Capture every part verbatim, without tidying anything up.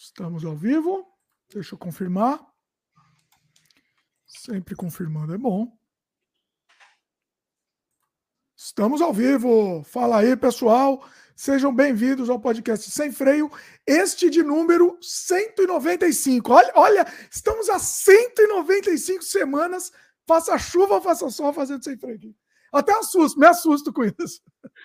Estamos ao vivo. Deixa eu confirmar. Sempre confirmando é bom. Estamos ao vivo. Fala aí, pessoal. Sejam bem-vindos ao podcast Sem Freio, este de número cento e noventa e cinco. Olha, olha, estamos há cento e noventa e cinco semanas, faça chuva ou faça sol, fazendo Sem Freio aqui. Até assusto, me assusto com isso.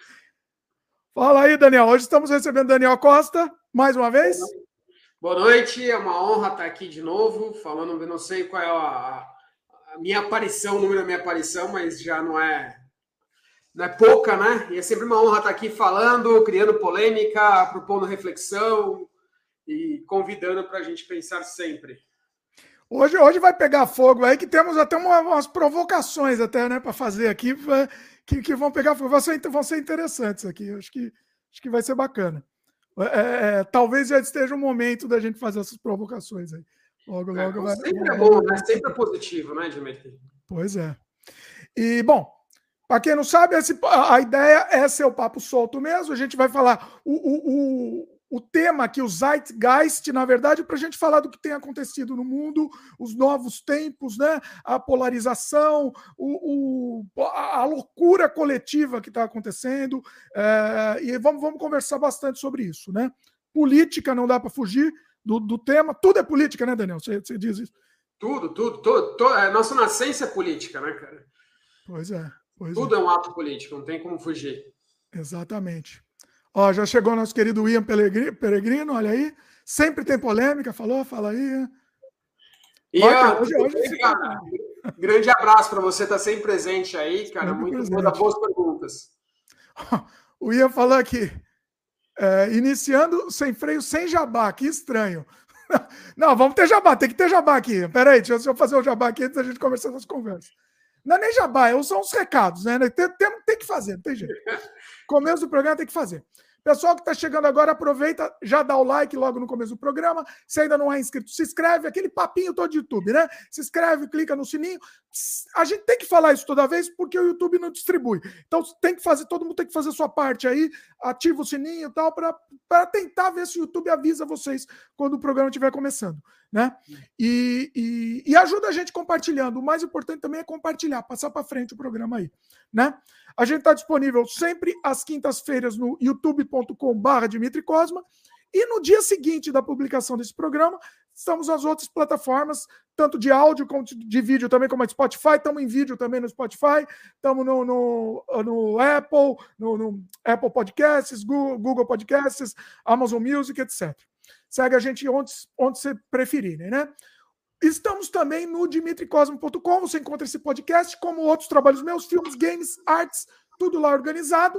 Fala aí, Daniel. Hoje estamos recebendo Daniel Costa, mais uma vez. Boa noite, é uma honra estar aqui de novo, falando, eu não sei qual é a, a minha aparição, o número da minha aparição, mas já não é, não é pouca, né? E é sempre uma honra estar aqui falando, criando polêmica, propondo reflexão e convidando para a gente pensar sempre. Hoje, hoje vai pegar fogo aí, que temos até uma, umas provocações até, né, para fazer aqui, que, que vão pegar fogo, vão ser, vão ser interessantes aqui, acho que, acho que vai ser bacana. É, é, talvez já esteja o momento da gente fazer essas provocações aí. Logo, logo é, vai. Sempre é bom, né? Sempre é positivo, né, Dimitri? Pois é. E, bom, para quem não sabe, esse, a ideia é ser o papo solto mesmo. A gente vai falar o, o, o, o tema aqui, o Zeitgeist, na verdade, para a gente falar do que tem acontecido no mundo, os novos tempos, né? A polarização, o, o, a loucura coletiva que está acontecendo. É, e vamos, vamos conversar bastante sobre isso, né? Política, não dá para fugir do, do tema. Tudo é política, né, Daniel? Você, você diz isso? Tudo, tudo, tudo, tudo. A nossa nascença é política, né, cara? Pois é. Pois Tudo é. é um ato político, não tem como fugir. Exatamente. Ó, já chegou nosso querido Ian Peregrino, olha aí. Sempre tem polêmica, falou, fala aí. Ian, hoje, hoje bem, cara? Grande abraço para você, estar tá sempre presente aí, cara. Sempre Muito presente. boa, boas perguntas. O Ian falou aqui, é, iniciando sem freio, sem jabá, que estranho. Não, vamos ter jabá, tem que ter jabá aqui. Peraí, deixa eu fazer o jabá aqui antes da gente começar essas conversas. Não é nem jabá, são os recados, né? Tem, tem, tem que fazer, não tem jeito. Começo do programa tem que fazer. Pessoal que está chegando agora, aproveita, já dá o like logo no começo do programa. Se ainda não é inscrito, se inscreve, aquele papinho todo de YouTube, né? Se inscreve, clica no sininho. A gente tem que falar isso toda vez porque o YouTube não distribui. Então tem que fazer, todo mundo tem que fazer a sua parte aí, ativa o sininho e tal, para tentar ver se o YouTube avisa vocês quando o programa estiver começando, né? E, e, e ajuda a gente compartilhando. O mais importante também é compartilhar, passar para frente o programa aí, né? A gente está disponível sempre às quintas-feiras no youtube ponto com barra Dimitri Cosma e no dia seguinte da publicação desse programa estamos nas outras plataformas, tanto de áudio como de vídeo também, como a Spotify. Estamos em vídeo também no Spotify, estamos no, no, no Apple, no, no Apple Podcasts, Google, Google Podcasts, Amazon Music, etcétera. Segue a gente onde, onde você preferirem, né? Estamos também no dimitri cosmo ponto com, você encontra esse podcast, como outros trabalhos meus, filmes, games, artes, tudo lá organizado.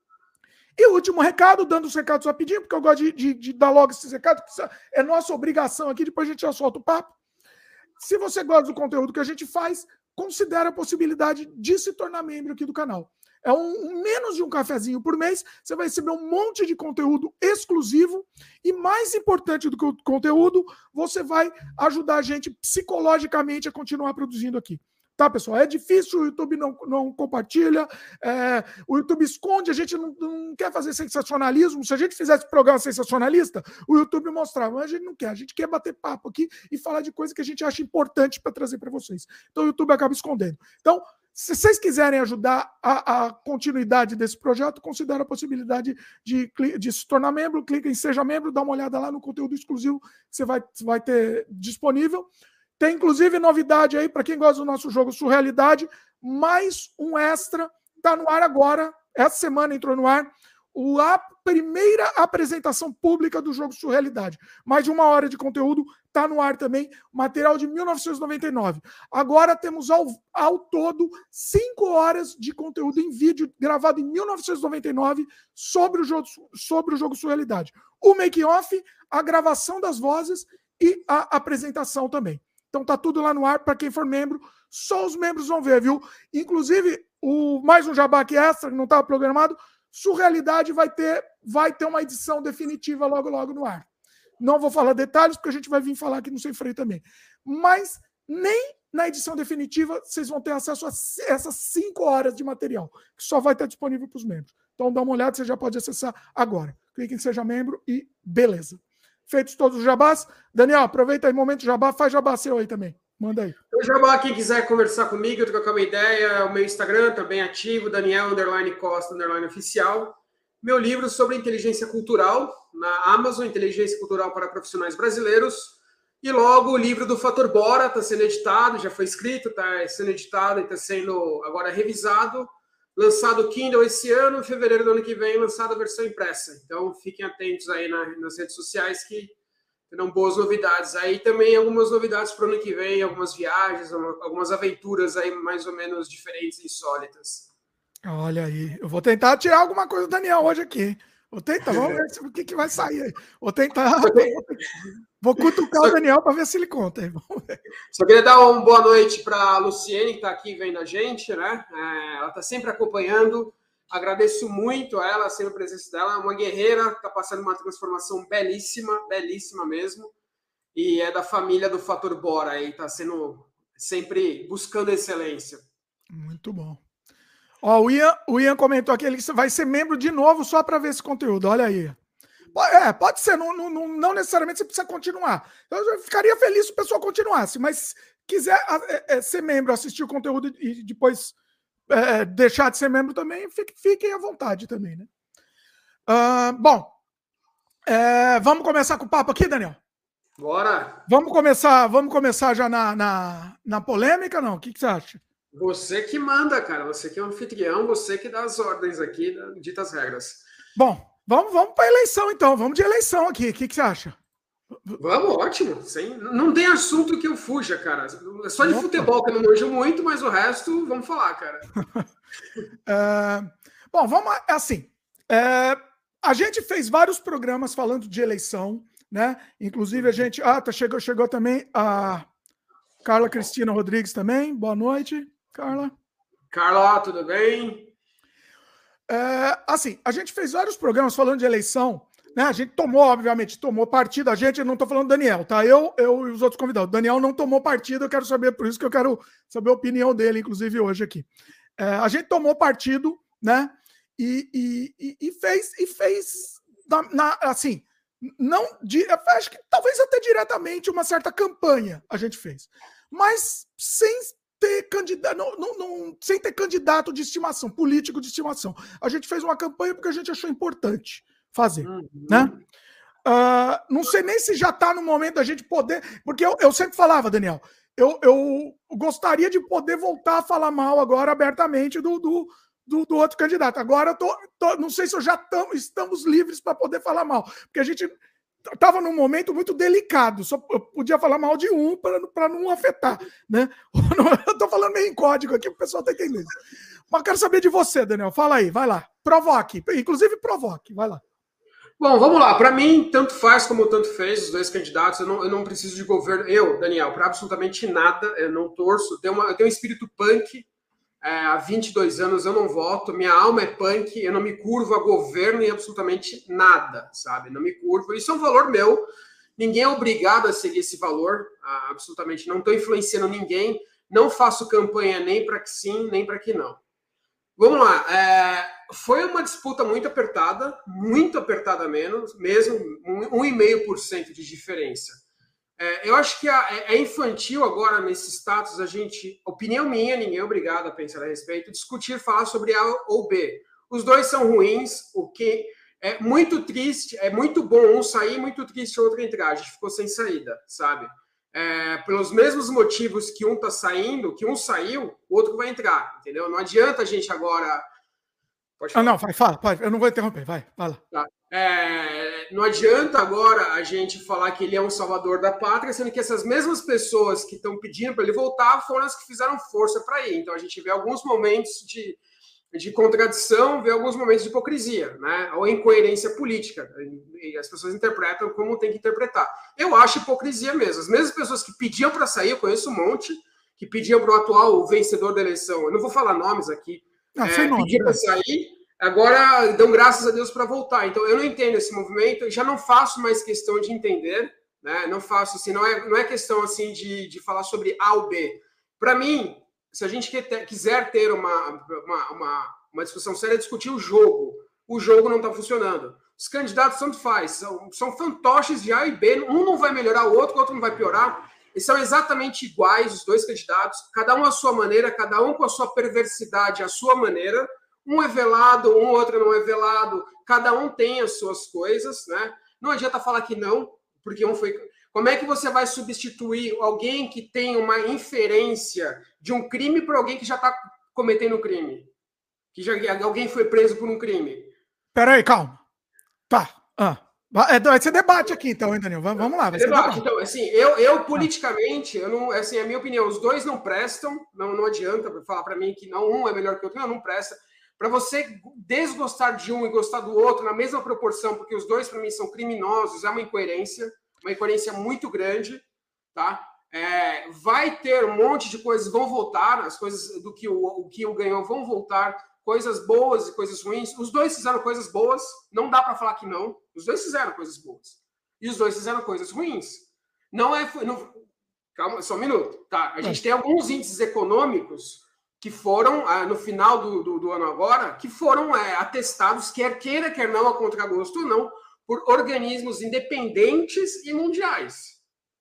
E o último recado, dando os recados rapidinho, porque eu gosto de, de, de dar logo esses recados, é nossa obrigação aqui, depois a gente já solta o papo. Se você gosta do conteúdo que a gente faz, considere a possibilidade de se tornar membro aqui do canal. É um, um menos de um cafezinho por mês, você vai receber um monte de conteúdo exclusivo e, mais importante do que o conteúdo, você vai ajudar a gente psicologicamente a continuar produzindo aqui. Tá, pessoal? É difícil, o YouTube não, não compartilha, é, o YouTube esconde, a gente não, não quer fazer sensacionalismo. Se a gente fizesse programa sensacionalista, o YouTube mostrava, mas a gente não quer, a gente quer bater papo aqui e falar de coisa que a gente acha importante para trazer para vocês. Então o YouTube acaba escondendo. Então, se vocês quiserem ajudar a, a continuidade desse projeto, considere a possibilidade de, de se tornar membro, clica em Seja Membro, dá uma olhada lá no conteúdo exclusivo que você vai, vai ter disponível. Tem, inclusive, novidade aí, para quem gosta do nosso jogo Surrealidade, mais um extra, está no ar agora, essa semana entrou no ar, a primeira apresentação pública do jogo Surrealidade. Mais de uma hora de conteúdo, está no ar também, material de mil novecentos e noventa e nove. Agora temos ao, ao todo cinco horas de conteúdo em vídeo gravado em mil novecentos e noventa e nove sobre o jogo, sobre o jogo Surrealidade. O make-off, a gravação das vozes e a apresentação também. Então tá tudo lá no ar, para quem for membro, só os membros vão ver, viu? Inclusive, o, mais um jabá aqui extra, que não estava programado, Surrealidade vai ter, vai ter uma edição definitiva logo, logo no ar. Não vou falar detalhes, porque a gente vai vir falar aqui no Sem Freio também. Mas nem na edição definitiva vocês vão ter acesso a essas cinco horas de material, que só vai estar disponível para os membros. Então dá uma olhada, você já pode acessar agora. Clique em Seja Membro e beleza. feitos todos os jabás. Daniel, aproveita aí, momento jabá, faz jabá seu aí também. Manda aí. O jabá, quem quiser conversar comigo, trocar uma ideia, o meu Instagram também ativo, Daniel underline Costa underline oficial. Meu livro sobre inteligência cultural na Amazon, Inteligência Cultural para Profissionais Brasileiros. E logo o livro do Fator Bora está sendo editado, já foi escrito, está sendo editado e está sendo agora revisado. Lançado o Kindle esse ano, em fevereiro do ano que vem, lançada a versão impressa. Então fiquem atentos aí na, nas redes sociais que terão boas novidades. Aí também algumas novidades para o ano que vem, algumas viagens, algumas aventuras aí mais ou menos diferentes e insólitas. Olha aí, eu vou tentar tirar alguma coisa do Daniel hoje aqui. Vou tentar, vamos ver o que, que vai sair aí. Vou tentar, vou cutucar o Daniel para ver se ele conta. Vamos ver. Só queria dar uma boa noite para a Luciene, que está aqui vendo a gente, né? É, ela está sempre acompanhando. Agradeço muito a ela, sempre a presença dela. Uma guerreira, está passando uma transformação belíssima, belíssima mesmo. E é da família do Fator Bora aí, está sendo sempre buscando excelência. Muito bom. Ó, o Ian, o Ian comentou aqui, ele vai ser membro de novo só para ver esse conteúdo. Olha aí. É, pode ser, não, não, não necessariamente você precisa continuar. Eu ficaria feliz se o pessoal continuasse, mas quiser é, é, ser membro, assistir o conteúdo e depois é, deixar de ser membro também, fique, fiquem à vontade também, né? Uh, bom, é, vamos começar com o papo aqui, Daniel? Bora! Vamos começar, vamos começar já na, na, na polêmica, não? O que, que você acha? Você que manda, cara. Você que é o anfitrião, você que dá as ordens aqui, dita as regras. Bom, vamos, vamos para a eleição, então. Vamos de eleição aqui. O que, que você acha? Vamos, ótimo. Sem, não tem assunto que eu fuja, cara. É só de Opa. futebol que eu não manjo muito, mas o resto, vamos falar, cara. é, bom, vamos assim. É, a gente fez vários programas falando de eleição, né? Inclusive a gente... Ah, tá, chegou, chegou também a Carla Cristina Rodrigues também. Boa noite, Carla. Carla, tudo bem? É, assim, a gente fez vários programas falando de eleição, né? A gente tomou, obviamente, tomou partido. A gente, eu não estou falando do Daniel, tá? Eu, eu e os outros convidados. O Daniel não tomou partido, eu quero saber, por isso que eu quero saber a opinião dele, inclusive, hoje aqui. É, a gente tomou partido, né? E, e, e fez, e fez na, na, assim, não, acho que talvez até diretamente uma certa campanha a gente fez, mas sem ter candidato, não, não, não, sem ter candidato de estimação, político de estimação. A gente fez uma campanha porque a gente achou importante fazer, uhum. né? Uh, não sei nem se já está no momento da gente poder, porque eu, eu sempre falava, Daniel, eu, eu gostaria de poder voltar a falar mal agora abertamente do, do, do, do outro candidato. Agora eu tô, tô, não sei se eu já tam, estamos livres para poder falar mal, porque a gente estava num momento muito delicado, só eu podia falar mal de um para não afetar, né? Eu estou falando meio em código aqui, o pessoal está entendendo. Mas quero saber de você, Daniel. Fala aí, vai lá. Provoque, inclusive provoque, vai lá. Bom, vamos lá. Para mim, tanto faz como tanto fez os dois candidatos. Eu não, eu não preciso de governo. Eu, Daniel, para absolutamente nada. Eu não torço. Eu tenho, uma, eu tenho um espírito punk. É, há vinte e dois anos eu não voto. Minha alma é punk. Eu não me curvo a governo em absolutamente nada, sabe? Não me curvo. Isso é um valor meu. Ninguém é obrigado a seguir esse valor. Ah, absolutamente. Não estou influenciando ninguém. Não faço campanha nem para que sim, nem para que não. Vamos lá. É, foi uma disputa muito apertada, muito apertada menos, mesmo, um vírgula cinco por cento de diferença. É, eu acho que é infantil agora, nesse status, a gente, opinião minha, ninguém é obrigado a pensar a respeito, discutir, falar sobre A ou B. Os dois são ruins, o que é muito triste, é muito bom um sair, muito triste o outro entrar. A gente ficou sem saída, sabe? É, pelos mesmos motivos que um está saindo, que um saiu, o outro vai entrar, entendeu? Não adianta a gente agora... Pode falar. Ah, não, vai, fala, pode, eu não vou interromper, vai, fala. Tá. É, não adianta agora a gente falar que ele é um salvador da pátria, sendo que essas mesmas pessoas que estão pedindo para ele voltar foram as que fizeram força para ir. Então a gente vê alguns momentos de, de contradição, vê alguns momentos de hipocrisia, né? Ou incoerência política. E as pessoas interpretam como tem que interpretar. Eu acho hipocrisia mesmo. As mesmas pessoas que pediam para sair, eu conheço um monte, que pediam para o atual vencedor da eleição, eu não vou falar nomes aqui, não, é, pediam para sair, agora dão graças a Deus para voltar. Então eu não entendo esse movimento, já não faço mais questão de entender, né? Não faço assim, não é, não é questão assim de, de falar sobre A ou B. Para mim, se a gente quiser ter uma, uma, uma, uma discussão séria, é discutir o jogo. O jogo não está funcionando. os candidatos tanto faz, são, são fantoches de A e B, um não vai melhorar o outro, o outro não vai piorar. Eles são exatamente iguais, os dois candidatos, cada um à sua maneira, cada um com a sua perversidade, à sua maneira. Um é velado, um outro não é velado, cada um tem as suas coisas, né? Não adianta falar que não, porque um foi... Como é que você vai substituir alguém que tem uma inferência de um crime por alguém que já está cometendo um crime? Que já, alguém foi preso por um crime? Peraí, calma. Tá. Ah. É, vai ser debate aqui, então, hein, Daniel? Vamos lá. Vai é ser debate. debate. Então, assim, eu, eu politicamente, eu não, assim, a minha opinião, os dois não prestam, não, não adianta falar para mim que não, um é melhor que o outro, não, não presta. Para você desgostar de um e gostar do outro na mesma proporção, porque os dois, para mim, são criminosos, é uma incoerência, uma incoerência muito grande, tá? É, vai ter um monte de coisas, vão voltar, as coisas do que o, o que o ganhou vão voltar, coisas boas e coisas ruins. Os dois fizeram coisas boas, não dá para falar que não. Os dois fizeram coisas boas. E os dois fizeram coisas ruins. Não é... Não, calma, só um minuto. Tá? A gente tem alguns índices econômicos que foram, no final do, do, do ano agora, que foram é, atestados, quer queira, quer não, a contragosto ou não, por organismos independentes e mundiais.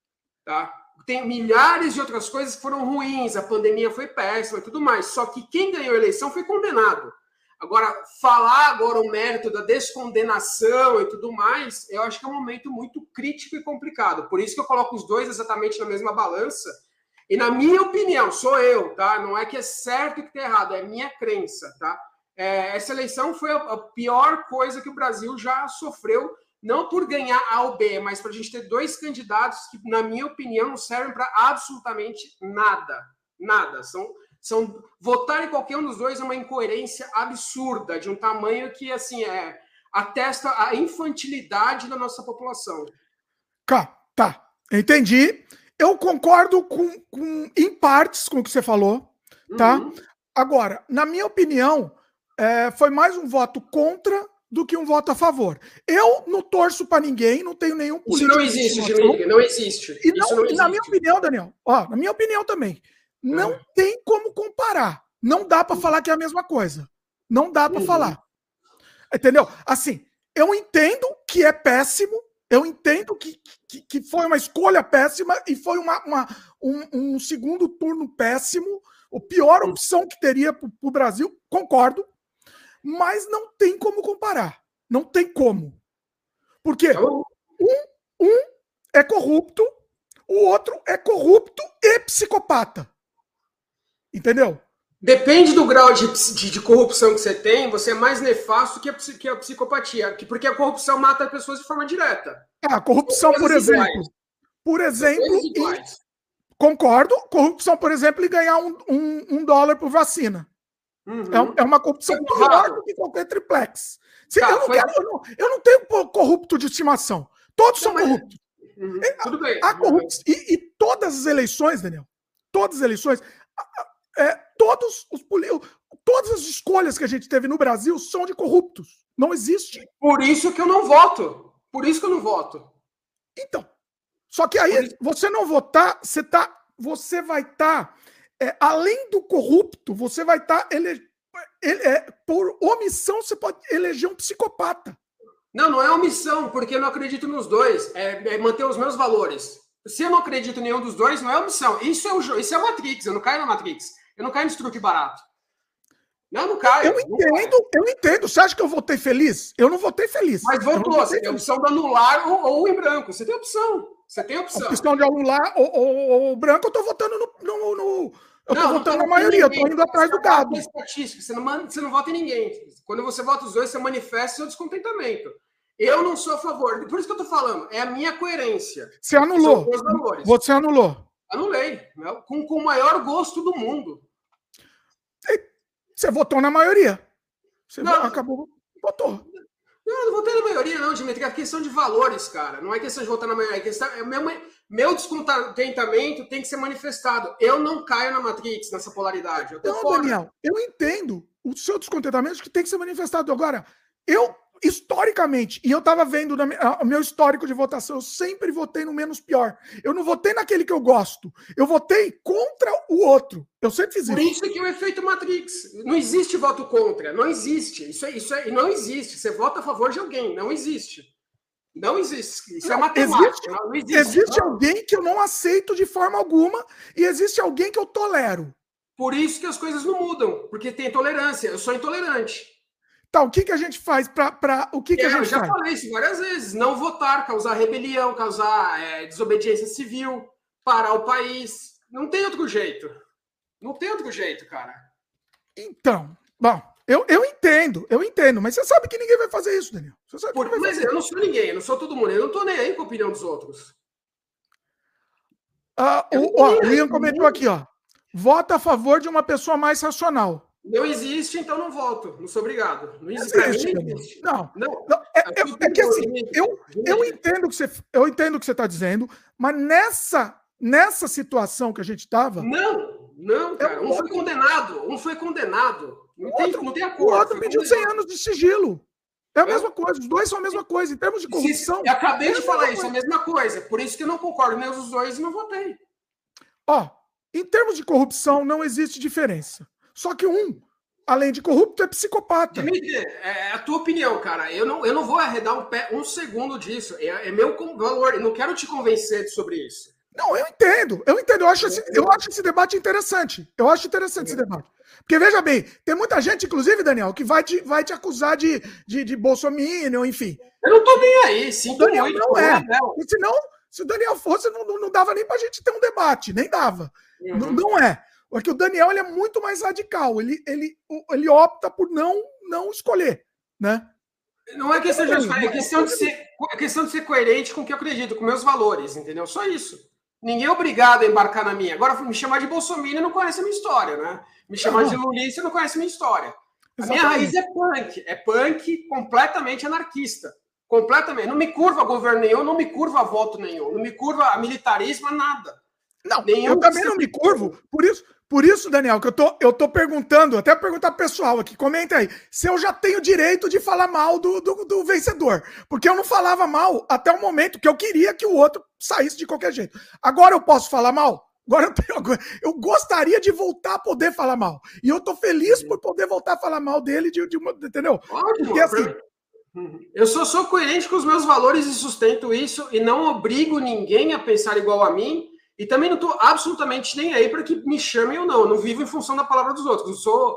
Tá? Tem milhares de outras coisas que foram ruins, a pandemia foi péssima e tudo mais, só que quem ganhou a eleição foi condenado. Agora, falar agora o mérito da descondenação e tudo mais, eu acho que é um momento muito crítico e complicado. Por isso que eu coloco os dois exatamente na mesma balança. E na minha opinião, sou eu, tá? Não é que é certo e que é errado, é minha crença, tá? É, essa eleição foi a pior coisa que o Brasil já sofreu, não por ganhar A ou B, mas para a gente ter dois candidatos que, na minha opinião, não servem para absolutamente nada. Nada. São, são, votar em qualquer um dos dois é uma incoerência absurda, de um tamanho que, assim, é, atesta a infantilidade da nossa população. Tá, tá. Entendi. Eu concordo com, com, em partes com o que você falou, tá? Uhum. Agora, na minha opinião, é, foi mais um voto contra do que um voto a favor. Eu não torço para ninguém, não tenho nenhum político. Isso não existe, Gilique, não existe. E, não, Isso não e existe. Na minha opinião, Daniel, ó, na minha opinião também, não é. tem como comparar. Não dá para falar que é a mesma coisa. Não dá para uhum. falar. Entendeu? Assim, eu entendo que é péssimo, eu entendo que, que, que foi uma escolha péssima e foi uma, uma, um, um segundo turno péssimo, a pior opção que teria para o Brasil, concordo. Mas não tem como comparar. Não tem como. Porque um, um é corrupto, o outro é corrupto e psicopata. Entendeu? Depende do grau de, de, de corrupção que você tem, você é mais nefasto que a, que a psicopatia. Porque a corrupção mata as pessoas de forma direta. Ah, a corrupção, por exemplo. Iguais. Por exemplo, em, concordo, corrupção, por exemplo, em ganhar um, um, um dólar por vacina. Uhum. É uma corrupção é pior do que qualquer triplex. Se, tá, eu, não foi... quero, eu, não, eu não tenho corrupto de estimação. Todos não, são mas... corruptos. Uhum. Tudo bem. Há corruptos. E, e todas as eleições, Daniel, todas as eleições, é, todos os, todas as escolhas que a gente teve no Brasil são de corruptos. Não existe. Por isso que eu não voto. Por isso que eu não voto. Então. Só que aí, você não votar, você, tá, você vai estar... Tá, É, além do corrupto, você vai estar... Tá ele, ele, é, por omissão, você pode eleger um psicopata. Não, não é omissão, porque eu não acredito nos dois. É, é manter os meus valores. Se eu não acredito em nenhum dos dois, não é omissão. Isso é o isso é Matrix, eu não caio na Matrix. Eu não caio nesse truque barato. Não, não caio. Eu entendo, eu entendo. Você acha que eu votei feliz? Eu não votei feliz. Mas votou, você tem a opção de anular ou, ou em branco. Você tem opção. Você tem opção. A opção de anular ou, ou, ou branco, eu tô votando no... no, no... Eu não, tô votando na maioria, ninguém, eu tô indo atrás do gado. Estatística, você, não, você não vota em ninguém. Quando você vota os dois, você manifesta seu descontentamento. Eu não sou a favor. Por isso que eu tô falando, é a minha coerência. Você anulou. Você anulou. Anulei. Com, com o maior gosto do mundo. Você votou na maioria. Você não, acabou, votou. Não, eu não votei na maioria, não, Dimitri. É questão de valores, cara. Não é questão de votar na maioria. É questão, é meu, meu descontentamento tem que ser manifestado. Eu não caio na Matrix, nessa polaridade. Eu tô não, fora. Daniel, eu entendo o seu descontentamento que tem que ser manifestado. Agora, eu, historicamente, e eu estava vendo na, a, o meu histórico de votação, eu sempre votei no menos pior. Eu não votei naquele que eu gosto. Eu votei contra o outro. Eu sempre fiz Por isso. Por isso é que é o efeito Matrix. Não existe voto contra. Não existe. Isso, é, isso é, não existe. Você vota a favor de alguém. Não existe. Não existe. Isso não, é matemática. Existe, não, não existe, existe não. alguém que eu não aceito de forma alguma e existe alguém que eu tolero. Por isso que as coisas não mudam. Porque tem intolerância. Eu sou intolerante. Tá, o que, que a gente faz para o que, que a gente Eu já faz? falei isso várias vezes. Não votar, causar rebelião, causar é, desobediência civil, parar o país. Não tem outro jeito. Não tem outro jeito, cara. Então, bom, eu, eu entendo, eu entendo, mas você sabe que ninguém vai fazer isso, Daniel. Você sabe Por, que mas fazer. eu não sou ninguém, eu não sou todo mundo. Eu não tô nem aí com a opinião dos outros. Ah, o, ó, o Ian comentou aqui, ó. Vota a favor de uma pessoa mais racional. Não existe, então não voto. Não sou obrigado. Não existe. existe, Mim, não, existe. não, não. não é, é, é, que assim, eu, eu entendo que você, eu entendo o que você está dizendo, mas nessa, nessa situação que a gente estava. Não, não, cara. É um, um foi condenado. Um foi condenado. Não tem, outro, não tem acordo. O outro pediu cem anos de sigilo. É a é. mesma coisa, os dois são a mesma coisa. Em termos de corrupção. Eu acabei é de falar isso, coisa. é a mesma coisa. Por isso que eu não concordo nem os dois e não votei. Ó, em termos de corrupção, não existe diferença. Só que um, além de corrupto, é psicopata. Dimitri, é a tua opinião, cara. Eu não, eu não vou arredar um, pé, um segundo disso. É, é meu valor. Eu não quero te convencer sobre isso. Não, eu entendo. Eu entendo. Eu acho, esse, eu acho esse debate interessante. Eu acho interessante esse debate. Porque, veja bem, tem muita gente, inclusive, Daniel, que vai te, vai te acusar de, de, de bolsominion, enfim. Eu não tô nem aí. Sinto Daniel muito. não é. E senão, se o Daniel fosse, não, não dava nem pra gente ter um debate. Nem dava. Uhum. Não, não é. Porque o Daniel ele é muito mais radical. Ele, ele, ele opta por não, não escolher, né? Não é questão de escolher, é questão de, ser, é questão de ser coerente com o que eu acredito, com meus valores, entendeu? Só isso. Ninguém é obrigado a embarcar na minha. Agora, me chamar de bolsominion não conhece a minha história, né? Me chamar não. de lulista não conhece a minha história. A minha raiz é punk. É punk completamente anarquista. Completamente. Não me curva a governo nenhum, não me curva a voto nenhum, não me curva a militarismo, a nada. Não, nenhum eu também não me curvo. Por isso, por isso, Daniel, que eu tô, eu tô perguntando, até perguntar pro pessoal aqui, comenta aí, se eu já tenho direito de falar mal do, do, do vencedor. Porque eu não falava mal até o momento que eu queria que o outro saísse de qualquer jeito. Agora eu posso falar mal? Agora eu, tenho, eu gostaria de voltar a poder falar mal. E eu tô feliz por poder voltar a falar mal dele, de, de uma, entendeu? Ótimo, porque assim. Eu sou, sou coerente com os meus valores e sustento isso, e não obrigo ninguém a pensar igual a mim. E também não estou absolutamente nem aí para que me chamem ou não. Eu não vivo em função da palavra dos outros. Não sou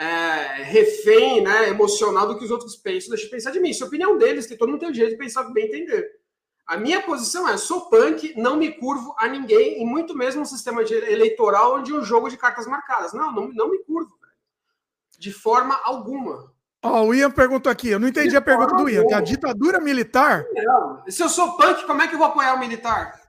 é, refém, né, emocional do que os outros pensam. Deixa eu pensar de mim. Isso é a opinião deles, que todo mundo tem o direito de pensar bem e entender. A minha posição é, sou punk, não me curvo a ninguém, e muito mesmo um sistema de eleitoral onde um jogo de cartas marcadas. Não, não, não me curvo, velho. De forma alguma. Ó, oh, o Ian perguntou aqui, eu não entendi de a pergunta do Ian, que a ditadura militar... Não. Se eu sou punk, como é que eu vou apoiar o militar?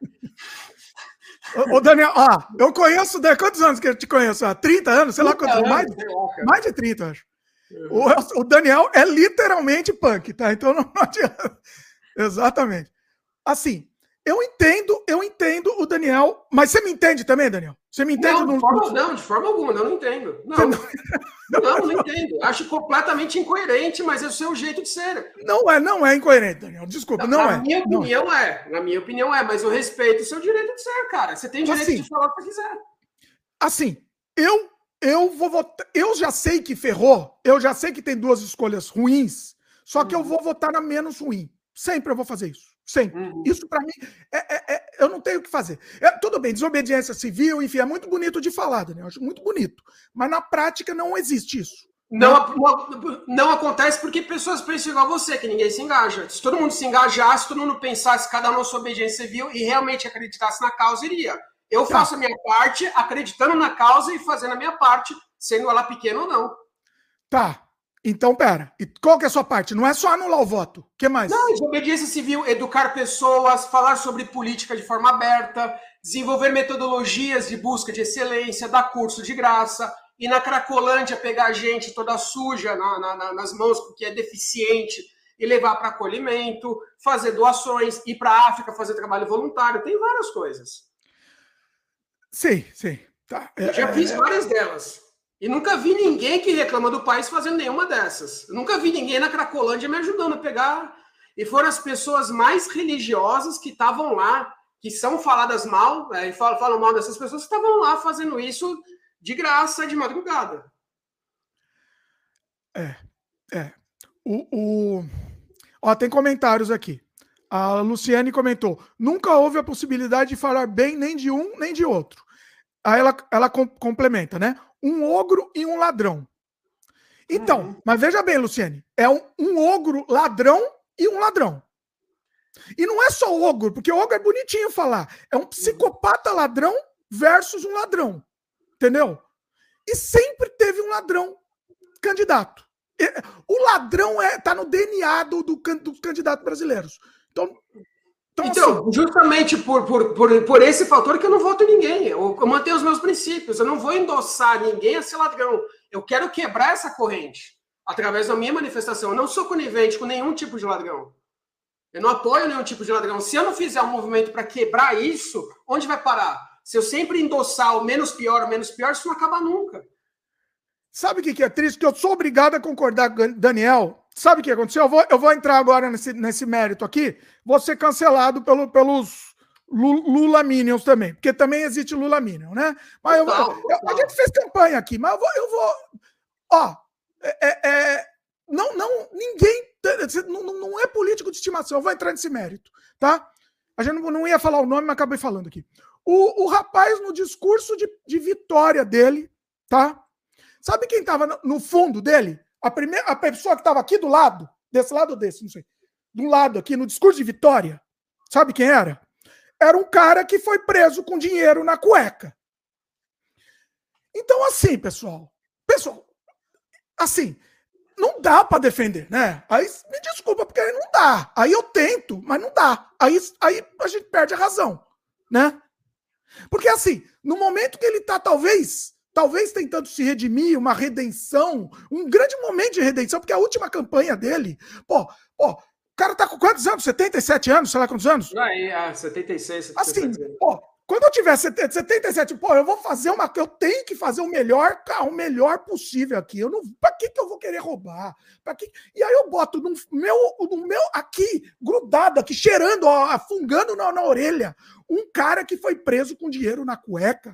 Ô, Daniel, ó, eu conheço, quantos anos que eu te conheço? Há trinta anos? Sei lá quantos anos, mais, mais de trinta, eu acho. Uhum. O, o Daniel é literalmente punk, tá? Então não, não adianta. Exatamente. Assim, eu entendo, eu entendo o Daniel, mas você me entende também, Daniel? Você me entende? Não, de, no... forma, não, de forma alguma, não, não entendo. Não, não... não, não entendo. Acho completamente incoerente, mas é o seu jeito de ser. Não é, não é incoerente, Daniel. Desculpa, não, não na é. Na minha opinião não. é. Na minha opinião é, mas eu respeito o seu direito de ser, cara. Você tem direito assim, de falar o que você quiser. Assim, eu, eu vou votar. Eu já sei que ferrou, eu já sei que tem duas escolhas ruins, só que uhum. eu vou votar na menos ruim. Sempre eu vou fazer isso. Sempre. Uhum. Isso, para mim, é, é, é, eu não tenho o que fazer. É, tudo bem, desobediência civil, enfim, é muito bonito de falar, Daniel. Acho muito bonito. Mas na prática não existe isso. Não, não, não acontece porque pessoas pensam igual a você, que ninguém se engaja. Se todo mundo se engajasse, se todo mundo pensasse cada um na sua obediência civil e realmente acreditasse na causa, iria. Eu tá. faço a minha parte acreditando na causa e fazendo a minha parte, sendo ela pequena ou não. Tá. Então, pera, e qual que é a sua parte? Não é só anular o voto, o que mais? Não, desobediência civil, educar pessoas, falar sobre política de forma aberta, desenvolver metodologias de busca de excelência, dar curso de graça, ir na Cracolândia pegar gente toda suja na, na, nas mãos porque é deficiente e levar para acolhimento, fazer doações, ir para a África fazer trabalho voluntário, tem várias coisas. Sim, sim. Tá. Eu já é, fiz é... várias delas. E nunca vi ninguém que reclama do país fazendo nenhuma dessas. Eu nunca vi ninguém na Cracolândia me ajudando a pegar. E foram as pessoas mais religiosas que estavam lá, que são faladas mal, é, e falam, falam mal dessas pessoas que estavam lá fazendo isso de graça, de madrugada. É, é. O, o... Ó, tem comentários aqui. A Luciane comentou: nunca houve a possibilidade de falar bem nem de um nem de outro. Aí ela, ela com, complementa, né? Um ogro e um ladrão. Então, uhum. Mas veja bem, Luciane, é um, um ogro ladrão e um ladrão. E não é só ogro, porque ogro é bonitinho falar. É um psicopata ladrão versus um ladrão. Entendeu? E sempre teve um ladrão candidato. O ladrão é, tá no D N A do, do, dos candidatos brasileiros. Então, então, então assim, justamente por, por, por, por esse fator que eu não voto em ninguém. Eu, eu mantenho os meus princípios. Eu não vou endossar ninguém a ser ladrão. Eu quero quebrar essa corrente através da minha manifestação. Eu não sou conivente com nenhum tipo de ladrão. Eu não apoio nenhum tipo de ladrão. Se eu não fizer um movimento para quebrar isso, onde vai parar? Se eu sempre endossar o menos pior, o menos pior, isso não acaba nunca. Sabe o que é triste? Que eu sou obrigado a concordar com o Daniel. Sabe o que aconteceu? Eu vou, eu vou entrar agora nesse, nesse mérito aqui. Vou ser cancelado pelo, pelos Lula Minions também. Porque também existe Lula Minion, né? Mas eu, total, eu, total. A gente fez campanha aqui, mas eu vou... Eu vou ó, é, é, não, não, ninguém... Não, não é político de estimação. Eu vou entrar nesse mérito, tá? A gente não, não ia falar o nome, mas acabei falando aqui. O, o rapaz, no discurso de, de vitória dele, tá? Sabe quem estava no fundo dele? A, primeira, a pessoa que estava aqui do lado, desse lado ou desse, não sei. Do lado aqui, no discurso de vitória. Sabe quem era? Era um cara que foi preso com dinheiro na cueca. Então, assim, pessoal. Pessoal, assim, não dá para defender, né? Aí, me desculpa, porque aí não dá. Aí eu tento, mas não dá. Aí, aí a gente perde a razão, né? Porque, assim, no momento que ele tá, talvez... Talvez tentando se redimir, uma redenção, um grande momento de redenção, porque a última campanha dele, pô, pô, o cara tá com quantos anos? setenta e sete anos, sei lá quantos anos? Aí, ah, setenta e seis, setenta e sete. Assim, pô, quando eu tiver setenta e sete, pô, eu vou fazer uma, eu tenho que fazer o melhor, o melhor possível aqui. Eu não, pra que que eu vou querer roubar? Pra que? E aí eu boto no meu, no meu aqui, grudado aqui, cheirando, ó, fungando na, na orelha, um cara que foi preso com dinheiro na cueca.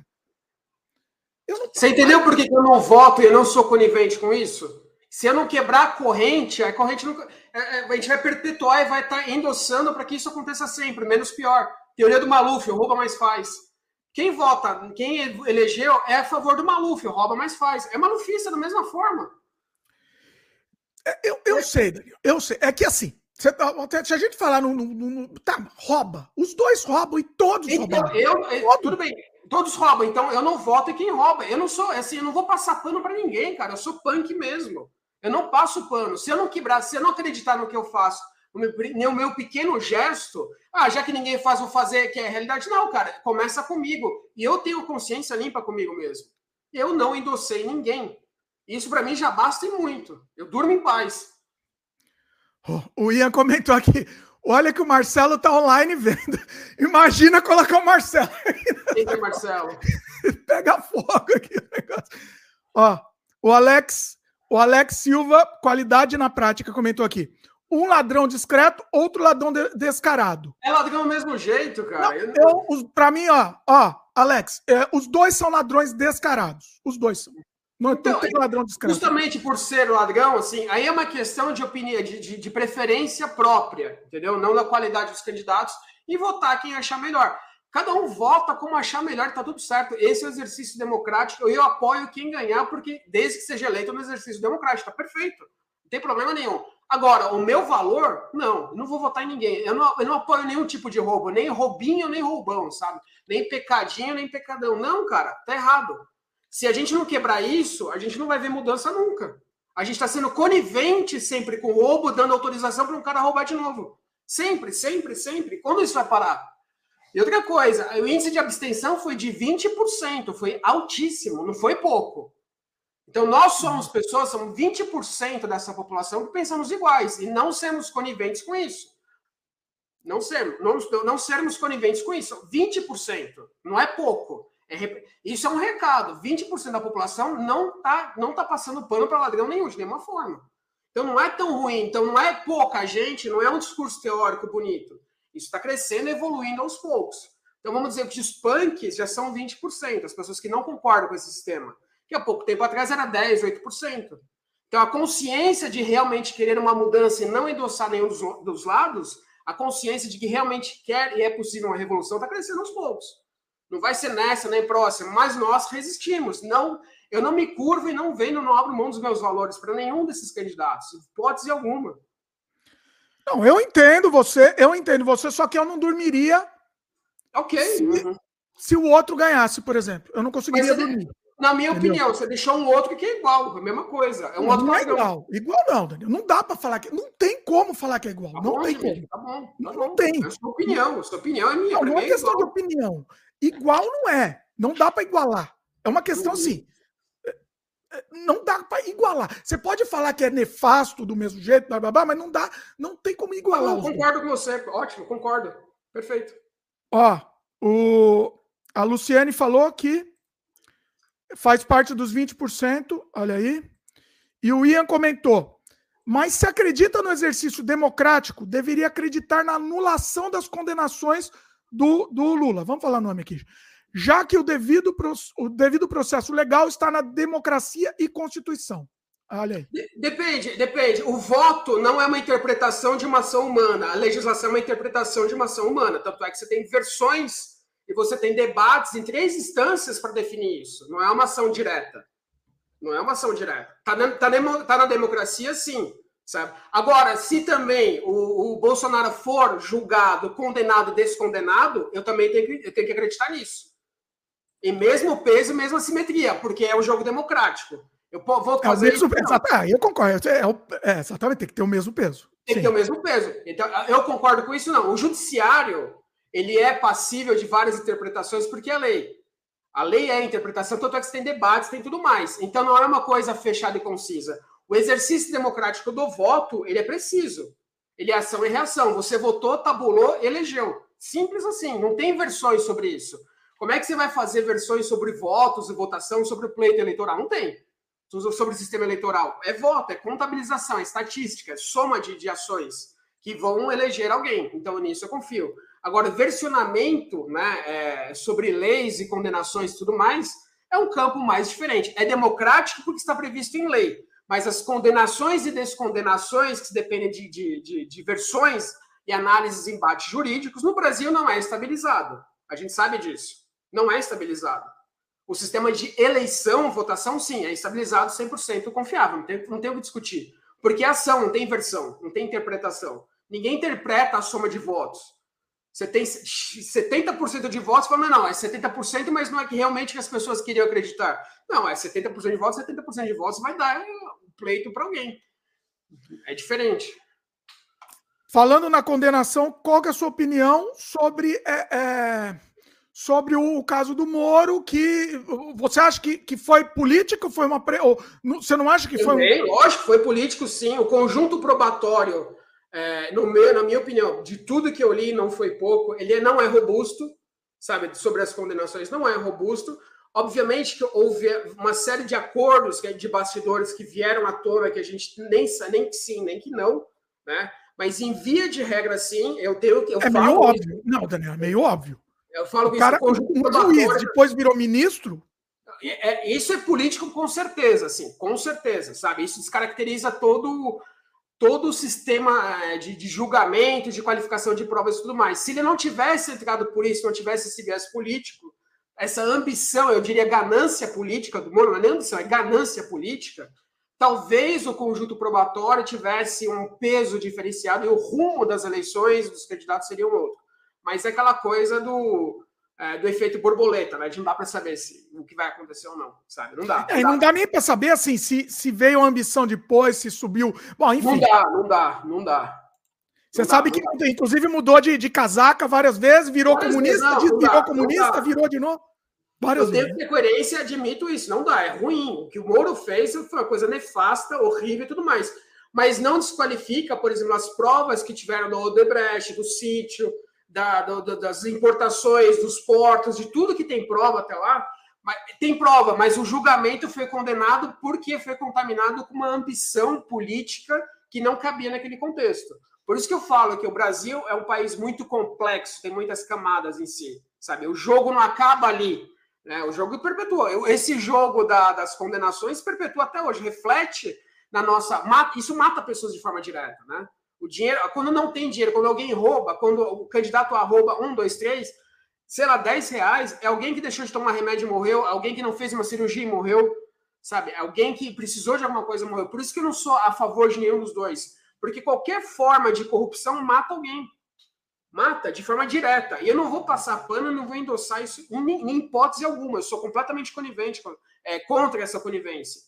Você entendeu por que eu não voto e eu não sou conivente com isso? Se eu não quebrar a corrente, a corrente não, a gente vai perpetuar e vai estar endossando para que isso aconteça sempre, menos pior. Teoria do Maluf, rouba mais faz. Quem vota, quem elegeu é a favor do Maluf, rouba mais faz. É malufista da mesma forma. Eu, eu é. sei, Daniel, eu sei. É que assim, se a gente falar no, no, no... Tá, rouba. Os dois roubam e todos então, roubam. Eu, eu, tudo bem. Todos roubam, então eu não voto em quem rouba. Eu não sou, assim, eu não vou passar pano para ninguém, cara. Eu sou punk mesmo. Eu não passo pano. Se eu não quebrar, se eu não acreditar no que eu faço, no meu, no meu pequeno gesto, ah, já que ninguém faz, vou fazer que é a realidade. Não, cara, começa comigo. E eu tenho consciência limpa comigo mesmo. Eu não endossei ninguém. Isso para mim já basta e muito. Eu durmo em paz. O Ian comentou aqui. Olha que o Marcelo tá online vendo. Imagina colocar o Marcelo aqui. Quem que é Marcelo? Pega fogo aqui o negócio. Ó, o Alex, o Alex Silva, qualidade na prática, comentou aqui. Um ladrão discreto, outro ladrão de descarado. É ladrão do mesmo jeito, cara. Não, eu, os, pra mim, ó, ó, Alex, é, os dois são ladrões descarados. Os dois são. Não, então, não tem ladrão discreto. Justamente por ser ladrão, assim, aí é uma questão de opinião, de, de, de preferência própria, entendeu? Não da qualidade dos candidatos, e votar quem achar melhor. Cada um vota como achar melhor, tá tudo certo. Esse é o exercício democrático. Eu apoio quem ganhar, porque desde que seja eleito no exercício democrático, tá perfeito. Não tem problema nenhum. Agora, o meu valor, não, eu não vou votar em ninguém. Eu não, eu não apoio nenhum tipo de roubo, nem roubinho, nem roubão, sabe? Nem pecadinho, nem pecadão. Não, cara, tá errado. Se a gente não quebrar isso, a gente não vai ver mudança nunca. A gente está sendo conivente sempre com o roubo, dando autorização para um cara roubar de novo. Sempre, sempre, sempre. Quando isso vai parar? E outra coisa, o índice de abstenção foi de vinte por cento, foi altíssimo, não foi pouco. Então, nós somos pessoas, somos vinte por cento dessa população que pensamos iguais e não sermos coniventes com isso. Não sermos, não, não sermos coniventes com isso. vinte por cento, não é pouco. É, isso é um recado. vinte por cento da população não está não tá passando pano para ladrão nenhum, de nenhuma forma. Então não é tão ruim, então não é pouca gente, não é um discurso teórico bonito. Isso está crescendo e evoluindo aos poucos. Então vamos dizer que os punks já são vinte por cento, as pessoas que não concordam com esse sistema. Que há pouco tempo atrás era dez, oito por cento. Então a consciência de realmente querer uma mudança e não endossar nenhum dos, dos lados, a consciência de que realmente quer e é possível uma revolução está crescendo aos poucos. Não vai ser nessa nem próxima, mas nós resistimos. Não, eu não me curvo e não venho, não abro mão dos meus valores para nenhum desses candidatos, hipótese alguma. Não, eu entendo você, eu entendo você, só que eu não dormiria ok se, uhum. se o outro ganhasse, por exemplo. Eu não conseguiria mas, dormir. Na minha Entendeu? opinião, você deixou um outro que é igual, a mesma coisa. É um não, outro não é igual. Igual não, Daniel. Não dá para falar que... Não tem como falar que é igual. Tá não bom, tem gente, como. Tá bom, tá não, bom. não tem. É a sua opinião. A sua opinião é minha. Não, não é questão igual. de opinião. Igual não é. Não dá para igualar. É uma questão uhum. assim. Não dá para igualar. Você pode falar que é nefasto do mesmo jeito, blá, blá, blá, mas não dá, não tem como igualar. Eu concordo com você, ótimo, concordo. Perfeito. Ó, o, a Luciane falou que faz parte dos vinte por cento, olha aí. E o Ian comentou, mas se acredita no exercício democrático, deveria acreditar na anulação das condenações do, do Lula. Vamos falar o nome aqui. Já que o devido, o devido processo legal está na democracia e Constituição. Olha aí. Depende, depende. O voto não é uma interpretação de uma ação humana. A legislação é uma interpretação de uma ação humana. Tanto é que você tem versões e você tem debates em três instâncias para definir isso. Não é uma ação direta. Não é uma ação direta. Está na, tá na, tá na democracia, sim. Sabe? Agora, se também o, o Bolsonaro for julgado, condenado, descondenado, eu também tenho que, eu tenho que acreditar nisso. E mesmo peso, mesma simetria, porque é um jogo democrático. Eu vou fazer é o mesmo, isso. Exatamente, ah, eu concordo. É, é, exatamente, tem que ter o mesmo peso. Tem Sim. que ter o mesmo peso. Então, eu concordo com isso, não. O judiciário, ele é passível de várias interpretações, porque é lei. A lei é a interpretação, tanto é que você tem debates, tem tudo mais. Então, não é uma coisa fechada e concisa. O exercício democrático do voto, ele é preciso. Ele é ação e reação. Você votou, tabulou, elegeu. Simples assim. Não tem versões sobre isso. Como é que você vai fazer versões sobre votos e votação sobre o pleito eleitoral? Não tem. Sobre o sistema eleitoral. É voto, é contabilização, é estatística, é soma de, de ações que vão eleger alguém. Então, nisso eu confio. Agora, versionamento, né, é, sobre leis e condenações e tudo mais, é um campo mais diferente. É democrático porque está previsto em lei. Mas as condenações e descondenações, que dependem de, de, de, de versões e análises e embates jurídicos, no Brasil não é estabilizado. A gente sabe disso. Não é estabilizado. O sistema de eleição, votação, sim, é estabilizado cem por cento confiável, não tem, não tem o que discutir. Porque é ação, não tem inversão, não tem interpretação. Ninguém interpreta a soma de votos. Você tem setenta por cento de votos, fala, não, é setenta por cento, mas não é que realmente que as pessoas queriam acreditar. Não, é setenta por cento de votos, setenta por cento de votos vai dar o pleito para alguém. É diferente. Falando na condenação, qual que é a sua opinião sobre... É, é... sobre o caso do Moro, que você acha que, que foi político, foi uma... Pre... Ou, você não acha que foi... Também, um... lógico, foi político, sim. O conjunto probatório, é, no meu, na minha opinião, de tudo que eu li, não foi pouco, ele não é robusto, sabe, sobre as condenações, não é robusto. Obviamente que houve uma série de acordos de bastidores que vieram à tona, que a gente nem nem que sim, nem que não, né? Mas em via de regra, sim, eu tenho que... É meio óbvio. Isso. Não, Daniel, é meio óbvio. Eu falo que o cara, isso um juiz depois virou ministro. É, é, isso é político com certeza, assim, com certeza, sabe? Isso descaracteriza todo, todo o sistema de, de julgamento, de qualificação de provas e tudo mais. Se ele não tivesse entrado por isso, não tivesse esse viés político, essa ambição, eu diria ganância política do Moro, não é nem ambição, é ganância política, talvez o conjunto probatório tivesse um peso diferenciado e o rumo das eleições dos candidatos seria um outro. Mas é aquela coisa do, é, do efeito borboleta, né? De não dá para saber se, o que vai acontecer ou não, sabe? Não dá. Não, é, dá, não dá nem para saber assim, se, se veio a ambição depois, se subiu. Bom, enfim. Não dá, não dá, não dá. Você não sabe dá, que, dá. Inclusive, mudou de, de casaca várias vezes, virou várias comunista, vezes, não, não virou dá, comunista, virou de novo. Várias eu vezes. Tenho que ter coerência, admito isso. Não dá, é ruim. O que o Moro fez foi uma coisa nefasta, horrível e tudo mais. Mas não desqualifica, por exemplo, as provas que tiveram do Odebrecht, do sítio, da, do, das importações, dos portos, de tudo que tem prova até lá. Mas, tem prova, mas o julgamento foi condenado porque foi contaminado com uma ambição política que não cabia naquele contexto. Por isso que eu falo que o Brasil é um país muito complexo, tem muitas camadas em si, sabe? O jogo não acaba ali, né? O jogo perpetua. Esse jogo da, das condenações perpetua até hoje, reflete na nossa... Isso mata pessoas de forma direta, né? O dinheiro, quando não tem dinheiro, quando alguém rouba, quando o candidato arroba um, dois, três, sei lá, dez reais, é alguém que deixou de tomar remédio e morreu, alguém que não fez uma cirurgia e morreu, sabe? Alguém que precisou de alguma coisa e morreu. Por isso que eu não sou a favor de nenhum dos dois. Porque qualquer forma de corrupção mata alguém. Mata de forma direta. E eu não vou passar pano, eu não vou endossar isso em, em hipótese alguma. Eu sou completamente conivente, é, contra essa conivência.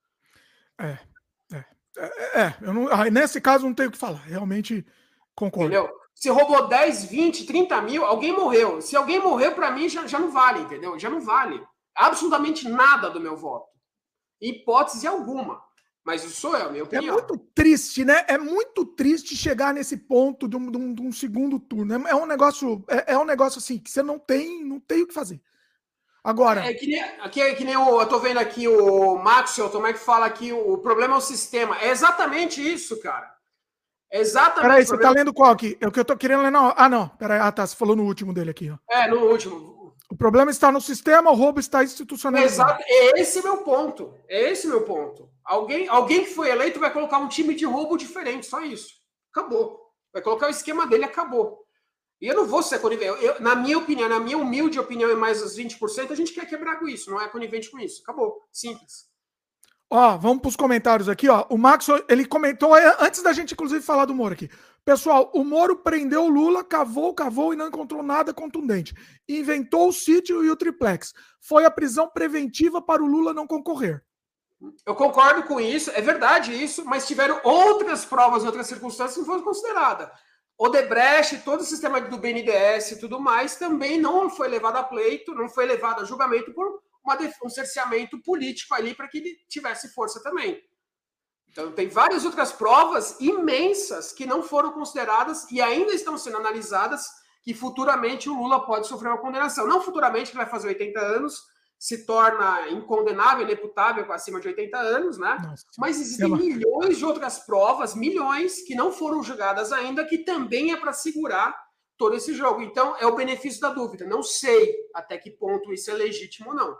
É, é, é, é eu não, nesse caso não tenho o que falar. Realmente concordo. Entendeu? Se roubou dez, vinte, trinta mil, alguém morreu. Se alguém morreu, para mim, já, já não vale, entendeu? Já não vale. Absolutamente nada do meu voto. Hipótese alguma. Mas isso sou eu, a minha opinião. É muito triste, né? É muito triste chegar nesse ponto de um, de um, de um segundo turno. É um negócio, é, é um negócio assim que você não tem, não tem o que fazer. Agora. É que nem, aqui, é que nem o, eu tô vendo aqui o Maxwell, como é que fala aqui? O, o problema é o sistema. É exatamente isso, cara. É exatamente. Peraí, você tá lendo qual aqui? É o que eu tô querendo ler. Não. Ah, não. Peraí. Ah, tá. Você falou no último dele aqui, ó. É, no último. O problema está no sistema, o roubo está institucionalizado. Exato. É esse meu ponto. É esse meu ponto. Alguém, alguém que foi eleito vai colocar um time de roubo diferente, só isso. Acabou. Vai colocar o esquema dele, acabou. E eu não vou ser conivente. Eu, na minha opinião, na minha humilde opinião, e mais os vinte por cento, a gente quer quebrar com isso, não é conivente com isso. Acabou. Simples. Ó, vamos para os comentários aqui, ó. O Max, ele comentou, antes da gente, inclusive, falar do Moro aqui. Pessoal, o Moro prendeu o Lula, cavou, cavou e não encontrou nada contundente. Inventou o sítio e o triplex. Foi a prisão preventiva para o Lula não concorrer. Eu concordo com isso, é verdade isso, mas tiveram outras provas, outras circunstâncias que não foram consideradas. Odebrecht, todo o sistema do B N D E S e tudo mais também não foi levado a pleito, não foi levado a julgamento por uma, um cerceamento político ali para que ele tivesse força também. Então, tem várias outras provas imensas que não foram consideradas e ainda estão sendo analisadas que futuramente o Lula pode sofrer uma condenação. Não futuramente, que vai fazer oitenta anos, se torna incondenável, ineputável acima de oitenta anos, né? Nossa, mas existem ela... milhões de outras provas, milhões, que não foram julgadas ainda, que também é para segurar todo esse jogo. Então, é o benefício da dúvida. Não sei até que ponto isso é legítimo ou não.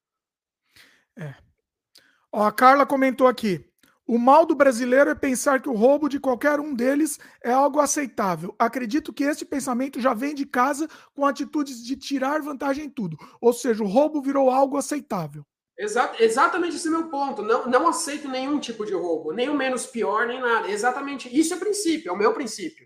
É. Ó, a Carla comentou aqui. O mal do brasileiro é pensar que o roubo de qualquer um deles é algo aceitável. Acredito que esse pensamento já vem de casa com atitudes de tirar vantagem em tudo. Ou seja, o roubo virou algo aceitável. Exa exatamente esse é o meu ponto. Não, não aceito nenhum tipo de roubo. Nem o menos pior, nem nada. Exatamente. Isso é princípio, é o meu princípio.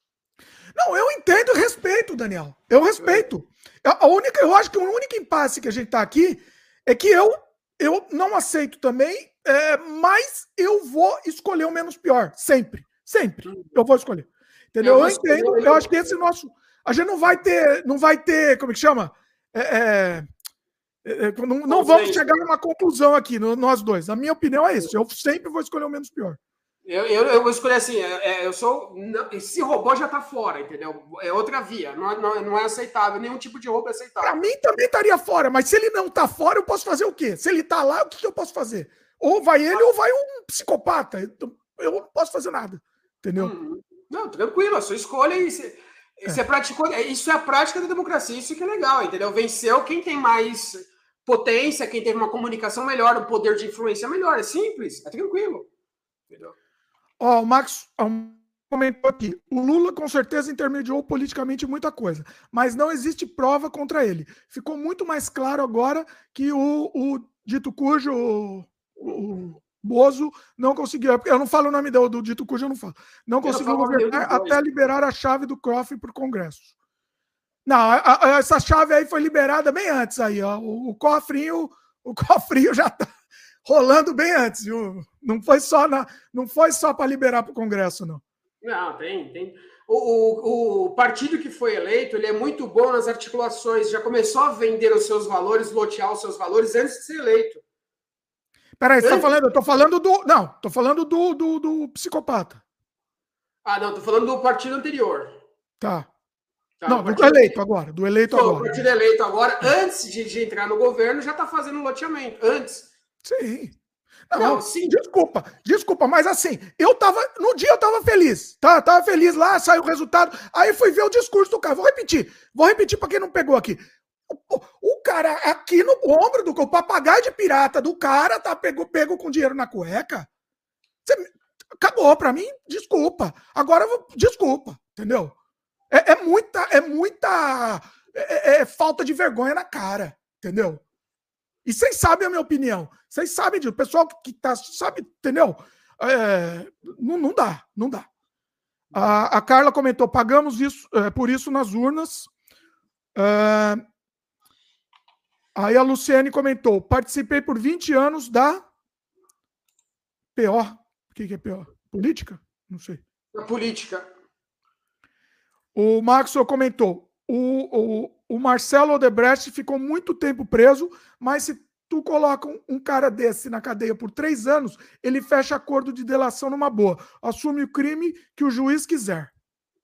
Não, eu entendo e respeito, Daniel. Eu respeito. É. A única, eu acho que o único impasse que a gente está aqui é que eu, eu não aceito também. É, mas eu vou escolher o menos pior, sempre, sempre, eu vou escolher, entendeu? Eu, eu entendo, eu acho que esse nosso, a gente não vai ter, não vai ter, como é que chama? É, é, é, não, não vamos chegar a uma conclusão aqui, no, nós dois, a minha opinião é isso, eu sempre vou escolher o menos pior. Eu, eu, eu vou escolher assim, é, eu sou, não, se roubou já tá fora, entendeu? É outra via, não, não, não é aceitável, nenhum tipo de roubo é aceitável. Pra mim também estaria fora, mas se ele não tá fora, eu posso fazer o quê? Se ele tá lá, o que, que eu posso fazer? Ou vai ele ou vai um psicopata. Eu não posso fazer nada. Entendeu? Hum, não, tranquilo, a sua escolha é isso. Isso é. É praticou, isso é a prática da democracia, isso que é legal, entendeu? Venceu quem tem mais potência, quem teve uma comunicação melhor, um poder de influência melhor. É simples, é tranquilo. Entendeu? Ó, o Max comentou aqui. O Lula com certeza intermediou politicamente muita coisa, mas não existe prova contra ele. Ficou muito mais claro agora que o, o dito cujo. O, o Bozo não conseguiu, eu não falo o nome do, do dito cujo, eu não falo, não conseguiu governar até liberar a chave do cofre para o Congresso. Não, a, a, essa chave aí foi liberada bem antes aí, ó. O, o cofrinho, o cofrinho já tá rolando bem antes, viu? Não foi só na, não foi só para liberar para o Congresso, não. Não, tem, tem. O, o, o partido que foi eleito, ele é muito bom nas articulações, já começou a vender os seus valores, lotear os seus valores antes de ser eleito. Peraí, você tá falando? Eu tô falando do. Não, tô falando do, do, do psicopata. Ah, não, tô falando do partido anterior. Tá. Tá? Não, do eleito agora. Do eleito Pô, agora. O partido eleito agora, antes de, de entrar no governo, já está fazendo loteamento. Antes. Sim. Não, Não, sim. Desculpa, desculpa, mas assim, eu tava. No dia eu tava feliz. Tá, tava feliz lá, saiu o resultado. Aí fui ver o discurso do cara. Vou repetir. Vou repetir para quem não pegou aqui. O, o cara aqui no ombro do o papagaio de pirata do cara tá pego, pego com dinheiro na cueca. Você, acabou para mim, desculpa. Agora desculpa, entendeu? É, é muita, é muita é, é, é falta de vergonha na cara, entendeu? E vocês sabem a minha opinião. Vocês sabem disso. O pessoal que tá, sabe, entendeu? É, não, não dá, não dá. A, a Carla comentou, pagamos isso, é, por isso nas urnas. É, aí a Luciane comentou, participei por vinte anos da P O. O que, que é P O? Política? Não sei. Da política. O Maxwell comentou, o, o, o Marcelo Odebrecht ficou muito tempo preso, mas se tu coloca um, um cara desse na cadeia por três anos, ele fecha acordo de delação numa boa. Assume o crime que o juiz quiser.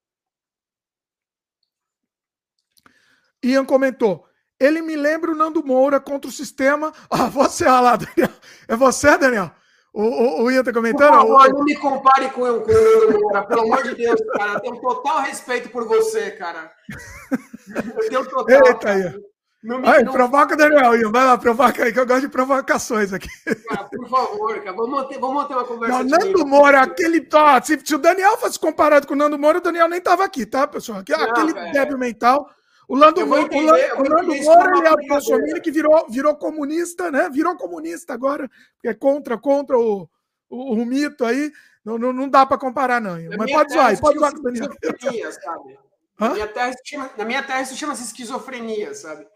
Ian comentou, ele me lembra o Nando Moura contra o sistema. Ah, você, olha lá, Daniel. É você, Daniel? O, o, o Ian tá comentando? Por favor, não me compare com, com o Nando Moura, pelo amor de Deus, cara. Eu tenho total respeito por você, cara. Eu tenho total. Eita, cara. Aí. Não me, Ai, não... Provoca o Daniel, Ian. Vai lá, provoca aí, que eu gosto de provocações aqui. Cara, por favor, cara. Vamos manter, vamos manter uma conversa. Não, Nando Moura, aquele. Ó, se, se o Daniel fosse comparado com o Nando Moura, o Daniel nem tava aqui, tá, pessoal? Não, aquele cara, débil é... mental. O Nando Moura, o Nando Moura ele é o Bolsonaro que virou, virou comunista, né? Virou comunista agora, é contra, contra o, o, o mito aí. Não, não, não dá para comparar, não. Na Mas pode zoar, pode zoar com o Daniel. Sabe? Na minha, terra, chama, na minha terra isso chama-se esquizofrenia, sabe?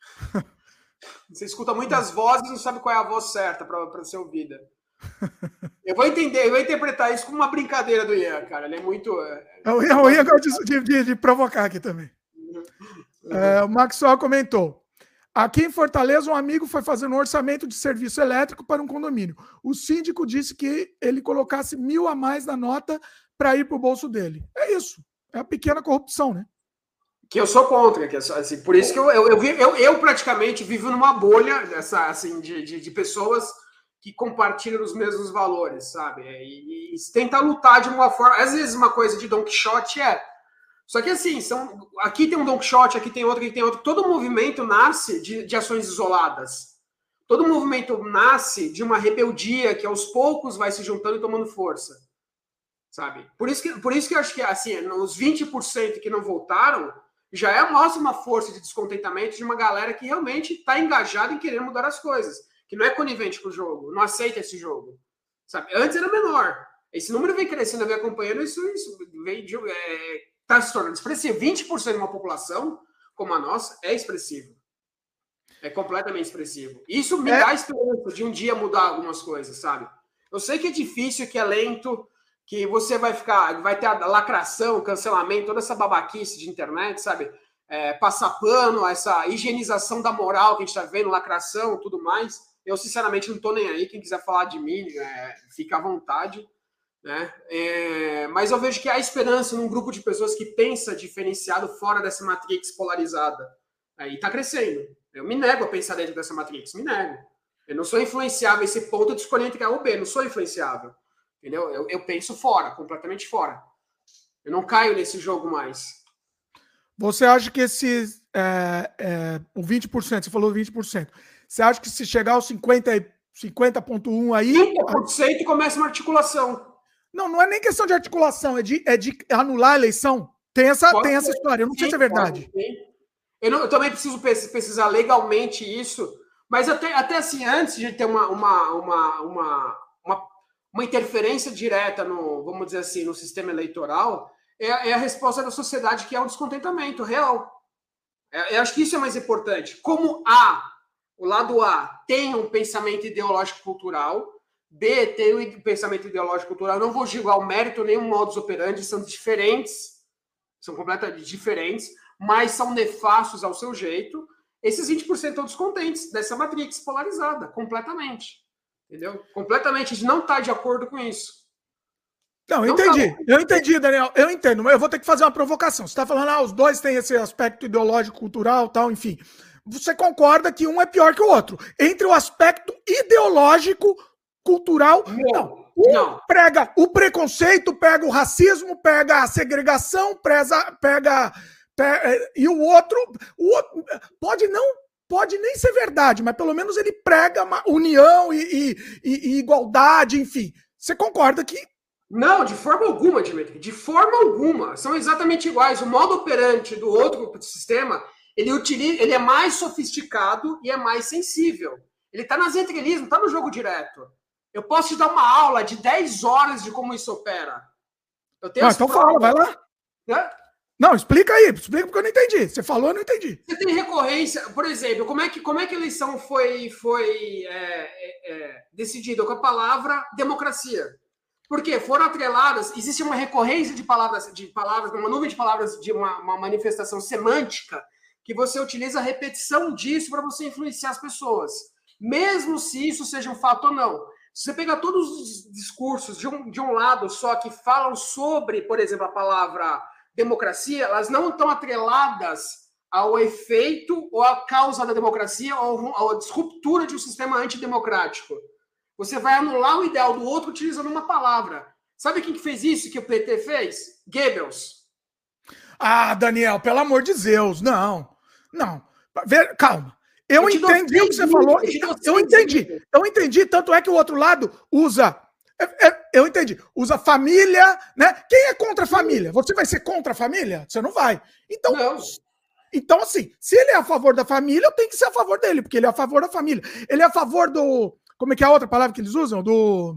Você escuta muitas vozes e não sabe qual é a voz certa para ser ouvida. Eu vou entender, eu vou interpretar isso como uma brincadeira do Ian, cara. Ele é muito. É, o Ian, o Ian gosta de, de, de provocar aqui também. Uhum. É, o Maxwell comentou. Aqui em Fortaleza, um amigo foi fazer um orçamento de serviço elétrico para um condomínio. O síndico disse que ele colocasse mil a mais na nota para ir para o bolso dele. É isso. É a pequena corrupção, né? Que eu sou contra. Que assim, por isso que eu, eu, eu, eu, eu praticamente vivo numa bolha dessa, assim, de, de, de pessoas que compartilham os mesmos valores, sabe? E, e, e tentar lutar de uma forma... Às vezes uma coisa de Don Quixote é... Só que assim, são, aqui tem um Don Quixote, aqui tem outro, aqui tem outro. Todo movimento nasce de, de ações isoladas. Todo movimento nasce de uma rebeldia que aos poucos vai se juntando e tomando força. Sabe? Por isso que, por isso que eu acho que assim, os vinte por cento que não votaram já é, mostra uma força de descontentamento de uma galera que realmente está engajada em querer mudar as coisas. Que não é conivente com o jogo, não aceita esse jogo. Sabe? Antes era menor. Esse número vem crescendo, vem acompanhando, isso, isso vem de... É, está se tornando expressivo. vinte por cento de uma população como a nossa é expressivo. É completamente expressivo. Isso me é. dá esperança de um dia mudar algumas coisas, sabe? Eu sei que é difícil, que é lento, que você vai ficar, vai ter a lacração, cancelamento, toda essa babaquice de internet, sabe? É, passar pano, essa higienização da moral que a gente está vendo, lacração, tudo mais. Eu, sinceramente, não estou nem aí. Quem quiser falar de mim, é, fica à vontade. Né? É, mas eu vejo que há esperança num grupo de pessoas que pensa diferenciado fora dessa matrix polarizada. É, e está crescendo. Eu me nego a pensar dentro dessa matrix, me nego. Eu não sou influenciável a esse ponto de escolher entre A ou B, não sou influenciável. Entendeu? Eu, eu penso fora, completamente fora. Eu não caio nesse jogo mais. Você acha que esse é, é, o vinte por cento, você falou vinte por cento, você acha que se chegar aos cinquenta vírgula um aí... trinta por cento começa uma articulação. Não, não é nem questão de articulação, é de, é de anular a eleição. Tem essa, tem essa história, eu não sei se é verdade. Eu, não, eu também preciso pesquisar legalmente isso, mas até, até assim, antes de ter uma, uma, uma, uma, uma, uma interferência direta no, vamos dizer assim, no sistema eleitoral, é, é a resposta da sociedade, que é o descontentamento real. É, eu acho que isso é mais importante. Como A, o lado A, tem um pensamento ideológico cultural, B, tem o pensamento ideológico cultural. Eu não vou julgar o mérito nem o modus operandi, são diferentes, são completamente diferentes, mas são nefastos ao seu jeito. Esses vinte por cento estão descontentes dessa matrix polarizada, completamente. Entendeu? Completamente, a gente não está de acordo com isso. Não, eu entendi, não, eu entendi, Daniel, eu entendo, mas eu vou ter que fazer uma provocação. Você está falando, ah, os dois têm esse aspecto ideológico, cultural, tal, enfim. Você concorda que um é pior que o outro. Entre o aspecto ideológico, cultural, não. não. Um não. prega o preconceito, pega o racismo, pega a segregação, preza, pega, pega. E o outro, o outro pode não. Pode nem ser verdade, mas pelo menos ele prega uma união e, e, e, e igualdade, enfim. Você concorda que. Não, de forma alguma, Dimitri. De forma alguma. São exatamente iguais. O modo operante do outro sistema, ele, utiliza, ele é mais sofisticado e é mais sensível. Ele está nas entrelinhas, não está no jogo direto. Eu posso te dar uma aula de dez horas de como isso opera. Eu tenho ah, então fala, vai lá. Né? Não, explica aí, explica porque eu não entendi. Você falou, eu não entendi. Você tem recorrência, por exemplo, como é que, como é que a eleição foi, foi é, é, decidida com a palavra democracia? Porque foram atreladas, existe uma recorrência de palavras, de palavras, uma nuvem de palavras de uma, uma manifestação semântica que você utiliza a repetição disso para você influenciar as pessoas, mesmo se isso seja um fato ou não. Se você pegar todos os discursos de um, de um lado só que falam sobre, por exemplo, a palavra democracia, elas não estão atreladas ao efeito ou à causa da democracia ou à disruptura de um sistema antidemocrático. Você vai anular o ideal do outro utilizando uma palavra. Sabe quem que fez isso que o P T fez? Goebbels. Ah, Daniel, pelo amor de Deus, não. Não. Calma. Eu, eu entendi o que você falou. Eu, eu entendi. Eu entendi. Tanto é que o outro lado usa. Eu entendi. Usa família, né? Quem é contra a família? Você vai ser contra a família? Você não vai. Então, não. Então, assim, se ele é a favor da família, eu tenho que ser a favor dele, porque ele é a favor da família. Ele é a favor do. Como é que é a outra palavra que eles usam? Do.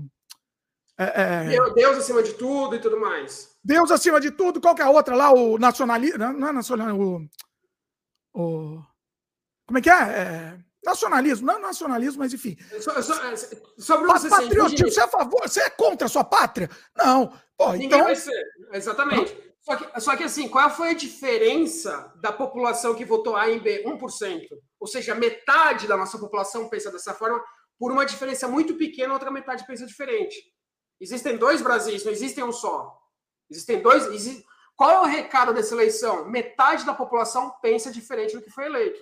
É, é... Deus acima de tudo e tudo mais. Deus acima de tudo. Qual que é a outra lá? O nacionalismo. Não é nacionalismo. O. o... Como é que é? é... Nacionalismo, não é nacionalismo, mas enfim. Só, só, só para você patriotismo, você é a favor, você é contra a sua pátria? Não. Pô, Ninguém então... vai ser. Exatamente. Hum? Só que, só que assim, qual foi a diferença da população que votou A em B? um por cento. Ou seja, metade da nossa população pensa dessa forma, por uma diferença muito pequena, a outra metade pensa diferente. Existem dois Brasis, não existem um só. Existem dois. Existe... Qual é o recado dessa eleição? Metade da população pensa diferente do que foi eleito.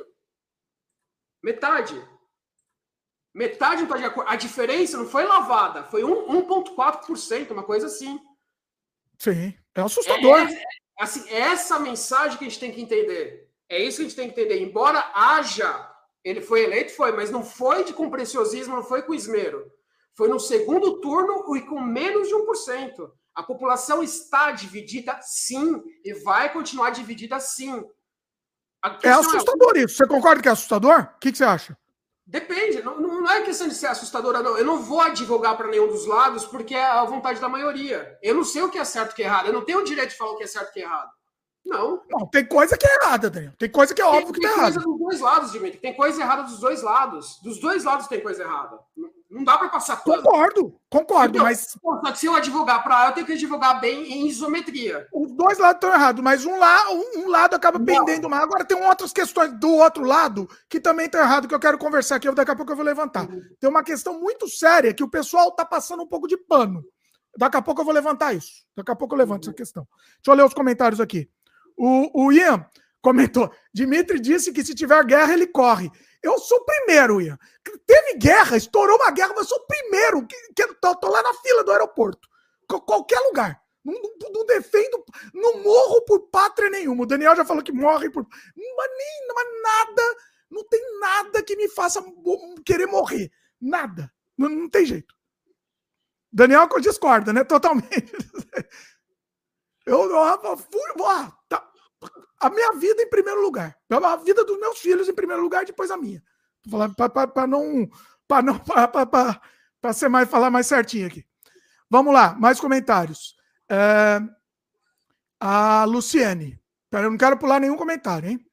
Metade. Metade não está de acordo. A diferença não foi lavada, foi um vírgula quatro por cento, uma coisa assim. Sim, é assustador. É, é, assim, é essa mensagem que a gente tem que entender. É isso que a gente tem que entender. Embora haja, ele foi eleito, foi, mas não foi de com preciosismo, não foi com esmero. Foi no segundo turno e com menos de um por cento. A população está dividida, sim, e vai continuar dividida, sim. É assustador é... isso. Você concorda que é assustador? O que, que você acha? Depende. Não, não é questão de ser assustadora, não. Eu não vou advogar para nenhum dos lados porque é a vontade da maioria. Eu não sei o que é certo e o que é errado. Eu não tenho o direito de falar o que é certo e o que é errado. Não. Não, tem coisa que é errada, Daniel. Tem coisa que é óbvio que tem tá errada. Tem coisa dos dois lados, Dimitri. Tem coisa errada dos dois lados. Dos dois lados tem coisa errada. Não dá para passar pano. Concordo, concordo, então, mas... Só que se eu advogar para A, eu tenho que advogar bem em isometria. Os dois lados estão errados, mas um, lá, um, um lado acaba não. pendendo mais. Agora tem outras questões do outro lado que também estão erradas, que eu quero conversar aqui, daqui a pouco eu vou levantar. Uhum. Tem uma questão muito séria que o pessoal está passando um pouco de pano. Daqui a pouco eu vou levantar isso. Daqui a pouco eu levanto uhum. essa questão. Deixa eu ler os comentários aqui. O, o Ian comentou, Dimitri disse que se tiver guerra, ele corre. Eu sou o primeiro, Ian. Teve guerra, estourou uma guerra, mas eu sou o primeiro. Que, que, tô, tô lá na fila do aeroporto. Qualquer lugar. Não, não, não defendo, não morro por pátria nenhuma. O Daniel já falou que morre por... Mas, nem, mas nada, não tem nada que me faça querer morrer. Nada. Não, não tem jeito. Daniel discorda, né? Totalmente. Eu, eu, eu ah, tá. A minha vida em primeiro lugar. A vida dos meus filhos em primeiro lugar e depois a minha. Para não... Para não... Para ser mais, falar mais certinho aqui. Vamos lá, mais comentários. É, a Luciene. Eu não quero pular nenhum comentário, hein?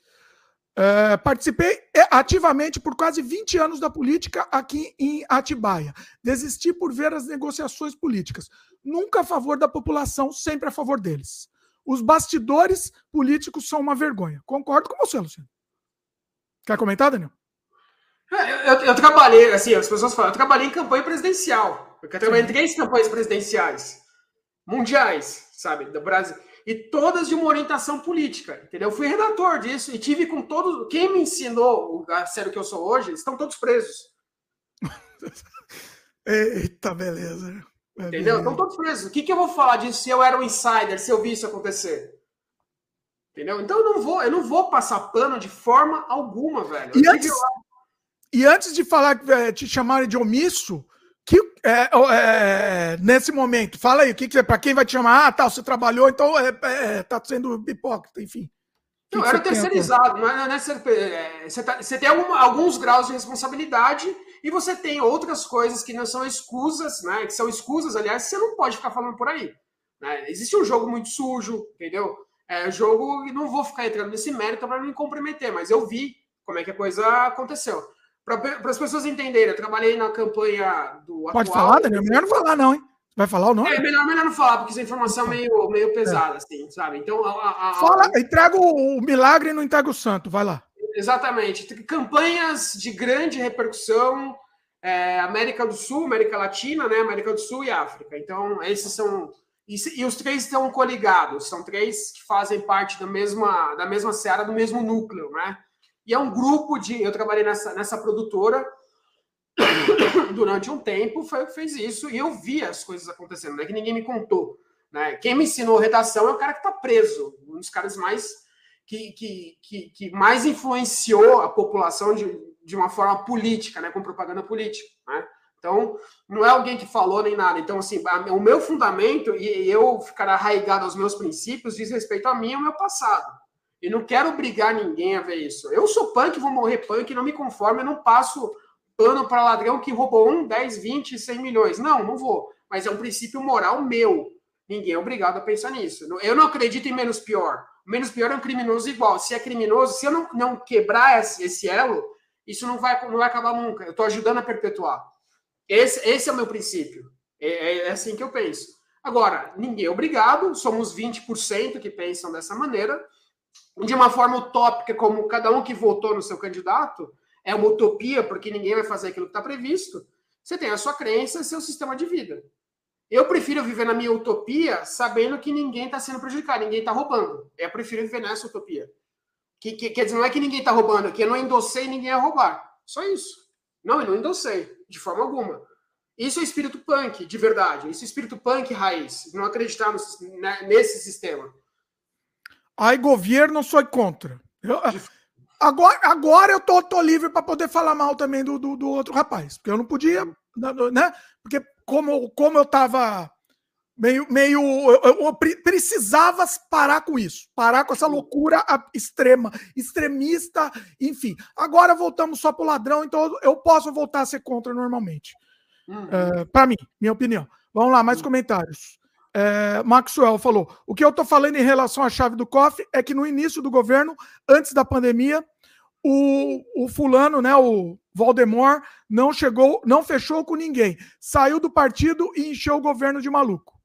É, participei ativamente por quase vinte anos da política aqui em Atibaia. Desisti por ver as negociações políticas. Nunca a favor da população, sempre a favor deles. Os bastidores políticos são uma vergonha. Concordo com você, Luciano. Quer comentar, Daniel? Eu, eu, eu trabalhei, assim, as pessoas falam, eu trabalhei em campanha presidencial. Eu trabalhei em três campanhas presidenciais. mundiais, sabe, do Brasil. E todas de uma orientação política, entendeu? Eu fui redator disso e tive com todos... Quem me ensinou a ser o que eu sou hoje, estão todos presos. Eita, beleza. É, entendeu? Beleza. Estão todos presos. O que, que eu vou falar disso se eu era um insider, se eu vi isso acontecer? Entendeu? Então eu não vou, eu não vou passar pano de forma alguma, velho. E antes, e antes de falar, te chamarem de omisso... Que, é, é, nesse momento, fala aí, o que, que para quem vai te chamar? Ah, tá, você trabalhou, então é, é, tá sendo hipócrita, enfim. Não, que era que terceirizado, não é, não é ser, é, você, tá, você tem algum, alguns graus de responsabilidade e você tem outras coisas que não são escusas, né? Que são escusas, aliás, você não pode ficar falando por aí. Né? Existe um jogo muito sujo, entendeu? É jogo e não vou ficar entrando nesse mérito para não me comprometer, mas eu vi como é que a coisa aconteceu. Para as pessoas entenderem, eu trabalhei na campanha do Pode atual... falar, Daniel? Melhor não falar, não, hein? Vai falar o nome? É melhor, melhor não falar, porque essa informação é meio, meio pesada, é. assim, sabe? Então, a, a, Fala, a... entrega o milagre e não entrega o santo, vai lá. Exatamente. Campanhas de grande repercussão, é, América do Sul, América Latina, né? América do Sul e África. Então, esses são... E, e os três estão coligados, são três que fazem parte da mesma, da mesma seara, do mesmo núcleo, né? E é um grupo de... Eu trabalhei nessa, nessa produtora durante um tempo, foi o que fez isso, e eu vi as coisas acontecendo, não é que ninguém me contou. Né? Quem me ensinou redação é o cara que está preso, um dos caras mais que, que, que, que mais influenciou a população de, de uma forma política, né? Com propaganda política. Né? Então, não é alguém que falou nem nada. Então, assim, o meu fundamento, e eu ficar arraigado aos meus princípios, diz respeito a mim e ao meu passado. E não quero obrigar ninguém a ver isso. Eu sou punk, vou morrer punk, não me conformo, eu não passo pano para ladrão que roubou um, dez, vinte, cem milhões. Não, não vou. Mas é um princípio moral meu. Ninguém é obrigado a pensar nisso. Eu não acredito em menos pior. O menos pior é um criminoso igual. Se é criminoso, se eu não, não quebrar esse, esse elo, isso não vai, não vai acabar nunca. Eu estou ajudando a perpetuar. Esse, esse é o meu princípio. É, é assim que eu penso. Agora, ninguém é obrigado. Somos vinte por cento que pensam dessa maneira. De uma forma utópica, como cada um que votou no seu candidato, é uma utopia, porque ninguém vai fazer aquilo que está previsto. Você tem a sua crença e seu sistema de vida. Eu prefiro viver na minha utopia sabendo que ninguém está sendo prejudicado, ninguém está roubando. Eu prefiro viver nessa utopia. Que, que, quer dizer, não é que ninguém está roubando, é que eu não endossei ninguém a roubar. Só isso. Não, eu não endossei, de forma alguma. Isso é espírito punk, de verdade. Isso é espírito punk raiz. Não acreditar no, né, nesse sistema. Aí, governo, sou contra. Eu... Agora, agora eu tô, tô livre para poder falar mal também do, do, do outro rapaz. Porque eu não podia, né? Porque como, como eu tava meio... meio eu, eu precisava parar com isso. Parar com essa loucura extrema, extremista, enfim. Agora voltamos só pro ladrão, então eu posso voltar a ser contra normalmente. Uhum. É, para mim, minha opinião. Vamos lá, mais uhum. comentários. É, Maxwell falou, o que eu estou falando em relação à chave do cofre é que no início do governo, antes da pandemia, o, o fulano, né, o Voldemort, não chegou, não fechou com ninguém. Saiu do partido e encheu o governo de maluco.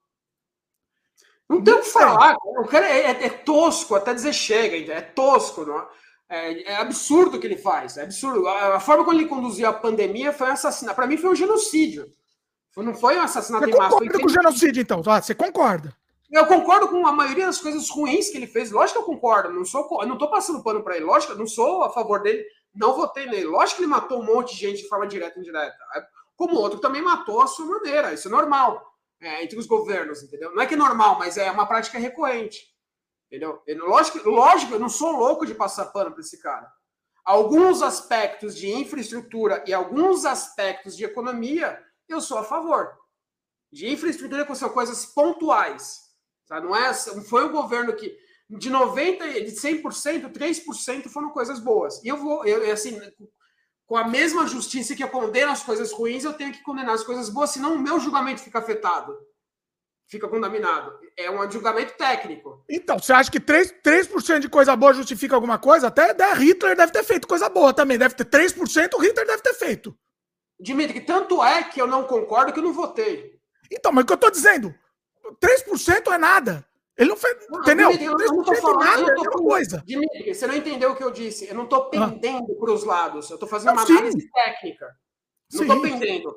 Não tem o que falar. O cara é, é, é tosco, até dizer chega, é tosco. Não? É, é absurdo o que ele faz. É absurdo. A, a forma como ele conduziu a pandemia foi um assassinato. Para mim foi um genocídio. Não foi um assassinato em massa. Você concorda com o genocídio, então? Ah, você concorda? Eu concordo com a maioria das coisas ruins que ele fez. Lógico que eu concordo. Não sou, eu não estou passando pano para ele. Lógico, eu não sou a favor dele. Não votei nele. Lógico que ele matou um monte de gente de forma direta e indireta. Como outro também matou a sua maneira. Isso é normal. É, entre os governos, entendeu? Não é que é normal, mas é uma prática recorrente. Entendeu? Eu, lógico, lógico, eu não sou louco de passar pano para esse cara. Alguns aspectos de infraestrutura e alguns aspectos de economia... eu sou a favor. De infraestrutura, que são coisas pontuais. Tá? Não é, foi um governo que, de noventa por cento, de cem por cento, três por cento foram coisas boas. E eu vou, eu, assim, com a mesma justiça que eu condeno as coisas ruins, eu tenho que condenar as coisas boas, senão o meu julgamento fica afetado. Fica contaminado. É um julgamento técnico. Então, você acha que três por cento de coisa boa justifica alguma coisa? Até Hitler deve ter feito coisa boa também. Deve ter três por cento, o Hitler deve ter feito. Dimitri, tanto é que eu não concordo que eu não votei. Então, mas o que eu tô dizendo, três por cento é nada. Ele não fez, não, entendeu? Dimitri, eu não tô falando, nada, eu não tô é uma coisa. Dimitri, você não entendeu o que eu disse. Eu não tô pendendo ah. para os lados. Eu tô fazendo não, uma sim. análise técnica. Não sim. tô pendendo.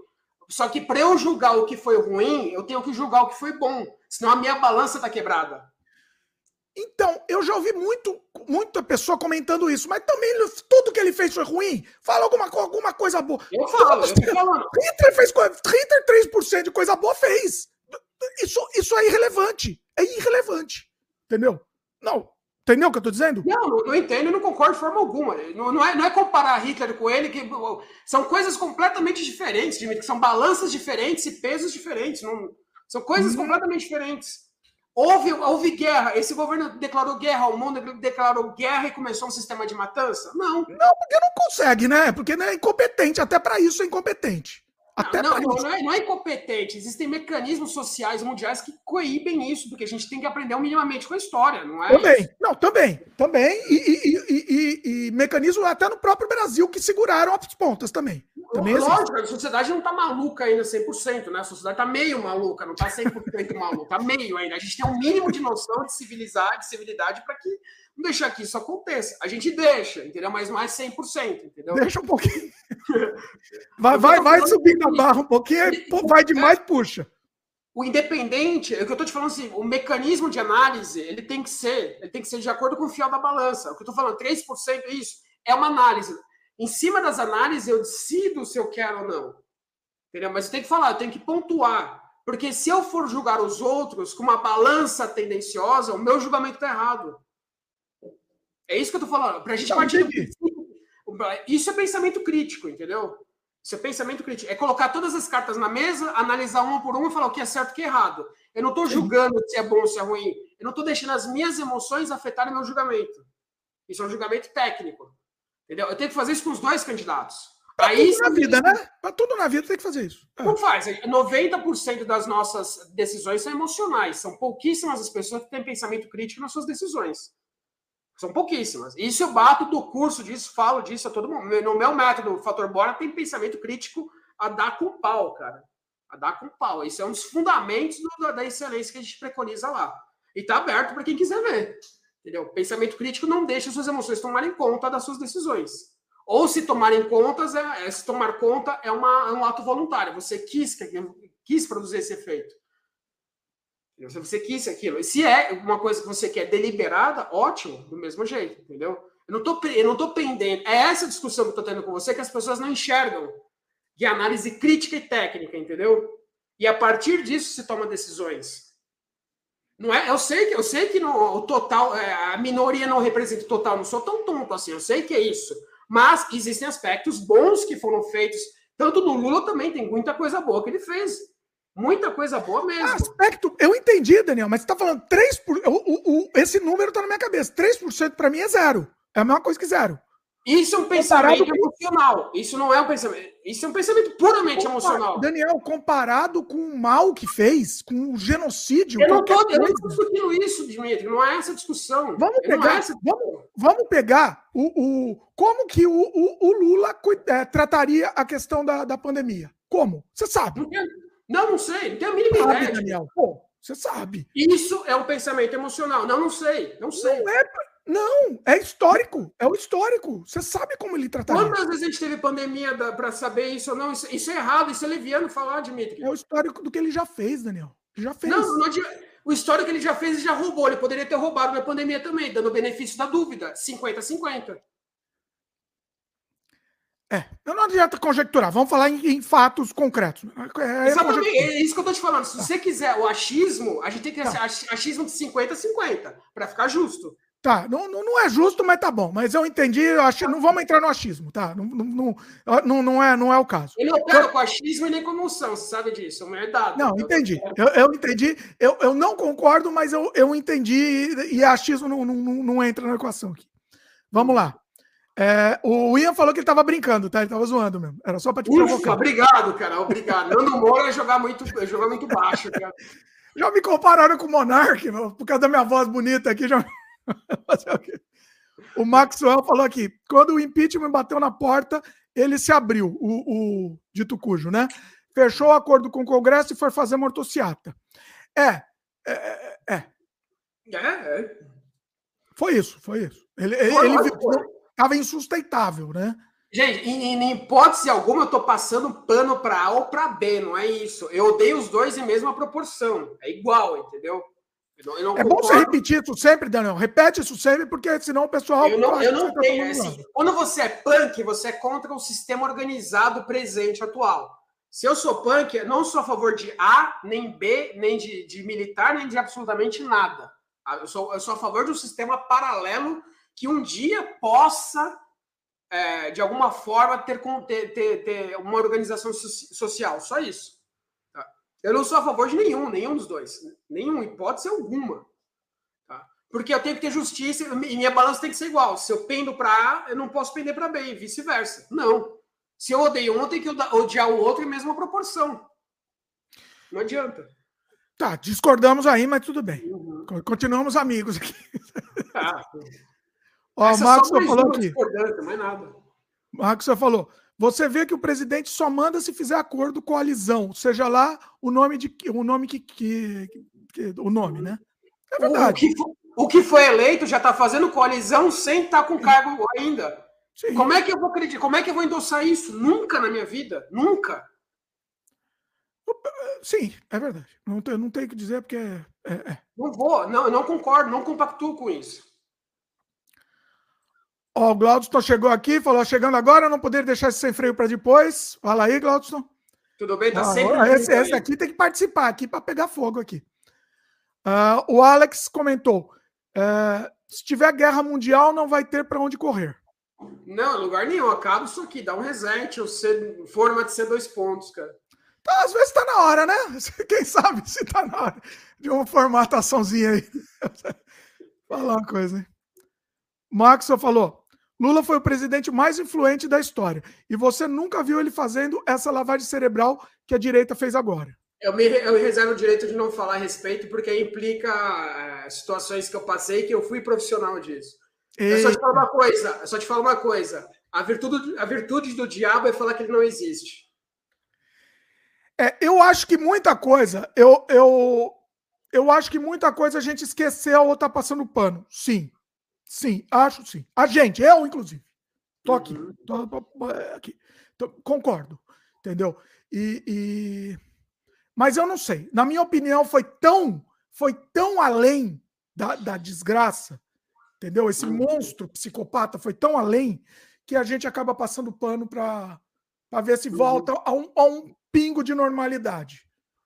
Só que para eu julgar o que foi ruim, eu tenho que julgar o que foi bom. Senão a minha balança tá quebrada. Então, eu já ouvi muito, muita pessoa comentando isso, mas também tudo que ele fez foi ruim. Fala alguma, alguma coisa boa. Eu falo, eu tô falando. Hitler fez Hitler três por cento de coisa boa fez. Isso, isso é irrelevante. É irrelevante. Entendeu? Não. Entendeu o que eu tô dizendo? Não, não, não entendo e não concordo de forma alguma. Não, não, é, não é comparar Hitler com ele, que são coisas completamente diferentes, que são balanças diferentes e pesos diferentes. Não, são coisas hum. completamente diferentes. Houve, houve guerra. Esse governo declarou guerra ao mundo, declarou guerra e começou um sistema de matança? Não. Não, porque não consegue, né? Porque né, é incompetente. Até para isso é incompetente. Até não, não, não, é, não é incompetente. Existem mecanismos sociais mundiais que coíbem isso, porque a gente tem que aprender minimamente com a história, não é? Também, isso? não, também, também. E, e, e, e, e mecanismos até no próprio Brasil que seguraram as pontas também. também Lógico, existe. A sociedade não está maluca ainda cem por cento, né? A sociedade está meio maluca, não está cem por cento maluca, está meio ainda. A gente tem um mínimo de noção de civilizar, de civilidade para que não deixar que isso aconteça. A gente deixa, entendeu? Mas não é cem por cento, entendeu? Deixa um pouquinho. Vai, vai, vai subindo a barra um pouquinho, vai demais, puxa. O independente, é o que eu estou te falando assim, o mecanismo de análise, ele tem que ser, ele tem que ser de acordo com o fiel da balança. O que eu estou falando, três por cento é isso, é uma análise. Em cima das análises, eu decido se eu quero ou não. Entendeu? Mas eu tenho que falar, eu tenho que pontuar. Porque se eu for julgar os outros com uma balança tendenciosa, o meu julgamento está errado. É isso que eu estou falando. Para a gente partir do princípio. Isso é pensamento crítico, entendeu? Isso é pensamento crítico. É colocar todas as cartas na mesa, analisar uma por uma e falar o que é certo e o que é errado. Eu não estou julgando se é bom ou se é ruim. Eu não estou deixando as minhas emoções afetarem meu julgamento. Isso é um julgamento técnico. Entendeu? Eu tenho que fazer isso com os dois candidatos. Para tudo na vida, né? Para tudo na vida tem que fazer isso. Não faz. noventa por cento das nossas decisões são emocionais. São pouquíssimas as pessoas que têm pensamento crítico nas suas decisões. São pouquíssimas. Isso eu bato do curso disso, falo disso a todo mundo. No meu método, o Fator Bora, tem pensamento crítico a dar com pau, cara. A dar com pau. Isso é um dos fundamentos do, da excelência que a gente preconiza lá. E tá aberto para quem quiser ver. Entendeu? Pensamento crítico não deixa suas emoções tomarem conta das suas decisões. Ou se tomarem contas, é, é, se tomar conta é, uma, é um ato voluntário. Você quis, quis produzir esse efeito. Se você quis aquilo. Se é uma coisa que você quer deliberada, ótimo, do mesmo jeito, entendeu? Eu não tô, eu não tô pendendo. É essa discussão que eu tô tendo com você que as pessoas não enxergam. De análise crítica e técnica, entendeu? E a partir disso se toma decisões. Não é, eu sei que eu sei que no, o total, é, a minoria não representa o total, não sou tão tonto assim, eu sei que é isso. Mas existem aspectos bons que foram feitos, tanto no Lula também, tem muita coisa boa que ele fez. Muita coisa boa mesmo. Aspecto, eu entendi, Daniel, mas você está falando três por cento, o, o, esse número está na minha cabeça, três por cento para mim é zero, é a mesma coisa que zero. Isso é um pensamento comparado emocional, com... isso não é um pensamento, isso é um pensamento puramente Compa... emocional. Daniel, comparado com o mal que fez, com o genocídio... Eu não estou discutindo isso, Dimitri, não é essa discussão. Vamos pegar, é essa... vamos, vamos pegar o, o, como que o, o, o Lula é, trataria a questão da, da pandemia. Como? Você sabe. Não, não, não sei, não tenho a mínima sabe, ideia. Daniel, pô, você sabe. Isso é um pensamento emocional. Não, não sei, não sei. Não é... Não, é histórico, é o histórico. Você sabe como ele trataria. Quantas vezes a gente teve pandemia para saber isso ou não? Isso, isso é errado, isso é leviano falar, Dimitri. É o histórico do que ele já fez, Daniel. Já fez. Não, não adianta. O histórico que ele já fez, ele já roubou. Ele poderia ter roubado na pandemia também, dando o benefício da dúvida. cinquenta a cinquenta. É, não adianta conjecturar. Vamos falar em, em fatos concretos. É, Exatamente, é isso que eu estou te falando. Se você quiser o achismo, a gente tem que ter achismo de cinquenta a cinquenta, para ficar justo. Tá, não, não, não é justo, mas tá bom. Mas eu entendi, eu acho, não vamos entrar no achismo, tá? Não, não, não, não, é, não é o caso. Ele não pega com achismo e nem com emoção, você sabe disso, é dado. Não, entendi. Eu, eu entendi. Eu, eu não concordo, mas eu, eu entendi e achismo não, não, não entra na equação aqui. Vamos lá. É, o Ian falou que ele tava brincando, tá? Ele tava zoando mesmo. Era só pra te Ufa, provocar. Obrigado, cara. Obrigado. Nando Moura é jogar muito, jogar muito baixo, cara. Já me compararam com o Monark, por causa da minha voz bonita aqui, já... O Maxwell falou aqui, quando o impeachment bateu na porta, ele se abriu, o, o dito cujo, né? Fechou o acordo com o Congresso e foi fazer motociata. É, é, é. É, é. Foi isso, foi isso. Ele, ele, ele estava insustentável, né? Gente, em, em hipótese alguma, eu estou passando pano para A ou para B, não é isso. Eu odeio os dois em mesma proporção. É igual, entendeu? Eu não, eu não é concordo. bom você repetir isso sempre, Daniel. Repete isso sempre, porque senão o pessoal... Eu não, eu não tá tenho... Assim, quando você é punk, você é contra o sistema organizado presente atual. Se eu sou punk, eu não sou a favor de A, nem B, nem de, de militar, nem de absolutamente nada. Eu sou, eu sou a favor de um sistema paralelo que um dia possa... É, de alguma forma, ter, ter, ter, ter uma organização social. Só isso. Tá? Eu não sou a favor de nenhum, nenhum dos dois. Nenhuma hipótese alguma. Tá? Porque eu tenho que ter justiça e minha balança tem que ser igual. Se eu pendo para A, eu não posso pender para B e vice-versa. Não. Se eu odeio um, eu tenho que odiar o outro em mesma proporção. Não adianta. Tá, discordamos aí, mas tudo bem. Uhum. Continuamos amigos aqui. Tá. Ó, o Marcos só falou aqui. Mais nada. Marcos só falou. Você vê que o presidente só manda se fizer acordo coalizão, seja lá o nome de o nome que, que, que o nome, né? É verdade. O que, o que foi eleito já está fazendo coalizão sem estar com cargo ainda. Sim. Como é que eu vou acreditar? Como é que eu vou endossar isso? Nunca na minha vida, nunca. Sim, é verdade. Não, eu não tenho o que dizer porque é, é. Não vou, não, eu não concordo, não compactuo com isso. Ó, o Glaudston chegou aqui, falou, chegando agora, não poder deixar esse sem freio para depois. Fala aí, Glaudston. Tudo bem, tá ah, sempre... Esse, esse aqui tem que participar aqui para pegar fogo aqui. Uh, o Alex comentou, uh, se tiver guerra mundial, não vai ter para onde correr. Não, lugar nenhum. Acaba isso aqui, dá um reset, o C, forma de ser dois pontos, cara. Então, às vezes tá na hora, né? Quem sabe se tá na hora de uma formataçãozinha aí. Falar uma coisa, hein? Max só falou, Lula foi o presidente mais influente da história e você nunca viu ele fazendo essa lavagem cerebral que a direita fez agora. Eu me eu reservo o direito de não falar a respeito porque implica é, situações que eu passei que eu fui profissional disso. Eita. Eu só te falo uma coisa, eu só te falo uma coisa. A virtude, a virtude do diabo é falar que ele não existe. É, eu acho que muita coisa, eu, eu, eu acho que muita coisa a gente esqueceu ou tá passando pano. Sim. Sim, acho sim. A gente, eu, inclusive. Tô aqui. Uhum. Tô, tô, aqui. Tô, concordo. Entendeu? E, e... Mas eu não sei. Na minha opinião, foi tão, foi tão além da, da desgraça. Entendeu? Esse uhum. monstro psicopata foi tão além que a gente acaba passando pano para ver se volta uhum. a, um, a um pingo de normalidade.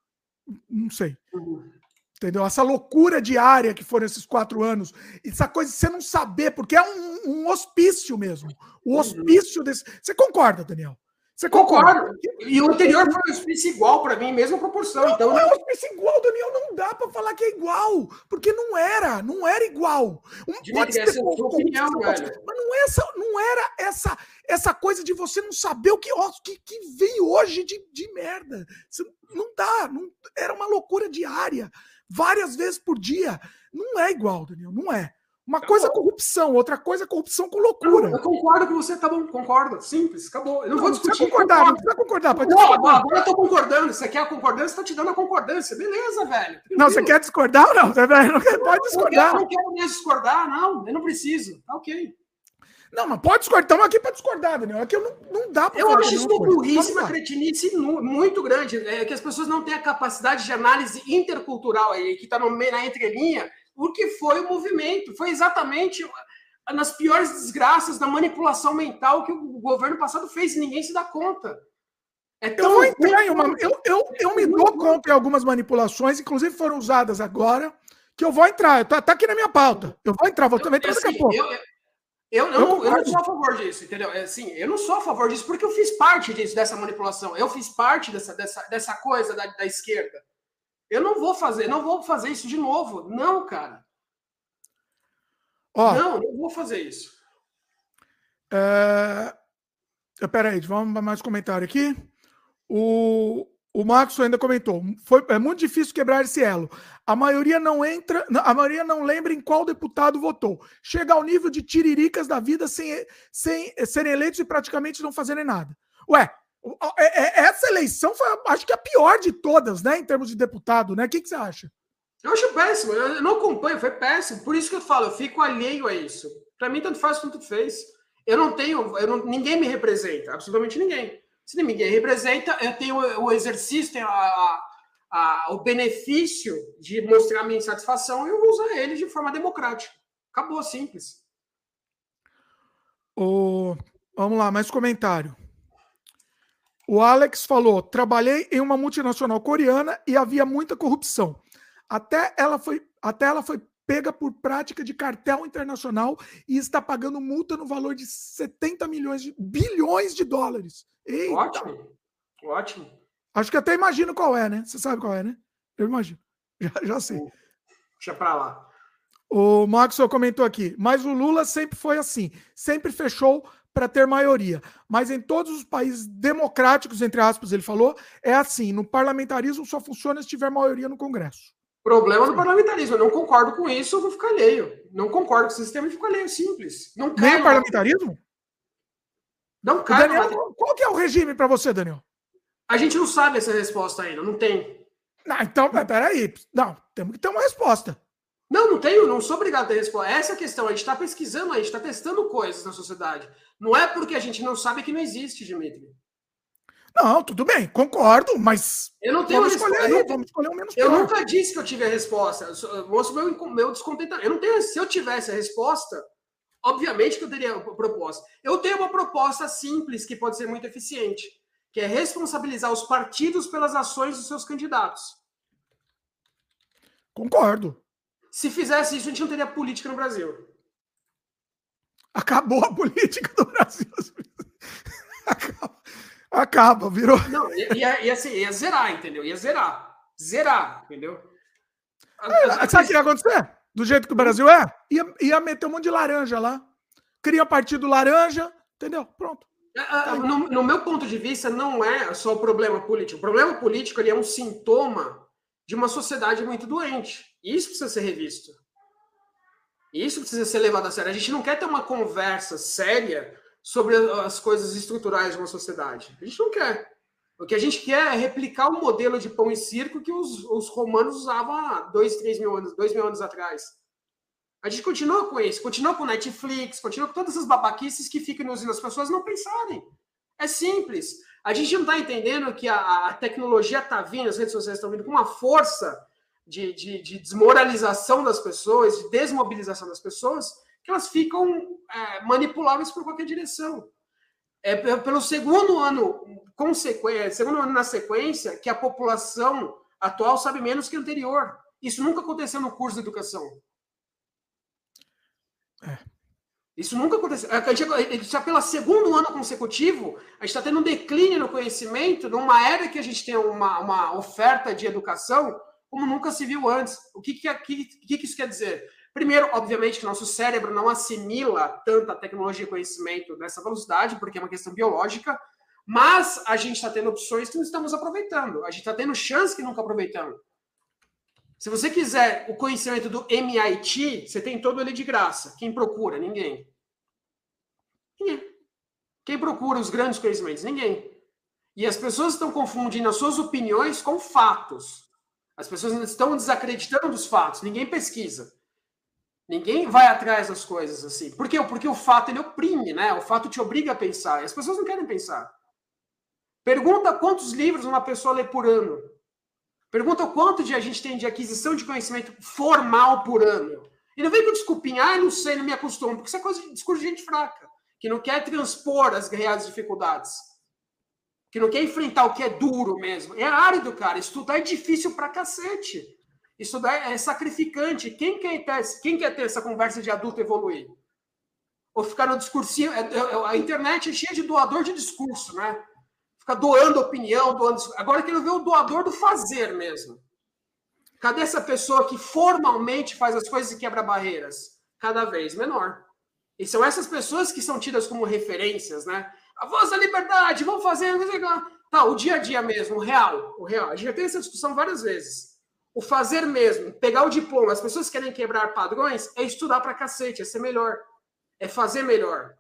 Não sei. Uhum. Entendeu? Essa loucura diária que foram esses quatro anos, essa coisa de você não saber, porque é um, um hospício mesmo. O hospício uhum. desse. Você concorda, Daniel? Você concorda? Concordo. E o anterior foi um hospício igual para mim, mesma proporção. Não, então não é um hospício igual, Daniel. Não dá para falar que é igual, porque não era, não era igual. Um, pode ter pouco, opinião, pode, mas não, é essa, não era essa, essa coisa de você não saber o que, ó, que, que veio hoje de, de merda. Você, não dá, não, era uma loucura diária. Várias vezes por dia. Não é igual, Daniel, não é. Uma acabou. Coisa é corrupção, outra coisa é corrupção com loucura. Não, eu concordo com você, tá bom, concordo. Simples, acabou. Eu não, não vou discutir. Não concordar, não precisa concordar. Pode não, agora, agora eu tô concordando. Você quer a concordância, tá te dando a concordância. Beleza, velho. Tranquilo. Não, você quer discordar ou não? Você não quer, pode discordar. Eu não quero mais discordar, não. Eu não preciso. Tá ok. Não, mas pode discordar. Estamos aqui para discordar, Daniel. Aqui não, não dá para. Eu acho isso uma burrice, uma cretinice muito grande. É que as pessoas não têm a capacidade de análise intercultural aí, que está no meio, na entrelinha, o que foi o movimento. Foi exatamente nas piores desgraças da manipulação mental que o governo passado fez e ninguém se dá conta. É tão eu vou entrar em uma. Eu, eu, eu me dou conta em algumas manipulações, inclusive foram usadas agora, que eu vou entrar. Tá, tá aqui na minha pauta. Eu vou entrar, vou também entrar daqui a pouco. Eu, Eu, eu, eu, não, eu não sou a favor disso, entendeu? Assim, eu não sou a favor disso porque eu fiz parte disso, dessa manipulação. Eu fiz parte dessa, dessa, dessa coisa da, da esquerda. Eu não vou fazer, não vou fazer isso de novo. Não, cara. Ó, não, não vou fazer isso. É... Peraí, vamos para mais comentário aqui. O, o Marcos ainda comentou. Foi, é muito difícil quebrar esse elo. A maioria não entra, a maioria não lembra em qual deputado votou. Chega ao nível de tiriricas da vida sem, sem serem eleitos e praticamente não fazerem nada. Ué, essa eleição foi, acho que a pior de todas, né, em termos de deputado, né? O que, que você acha? Eu acho péssimo, eu não acompanho, foi péssimo. Por isso que eu falo, eu fico alheio a isso. Para mim, tanto faz quanto fez. Eu não tenho, eu não, ninguém me representa, absolutamente ninguém. Se ninguém representa, eu tenho o exercício, tenho a, a, a, o benefício de mostrar minha insatisfação e eu vou usar ele de forma democrática. Acabou, simples. O... Vamos lá, mais comentário. O Alex falou: trabalhei em uma multinacional coreana e havia muita corrupção. Até ela foi, até ela foi pega por prática de cartel internacional e está pagando multa no valor de setenta milhões de bilhões de dólares. Eita. Ótimo, ótimo. Acho que até imagino qual é, né? Você sabe qual é, né? Eu imagino. Já, já sei. Deixa pra lá. O Maxwell comentou aqui, mas o Lula sempre foi assim, sempre fechou para ter maioria. Mas em todos os países democráticos, entre aspas, ele falou, é assim, no parlamentarismo só funciona se tiver maioria no Congresso. Problema do parlamentarismo, eu não concordo com isso, eu vou ficar alheio. Não concordo com o sistema e fico alheio, simples. Não Nem o parlamentarismo? Não cai. Daniel, qual, qual que é o regime para você, Daniel? A gente não sabe essa resposta ainda, não tem. Não, então, peraí. Não, temos que ter uma resposta. Não, não tenho, não sou obrigado a ter resposta. Essa é a questão, a gente está pesquisando, a gente está testando coisas na sociedade. Não é porque a gente não sabe que não existe, Dimitri. Não, tudo bem, concordo, mas eu não tenho vamos escolher aí, eu, vamos escolher o menos pior. Eu pior. nunca disse que eu tive a resposta. Eu mostro meu, meu descontentamento. Eu não tenho, se eu tivesse a resposta, obviamente que eu teria uma proposta. Eu tenho uma proposta simples que pode ser muito eficiente, que é responsabilizar os partidos pelas ações dos seus candidatos. Concordo. Se fizesse isso, a gente não teria política no Brasil. Acabou a política do Brasil. Acaba, acaba virou. Não, ia, ia, assim, ia zerar, entendeu? Ia zerar. Zerar, entendeu? É, sabe o que ia acontecer? Do jeito que o Brasil é? Ia, ia meter um monte de laranja lá. Cria partido laranja, entendeu? Pronto. Tá no, no meu ponto de vista, não é só o problema político. O problema político ele é um sintoma de uma sociedade muito doente. Isso precisa ser revisto. Isso precisa ser levado a sério. A gente não quer ter uma conversa séria sobre as coisas estruturais de uma sociedade. A gente não quer. O que a gente quer é replicar o modelo de pão e circo que os, os romanos usavam há dois, três mil anos, dois mil anos atrás. A gente continua com isso, continua com Netflix, continua com todas essas babaquices que ficam induzindo as pessoas a não pensarem. É simples. A gente não está entendendo que a, a tecnologia está vindo, as redes sociais estão vindo com uma força de, de, de desmoralização das pessoas, de desmobilização das pessoas, que elas ficam é, manipuláveis por qualquer direção. É pelo segundo ano, consequência, segundo ano na sequência que a população atual sabe menos que a anterior. Isso nunca aconteceu no curso de educação. É. Isso nunca aconteceu. A gente, já pelo segundo ano consecutivo, a gente está tendo um declínio no conhecimento, numa era que a gente tem uma, uma oferta de educação como nunca se viu antes. O que, que, que, que isso quer dizer? Primeiro, obviamente, que nosso cérebro não assimila tanta tecnologia e conhecimento nessa velocidade, porque é uma questão biológica, mas a gente está tendo opções que não estamos aproveitando. A gente está tendo chance que nunca aproveitamos. Se você quiser o conhecimento do M I T, você tem todo ele de graça. Quem procura? Ninguém. Ninguém. Quem procura os grandes conhecimentos? Ninguém. E as pessoas estão confundindo as suas opiniões com fatos. As pessoas estão desacreditando dos fatos. Ninguém pesquisa. Ninguém vai atrás das coisas assim. Por quê? Porque o fato ele oprime, né? O fato te obriga a pensar. E as pessoas não querem pensar. Pergunta quantos livros uma pessoa lê por ano. Pergunta o quanto de a gente tem de aquisição de conhecimento formal por ano. E não vem com desculpinha, ah, não sei, não me acostumo, porque isso é coisa de discurso de gente fraca, que não quer transpor as reais dificuldades, que não quer enfrentar o que é duro mesmo. É árido, cara. Estudar é difícil pra cacete. Estudar é sacrificante. Quem quer ter, quem quer ter essa conversa de adulto evoluir? Ou ficar no discursinho? A internet é cheia de doador de discurso, né? Fica doando opinião, doando... Agora eu quero ver o doador do fazer mesmo. Cadê essa pessoa que formalmente faz as coisas e quebra barreiras? Cada vez menor. E são essas pessoas que são tidas como referências, né? A voz da liberdade, vamos fazer... Tá, o dia a dia mesmo, o real. O real. A gente já tem essa discussão várias vezes. O fazer mesmo, pegar o diploma, as pessoas que querem quebrar padrões, é estudar pra cacete, é ser melhor. É fazer melhor.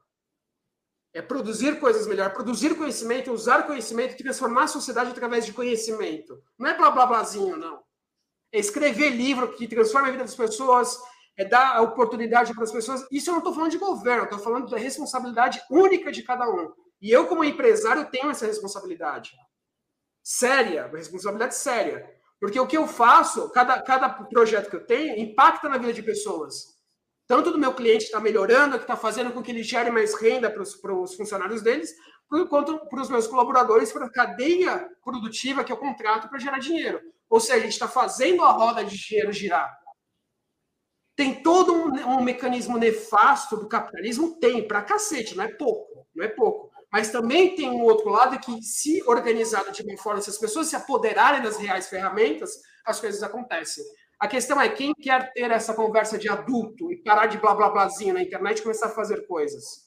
É produzir coisas melhor, produzir conhecimento, usar conhecimento, transformar a sociedade através de conhecimento. Não é blá blá blázinho, não. É escrever livro que transforma a vida das pessoas, é dar a oportunidade para as pessoas. Isso eu não estou falando de governo, eu estou falando da responsabilidade única de cada um. E eu, como empresário, tenho essa responsabilidade. Séria, responsabilidade séria. Porque o que eu faço, cada, cada projeto que eu tenho, impacta na vida de pessoas. Tanto do meu cliente que está melhorando, que está fazendo com que ele gere mais renda para os funcionários deles, quanto para os meus colaboradores, para a cadeia produtiva que eu contrato para gerar dinheiro. Ou seja, a gente está fazendo a roda de dinheiro girar. Tem todo um, um mecanismo nefasto do capitalismo? Tem, para cacete, não é pouco, não é pouco. Mas também tem um outro lado que, se organizado de uma forma, se as pessoas se apoderarem das reais ferramentas, as coisas acontecem. A questão é quem quer ter essa conversa de adulto e parar de blá blá blázinho na internet e começar a fazer coisas.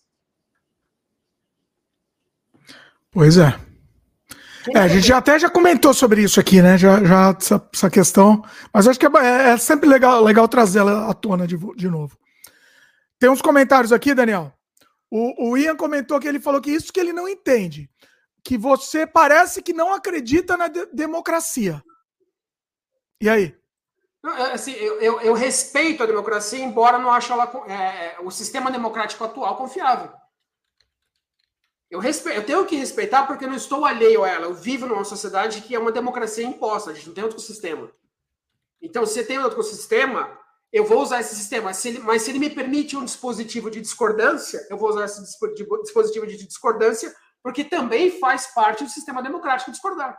Pois é. É, a gente já até já comentou sobre isso aqui, né? Já, já essa, essa questão. Mas acho que é, é sempre legal, legal trazer ela à tona de, de novo. Tem uns comentários aqui, Daniel. O, o Ian comentou que ele falou que isso que ele não entende. Que você parece que não acredita na de democracia. E aí? Assim, eu, eu, eu respeito a democracia, embora não ache ela, é, o sistema democrático atual confiável. Eu, respeito, eu tenho que respeitar porque eu não estou alheio a ela. Eu vivo numa sociedade que é uma democracia imposta, a gente não tem outro sistema. Então, se tem outro sistema, eu vou usar esse sistema. Se ele, mas se ele me permite um dispositivo de discordância, eu vou usar esse dispositivo de discordância, porque também faz parte do sistema democrático discordar.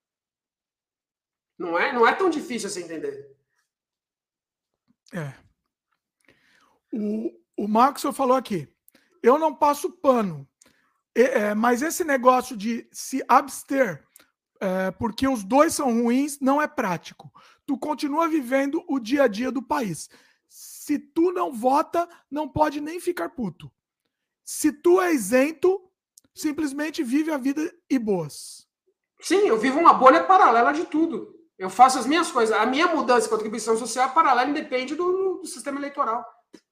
Não é, não é tão difícil assim entender. É. O, o Maxwell falou aqui, eu não passo pano, é, é, mas esse negócio de se abster, é, porque os dois são ruins, não é prático. Tu continua vivendo o dia a dia do país. Se tu não vota, não pode nem ficar puto. Se tu é isento, simplesmente vive a vida e boas. Sim, eu vivo uma bolha paralela de tudo. Eu faço as minhas coisas. A minha mudança de contribuição social é paralela e depende do, do sistema eleitoral.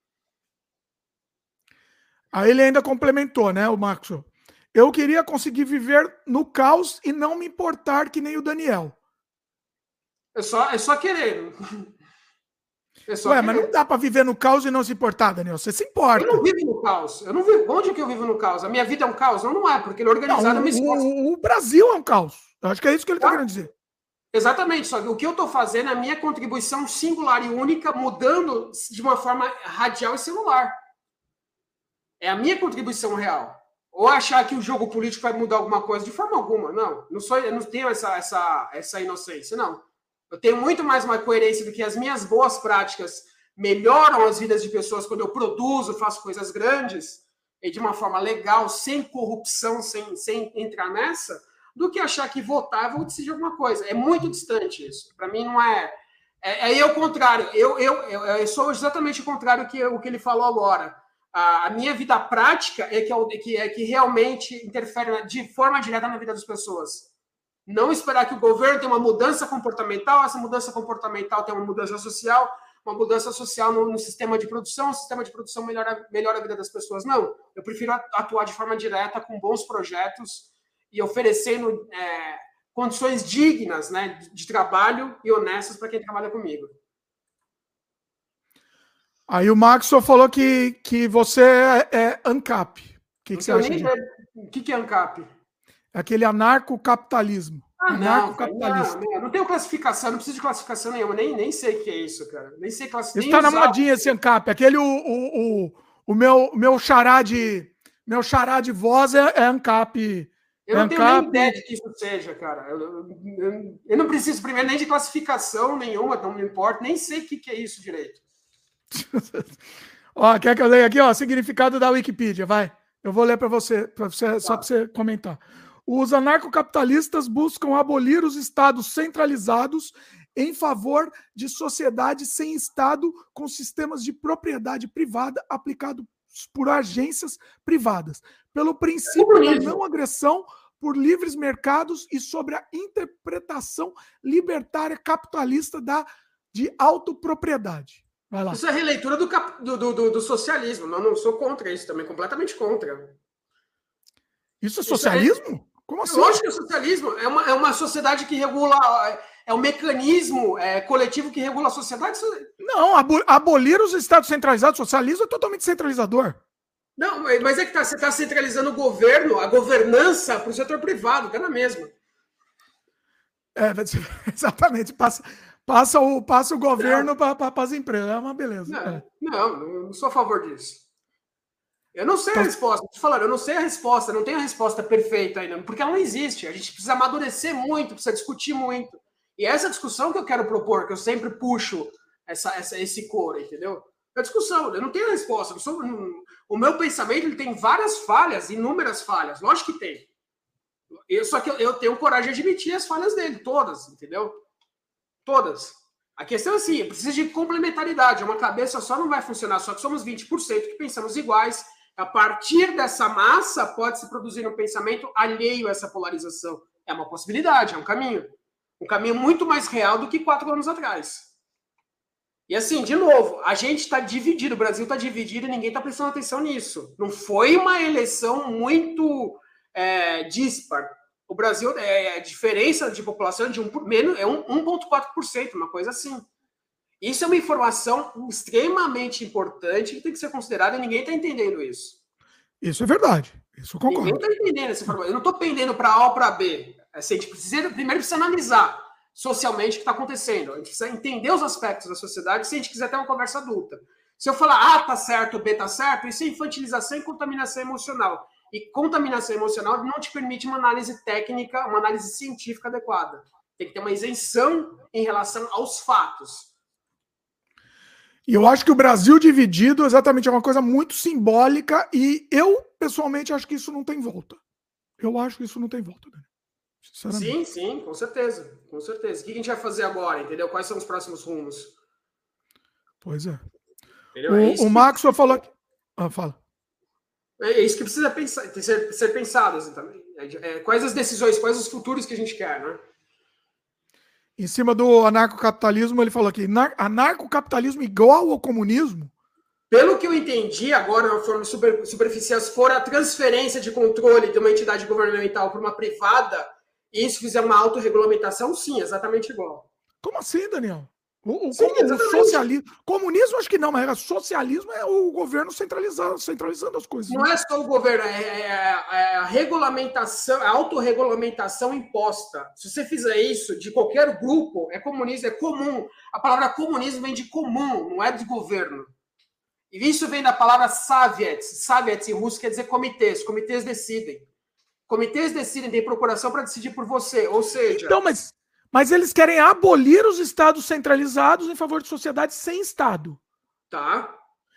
Aí ele ainda complementou, né, o Maxwell? Eu queria conseguir viver no caos e não me importar que nem o Daniel. É só, é só querer. É só Ué, querer. Mas não dá para viver no caos e não se importar, Daniel. Você se importa. Eu não vivo no caos. Eu não vivo. Onde que eu vivo no caos? A minha vida é um caos? Não, não é, porque ele é organizado. Não, me esforço. O, o Brasil é um caos. Eu acho que é isso que ele está ah, querendo dizer. Exatamente. Só que o que eu estou fazendo é a minha contribuição singular e única, mudando de uma forma radial e celular. É a minha contribuição real. Ou achar que o jogo político vai mudar alguma coisa, de forma alguma. Não, não sou, eu não tenho essa, essa, essa inocência, não. Eu tenho muito mais uma coerência do que as minhas boas práticas melhoram as vidas de pessoas quando eu produzo, faço coisas grandes, e de uma forma legal, sem corrupção, sem, sem entrar nessa, do que achar que votar, eu vou decidir alguma coisa. É muito distante isso. Para mim, não é... É, é o contrário. Eu, eu, eu, eu sou exatamente o contrário que o que ele falou agora. A minha vida prática é que, eu, que, é que realmente interfere de forma direta na vida das pessoas. Não esperar que o governo tenha uma mudança comportamental, essa mudança comportamental tenha uma mudança social, uma mudança social no, no sistema de produção, o sistema de produção melhora, melhora a vida das pessoas. Não, eu prefiro atuar de forma direta com bons projetos e oferecendo é, condições dignas, né, de, de trabalho e honestas para quem trabalha comigo. Aí o Maxwell falou que, que você é, é ANCAP. O que, que você acha disso? O que, que é ANCAP? Aquele anarcocapitalismo. Ah, anarcocapitalista. Não, não, não tenho classificação, não preciso de classificação nenhuma, nem, nem sei o que é isso, cara. Nem sei classificar. Está na modinha esse ANCAP. Aquele, o, o, o, o meu, meu xará de meu xará de voz é, é ANCAP. Eu não tenho nem ideia de que isso seja, cara. Eu, eu, eu não preciso primeiro nem de classificação nenhuma, não me importa, nem sei o que, que é isso direito. Ó, quer que eu leia aqui, ó, significado da Wikipedia, vai. Eu vou ler para você, pra você tá. Só para você comentar. Os anarcocapitalistas buscam abolir os estados centralizados em favor de sociedades sem estado com sistemas de propriedade privada aplicados por agências privadas, pelo princípio da não agressão, por livres mercados e sobre a interpretação libertária capitalista da, de autopropriedade. Vai lá. Isso é releitura do, cap... do, do, do socialismo. Não, não sou contra isso também, completamente contra. Isso é socialismo? Isso é... Como assim? Lógico que é socialismo. É uma, é uma sociedade que regula. é um mecanismo é, coletivo que regula a sociedade. Não, abolir os estados centralizados, socialismo é totalmente centralizador. Não, mas é que tá, você está centralizando o governo, a governança para o setor privado, está na mesma. É, exatamente, passa, passa, o, passa o governo para as empresas, é uma beleza. Não, é. não, não sou a favor disso. Eu não sei então, a resposta, te falando, eu não sei a resposta, não tenho a resposta perfeita ainda, porque ela não existe. A gente precisa amadurecer muito, precisa discutir muito. E essa discussão que eu quero propor, que eu sempre puxo essa, essa, esse coro, entendeu? É a discussão, eu não tenho a resposta. Eu sou, o meu pensamento ele tem várias falhas, inúmeras falhas, lógico que tem. Eu, só que eu, eu tenho coragem de admitir as falhas dele, todas, entendeu? Todas. A questão é assim, precisa de complementaridade, uma cabeça só não vai funcionar, só que somos vinte por cento que pensamos iguais. A partir dessa massa pode-se produzir um pensamento alheio a essa polarização. É uma possibilidade, é um caminho. Um caminho muito mais real do que quatro anos atrás. E assim, de novo, a gente está dividido, o Brasil está dividido e ninguém está prestando atenção nisso. Não foi uma eleição muito é, dispar. O Brasil, é, a diferença de população de um, menos, é um vírgula quatro por cento, uma coisa assim. Isso é uma informação extremamente importante que tem que ser considerada e ninguém está entendendo isso. Isso é verdade. Isso eu concordo. Ninguém está entendendo essa informação. Eu não estou pendendo para A ou para B. Assim, a gente precisa, primeiro precisa analisar socialmente o que está acontecendo. A gente precisa entender os aspectos da sociedade se a gente quiser ter uma conversa adulta. Se eu falar A tá certo, B tá certo, isso é infantilização e contaminação emocional. E contaminação emocional não te permite uma análise técnica, uma análise científica adequada. Tem que ter uma isenção em relação aos fatos. E eu acho que o Brasil dividido exatamente é uma coisa muito simbólica e eu, pessoalmente, acho que isso não tem volta. Eu acho que isso não tem volta, Daniel. Sim, sim, com certeza. Com certeza. O que a gente vai fazer agora, entendeu? Quais são os próximos rumos? Pois é. Entendeu? O, é o Maxwell falou que... Ah, fala. É isso que precisa pensar, ser, ser pensado assim, também. É, quais as decisões, quais os futuros que a gente quer, né? Em cima do anarcocapitalismo, ele falou aqui, anarcocapitalismo igual ao comunismo? Pelo que eu entendi, agora, de uma forma super, superficial, se for a transferência de controle de uma entidade governamental para uma privada, e isso fizer uma autorregulamentação, sim, exatamente igual. Como assim, Daniel? O, o, sim, o socialismo, comunismo acho que não, mas socialismo é o governo centralizando, centralizando as coisas. Não né? é só o governo, é, é, é a regulamentação, a autorregulamentação imposta. Se você fizer isso de qualquer grupo, é comunismo, é comum. A palavra comunismo vem de comum, não é de governo. E isso vem da palavra Soviets. Soviets em russo quer dizer comitês. Comitês decidem. Comitês decidem, tem procuração para decidir por você. Ou seja... Então, mas, mas eles querem abolir os estados centralizados em favor de sociedades sem estado. Tá.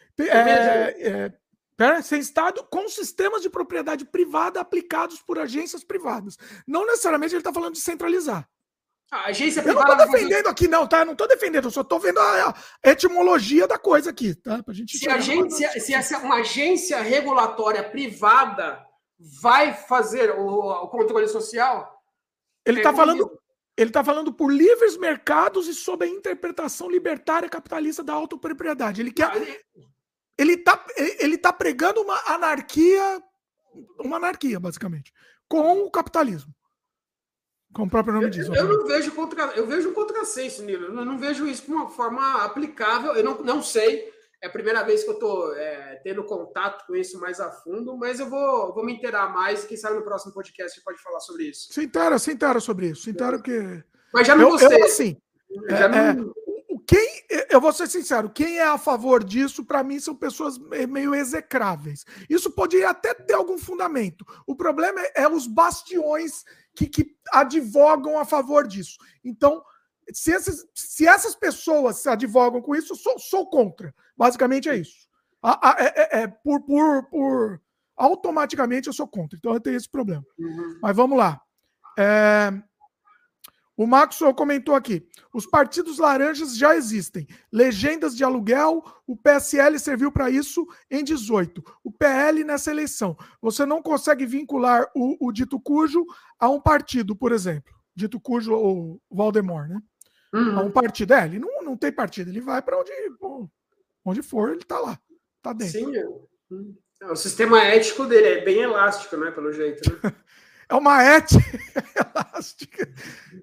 É, é, pera, sem estado com sistemas de propriedade privada aplicados por agências privadas. Não necessariamente ele está falando de centralizar. A agência eu não estou defendendo aqui, não, tá? Eu não estou defendendo, eu só estou vendo a, a etimologia da coisa aqui, tá? Pra gente se, a agência, se essa, uma agência regulatória privada vai fazer o, o controle social, ele está é falando, ele tá falando por livres mercados e sob a interpretação libertária capitalista da autopropriedade. Ele quer, ele está, ele tá pregando uma anarquia, uma anarquia basicamente, com o capitalismo. Como o próprio nome diz. Eu, eu não vejo contra, eu vejo um contrassenso, Nilo. Eu não vejo isso de uma forma aplicável. Eu não, não sei. É a primeira vez que eu estou é, tendo contato com isso mais a fundo, mas eu vou, vou me inteirar mais e quem sabe no próximo podcast a gente pode falar sobre isso. Se inteira, se inteira sobre isso. Se inteira porque... Mas já não gostei. Eu, eu, assim, já é, não... é, quem, eu vou ser sincero, quem é a favor disso, para mim, são pessoas meio execráveis. Isso pode até ter algum fundamento. O problema é, é os bastiões que, que advogam a favor disso. Então, se, esses, se essas pessoas advogam com isso, eu sou, sou contra. Basicamente é isso. A, a, é, é, é, por, por, por, automaticamente eu sou contra. Então eu tenho esse problema. Uhum. Mas vamos lá. É... O Maxwell comentou aqui, os partidos laranjas já existem, legendas de aluguel, o P S L serviu para isso em dezoito, o P L nessa eleição. Você não consegue vincular o, o dito cujo a um partido, por exemplo, dito cujo ou Valdemar, né? Uhum. A um partido, é, ele não, não tem partido, ele vai para onde, onde for, ele está lá, está dentro. Sim, é. O sistema ético dele é bem elástico, né, pelo jeito, né? É uma ética elástica.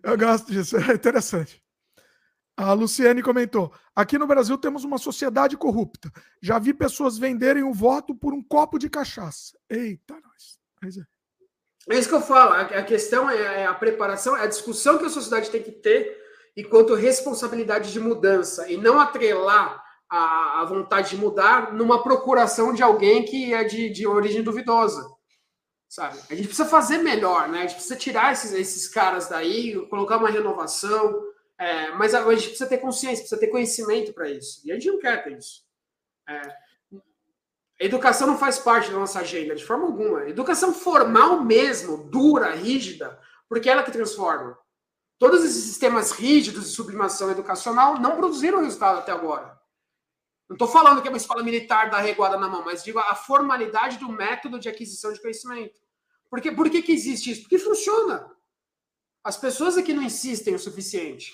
Eu gosto disso, é interessante. A Luciane comentou, aqui no Brasil temos uma sociedade corrupta. Já vi pessoas venderem o voto por um copo de cachaça. Eita, nós. É isso que eu falo, a questão é a preparação, é a discussão que a sociedade tem que ter enquanto responsabilidade de mudança, e não atrelar a, a vontade de mudar numa procuração de alguém que é de, de origem duvidosa, sabe? A gente precisa fazer melhor, né? A gente precisa tirar esses, esses caras daí, colocar uma renovação, é, mas a, a gente precisa ter consciência, precisa ter conhecimento para isso, e a gente não quer ter isso. É, a educação não faz parte da nossa agenda, de forma alguma. A educação formal mesmo, dura, rígida, porque é ela que transforma. Todos esses sistemas rígidos de sublimação educacional não produziram resultado até agora. Não estou falando que é uma escola militar da reguada na mão, mas digo a formalidade do método de aquisição de conhecimento. Por que, por que, que existe isso? Porque funciona. As pessoas aqui não insistem o suficiente.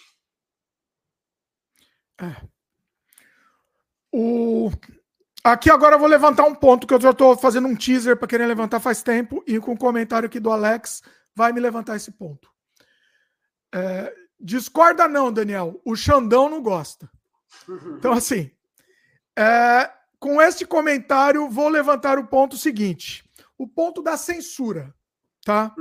É. O... Aqui agora eu vou levantar um ponto que eu já estou fazendo um teaser para querer levantar faz tempo, e com o comentário aqui do Alex vai me levantar esse ponto. É, discorda não, Daniel. O Xandão não gosta. Então, assim, é, com este comentário, vou levantar o ponto seguinte. O ponto da censura. Tá?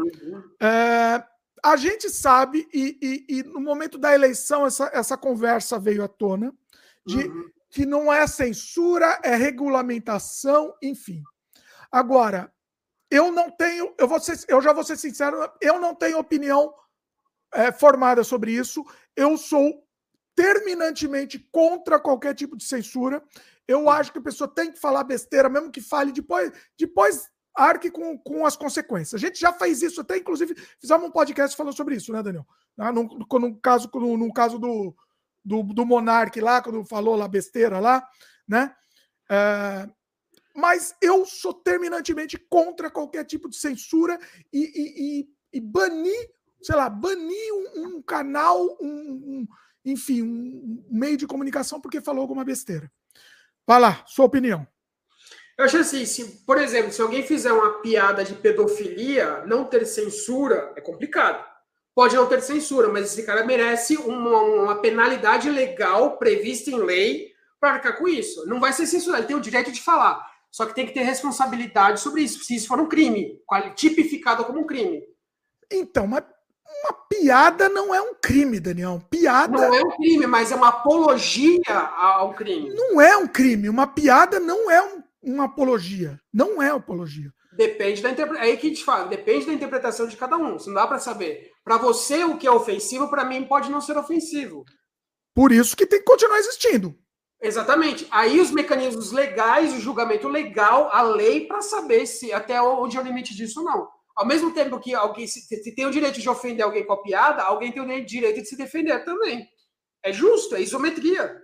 É, a gente sabe, e, e, e no momento da eleição, essa, essa conversa veio à tona, de uhum. que não é censura, é regulamentação, enfim. Agora, eu não tenho, eu, vou ser, eu já vou ser sincero, eu não tenho opinião É, formada sobre isso. Eu sou terminantemente contra qualquer tipo de censura. Eu acho que a pessoa tem que falar besteira, mesmo que fale, depois, depois arque com, com as consequências. A gente já fez isso, até inclusive fizemos um podcast falando sobre isso, né, Daniel? Ah, no, no caso, no, no caso do, do, do Monark lá, quando falou lá besteira lá, né? É, mas eu sou terminantemente contra qualquer tipo de censura e, e, e, e banir sei lá, banir um, um canal, um, um, enfim, um meio de comunicação porque falou alguma besteira. Vai lá, sua opinião. Eu acho assim, se, por exemplo, se alguém fizer uma piada de pedofilia, não ter censura é complicado. Pode não ter censura, mas esse cara merece uma, uma penalidade legal prevista em lei para arcar com isso. Não vai ser censurado, ele tem o direito de falar. Só que tem que ter responsabilidade sobre isso, se isso for um crime, tipificado como um crime. Então, mas uma piada não é um crime, Daniel. Piada... Não é um crime, mas é uma apologia ao crime. Não é um crime. Uma piada não é um, uma apologia. Não é apologia. Depende da interpretação. É aí que a gente fala. Depende da interpretação de cada um. Isso não dá para saber. Para você, o que é ofensivo, para mim, pode não ser ofensivo. Por isso que tem que continuar existindo. Exatamente. Aí os mecanismos legais, o julgamento legal, a lei, para saber se até onde é o limite disso ou não. Ao mesmo tempo que alguém se, se tem o direito de ofender alguém com a piada, alguém tem o direito de se defender também. É justo, é isometria.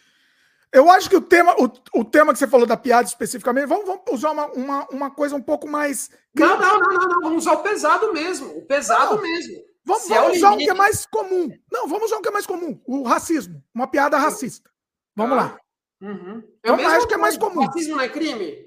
Eu acho que o tema, o, o tema que você falou da piada especificamente, vamos, vamos usar uma, uma, uma coisa um pouco mais... Não, não, não, não, não, vamos usar o pesado mesmo. O pesado não. mesmo. Vamos, vamos é usar limite... um que é mais comum. Não, vamos usar um que é mais comum. O racismo. Uma piada racista. Vamos ah, lá. Uhum. Eu acho que é mais comum. Racismo não é crime?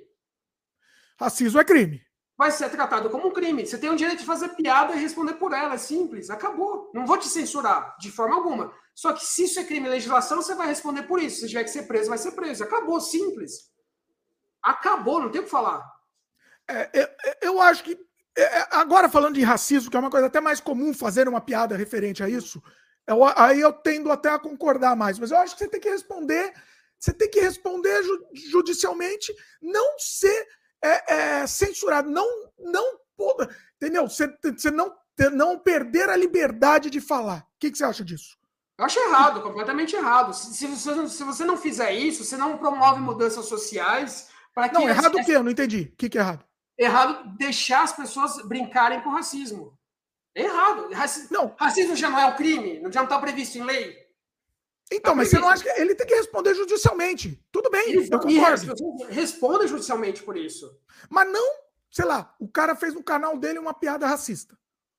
Racismo é crime. Vai ser tratado como um crime. Você tem o direito de fazer piada e responder por ela. É simples. Acabou. Não vou te censurar de forma alguma. Só que se isso é crime e legislação, você vai responder por isso. Se tiver que ser preso, vai ser preso. Acabou. Simples. Acabou. Não tem o que falar. É, eu, eu acho que... É, agora falando de racismo, que é uma coisa até mais comum fazer uma piada referente a isso, eu, aí eu tendo até a concordar mais. Mas eu acho que você tem que responder... Você tem que responder judicialmente, não ser... É, é, censurado, não, não, entendeu? Você, você não, não perder a liberdade de falar. O que, que você acha disso? Eu acho errado, completamente errado. Se, se, você, se você não fizer isso, você não promove mudanças sociais para que... Não, errado o quê? Eu não entendi. O que, que é errado? Errado deixar as pessoas brincarem com racismo. É errado. Raci... Não. Racismo já não é um crime? Já não está previsto em lei? Então, mas você não acha que ele tem que responder judicialmente? Tudo bem, Isso, eu concordo. Responda judicialmente por isso. Mas não, sei lá, o cara fez no canal dele uma piada racista.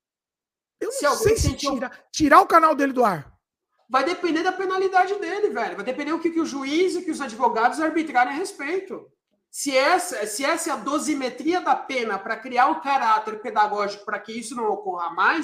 Eu não se sei se sentiu... tira, tirar o canal dele do ar. Vai depender da penalidade dele, velho. Vai depender do que, que o juiz e que os advogados arbitrarem a respeito. Se essa, se essa é a dosimetria da pena para criar um caráter pedagógico para que isso não ocorra mais,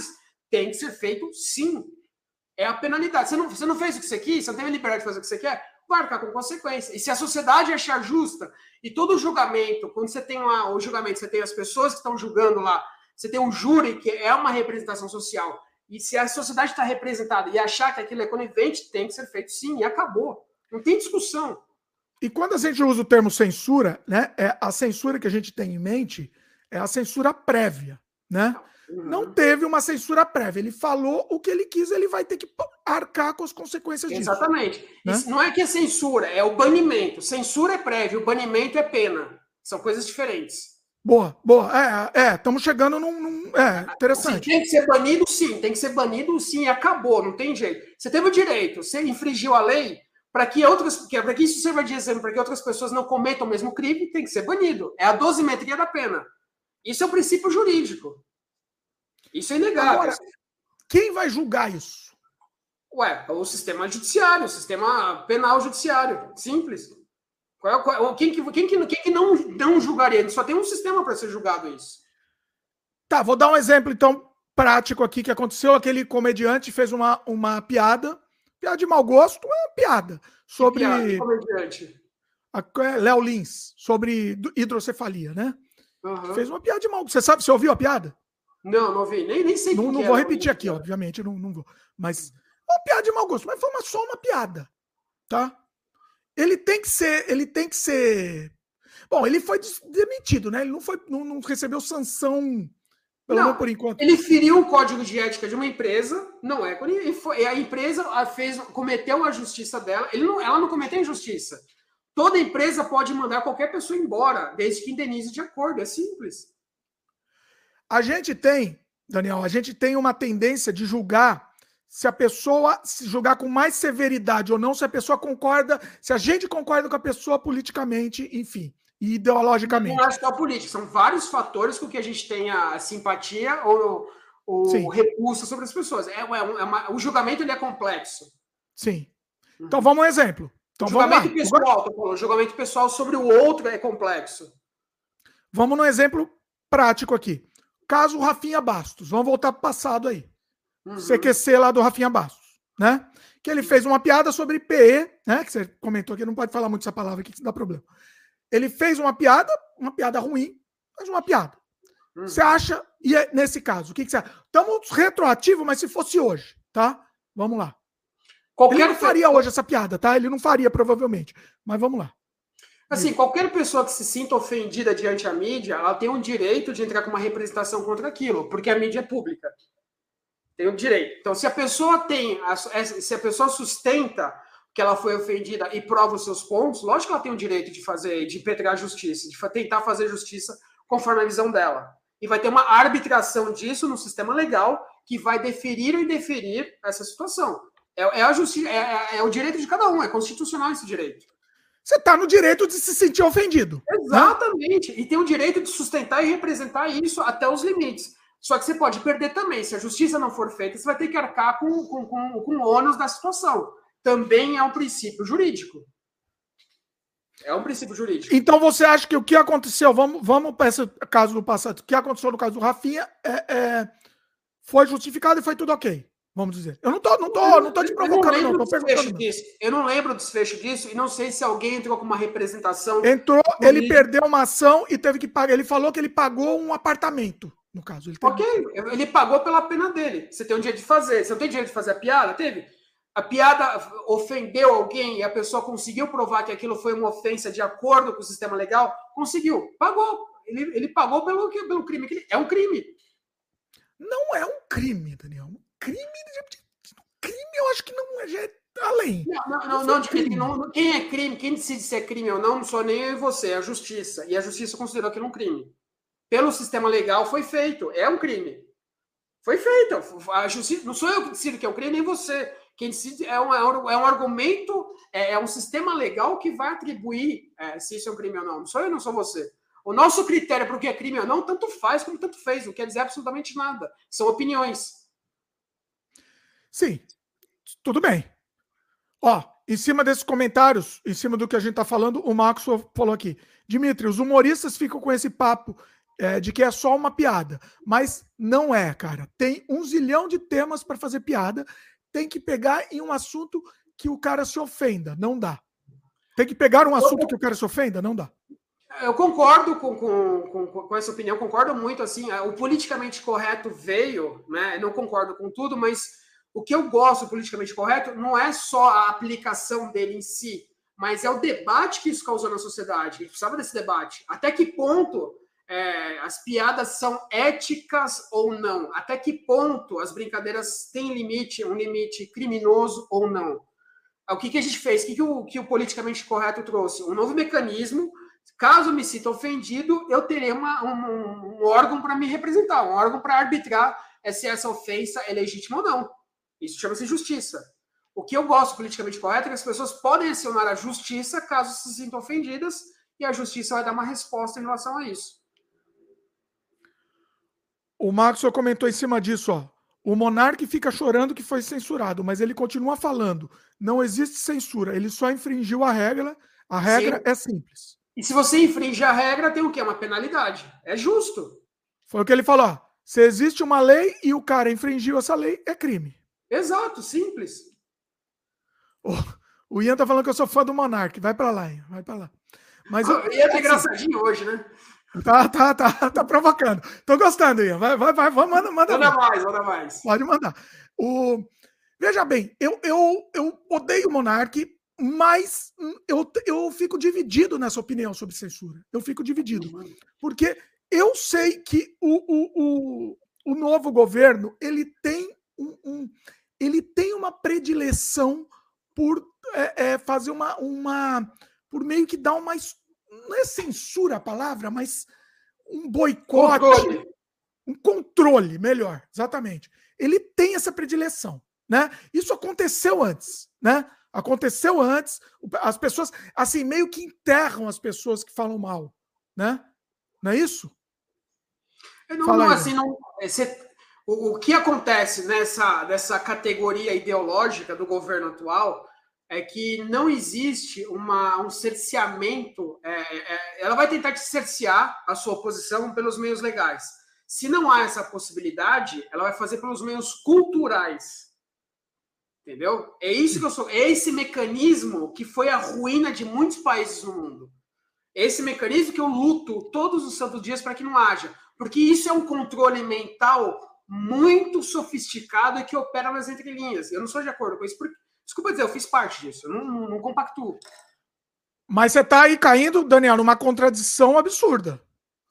tem que ser feito sim. É a penalidade. Você não, você não fez o que você quis, você não teve liberdade de fazer o que você quer, vai ficar com consequência. E se a sociedade achar justa, e todo julgamento, quando você tem lá o julgamento, você tem as pessoas que estão julgando lá, você tem um júri que é uma representação social, e se a sociedade está representada e achar que aquilo é conivente, tem que ser feito sim, e acabou. Não tem discussão. E quando a gente usa o termo censura, né, é a censura que a gente tem em mente é a censura prévia, né? Uhum. Não teve uma censura prévia. Ele falou o que ele quis, ele vai ter que arcar com as consequências disso. Exatamente. Né? Isso não é que é censura, é o banimento. Censura é prévio, o banimento é pena. São coisas diferentes. Boa, boa. É, estamos é, chegando num, num... É, interessante. Sim, tem que ser banido, sim. Tem que ser banido, sim. E acabou, não tem jeito. Você teve o direito, você infringiu a lei, para que outras, para que isso sirva de exemplo, para que outras pessoas não cometam o mesmo crime, tem que ser banido. É a dosimetria da pena. Isso é o princípio jurídico. Isso é inegável. Agora, quem vai julgar isso? Ué, o sistema judiciário, o sistema penal judiciário. Simples. Qual, qual, quem que, quem que, quem que não, não julgaria? Só tem um sistema para ser julgado isso. Tá, vou dar um exemplo, então, prático aqui que aconteceu. Aquele comediante fez uma, uma piada, piada de mau gosto, é uma piada, sobre... Que piada, que comediante? Léo Lins, sobre hidrocefalia, né? Uhum. Fez uma piada de mau gosto. Você sabe, você ouviu a piada? Não, não vi. Nem, nem sei Não, que não que vou é, repetir não, aqui, obviamente, não, não vou. Mas uma piada de mau gosto, mas foi uma, só uma piada, tá? Ele tem que ser, ele tem que ser... Bom, ele foi demitido, né? Ele não, foi, não, não recebeu sanção, pelo menos por enquanto. Ele feriu o código de ética de uma empresa, não é? Ele foi, a empresa fez, cometeu a justiça dela, ele não, ela não cometeu injustiça. Toda empresa pode mandar qualquer pessoa embora, desde que indenize de acordo, é simples. A gente tem, Daniel, a gente tem uma tendência de julgar se a pessoa se julgar com mais severidade ou não, se a pessoa concorda, se a gente concorda com a pessoa politicamente, enfim, e ideologicamente. Não é só política, são vários fatores com que a gente tenha simpatia ou, ou repulsa sobre as pessoas. É, é, é uma, o julgamento ele é complexo. Sim. Então vamos um exemplo. Então, o julgamento vamos pessoal, tô falando, o julgamento pessoal sobre o outro é complexo. Vamos num exemplo prático aqui. Caso Rafinha Bastos. Vamos voltar para o passado aí. Uhum. C Q C lá do Rafinha Bastos, né? Que ele fez uma piada sobre P E, né? Que você comentou aqui, não pode falar muito essa palavra aqui que dá problema. Ele fez uma piada, uma piada ruim, mas uma piada. Uhum. Você acha, e é nesse caso, o que, que você acha? Estamos retroativo, mas se fosse hoje, tá? Vamos lá. Qualquer ele não faria pessoa... hoje essa piada, tá? Ele não faria, provavelmente. Mas vamos lá. Assim, qualquer pessoa que se sinta ofendida diante da mídia, ela tem o direito de entrar com uma representação contra aquilo, porque a mídia é pública. Tem o direito. Então, se a pessoa tem, se a pessoa sustenta que ela foi ofendida e prova os seus pontos, lógico que ela tem o direito de fazer, de impetrar a justiça, de tentar fazer justiça conforme a visão dela. E vai ter uma arbitração disso no sistema legal que vai deferir ou indeferir essa situação. É, é, a justiça, é, é o direito de cada um, é constitucional esse direito. Você está no direito de se sentir ofendido. Exatamente. Né? E tem o direito de sustentar e representar isso até os limites. Só que você pode perder também. Se a justiça não for feita, você vai ter que arcar com, com, com, com o ônus da situação. Também é um princípio jurídico. É um princípio jurídico. Então você acha que o que aconteceu, vamos, vamos para esse caso do passado, o que aconteceu no caso do Rafinha é, é, foi justificado e foi tudo ok. Vamos dizer. Eu não tô, não tô, não tô te provocando, eu não. não, tô perguntando. Disso. Eu não lembro do desfecho disso e não sei se alguém entrou com uma representação. Entrou, ele livro. Perdeu uma ação e teve que pagar. Ele falou que ele pagou um apartamento, no caso. Ele teve... Ok, ele pagou pela pena dele. Você tem um direito de fazer. Você não tem direito de fazer a piada? Teve? A piada ofendeu alguém e a pessoa conseguiu provar que aquilo foi uma ofensa de acordo com o sistema legal? Conseguiu. Pagou. Ele, ele pagou pelo, pelo crime. É um crime. Não é um crime, Daniel. Crime, crime eu acho que não é, já é além. Não, não, não, não, de crime. Não, quem é crime, quem decide se é crime ou não, não sou nem eu e você, é a justiça. E a justiça considerou aquilo um crime. Pelo sistema legal foi feito, é um crime. Foi feito. A justiça, não sou eu que decido que é um crime, nem você. Quem decide é um, é um argumento, é, é um sistema legal que vai atribuir é, se isso é um crime ou não. Não sou eu, não sou você. O nosso critério para o que é crime ou não, tanto faz como tanto fez, não quer dizer absolutamente nada. São opiniões. Sim, tudo bem. Ó, em cima desses comentários, em cima do que a gente tá falando, o Marcos falou aqui. Dimitri, os humoristas ficam com esse papo é, de que é só uma piada. Mas não é, cara. Tem um zilhão de temas para fazer piada. Tem que pegar em um assunto que o cara se ofenda. Não dá. Tem que pegar um assunto que o cara se ofenda? Não dá. Eu concordo com, com, com, com essa opinião, concordo muito. Assim, o politicamente correto veio, né? Eu não concordo com tudo, mas o que eu gosto do politicamente correto não é só a aplicação dele em si, mas é o debate que isso causou na sociedade. A gente precisava desse debate. Até que ponto é, as piadas são éticas ou não? Até que ponto as brincadeiras têm limite, um limite criminoso ou não? O que, que a gente fez? O que, que, o, que o politicamente correto trouxe? Um novo mecanismo. Caso me sinta ofendido, eu terei uma, um, um órgão para me representar, um órgão para arbitrar se essa ofensa é legítima ou não. Isso chama-se justiça. O que eu gosto politicamente correto é que as pessoas podem acionar a justiça caso se sintam ofendidas e a justiça vai dar uma resposta em relação a isso. O Marcos só comentou em cima disso, ó. O monarca fica chorando que foi censurado, mas ele continua falando. Não existe censura, ele só infringiu a regra. A regra Sim. é simples. E se você infringe a regra, tem o quê? Uma penalidade. É justo. Foi o que ele falou. Ó. Se existe uma lei e o cara infringiu essa lei, é crime. Exato, simples. O, o Ian tá falando que eu sou fã do Monark. Vai pra lá, Ian. Vai pra lá. Mas o Ian tá engraçadinho hoje, né? Tá, tá, tá, tá provocando. Tô gostando, Ian. Vai, vai, vai, vai manda, manda. Manda mais, manda mais. Pode mandar. O... Veja bem, eu, eu, eu odeio o Monark, mas eu, eu fico dividido nessa opinião sobre censura. Eu fico dividido. Porque eu sei que o, o, o, o novo governo, ele tem, um, um, ele tem uma predileção por é, é, fazer uma, uma... por meio que dar uma... Não é censura a palavra, mas um boicote. Controle. Um controle, melhor, exatamente. Ele tem essa predileção, né? Isso aconteceu antes, né? Aconteceu antes, as pessoas, assim, meio que enterram as pessoas que falam mal, né? Não é isso? Não, não, assim, não, esse, o, o que acontece nessa, nessa categoria ideológica do governo atual é que não existe uma, um cerceamento, é, é, ela vai tentar te cercear a sua oposição pelos meios legais. Se não há essa possibilidade, ela vai fazer pelos meios culturais. Entendeu? É isso que eu sou. É esse mecanismo que foi a ruína de muitos países no mundo. É esse mecanismo que eu luto todos os santos dias para que não haja. Porque isso é um controle mental muito sofisticado e que opera nas entrelinhas. Eu não sou de acordo com isso. Porque, desculpa dizer, eu fiz parte disso. Eu não, não, não compactuo. Mas você está aí caindo, Daniel, numa contradição absurda.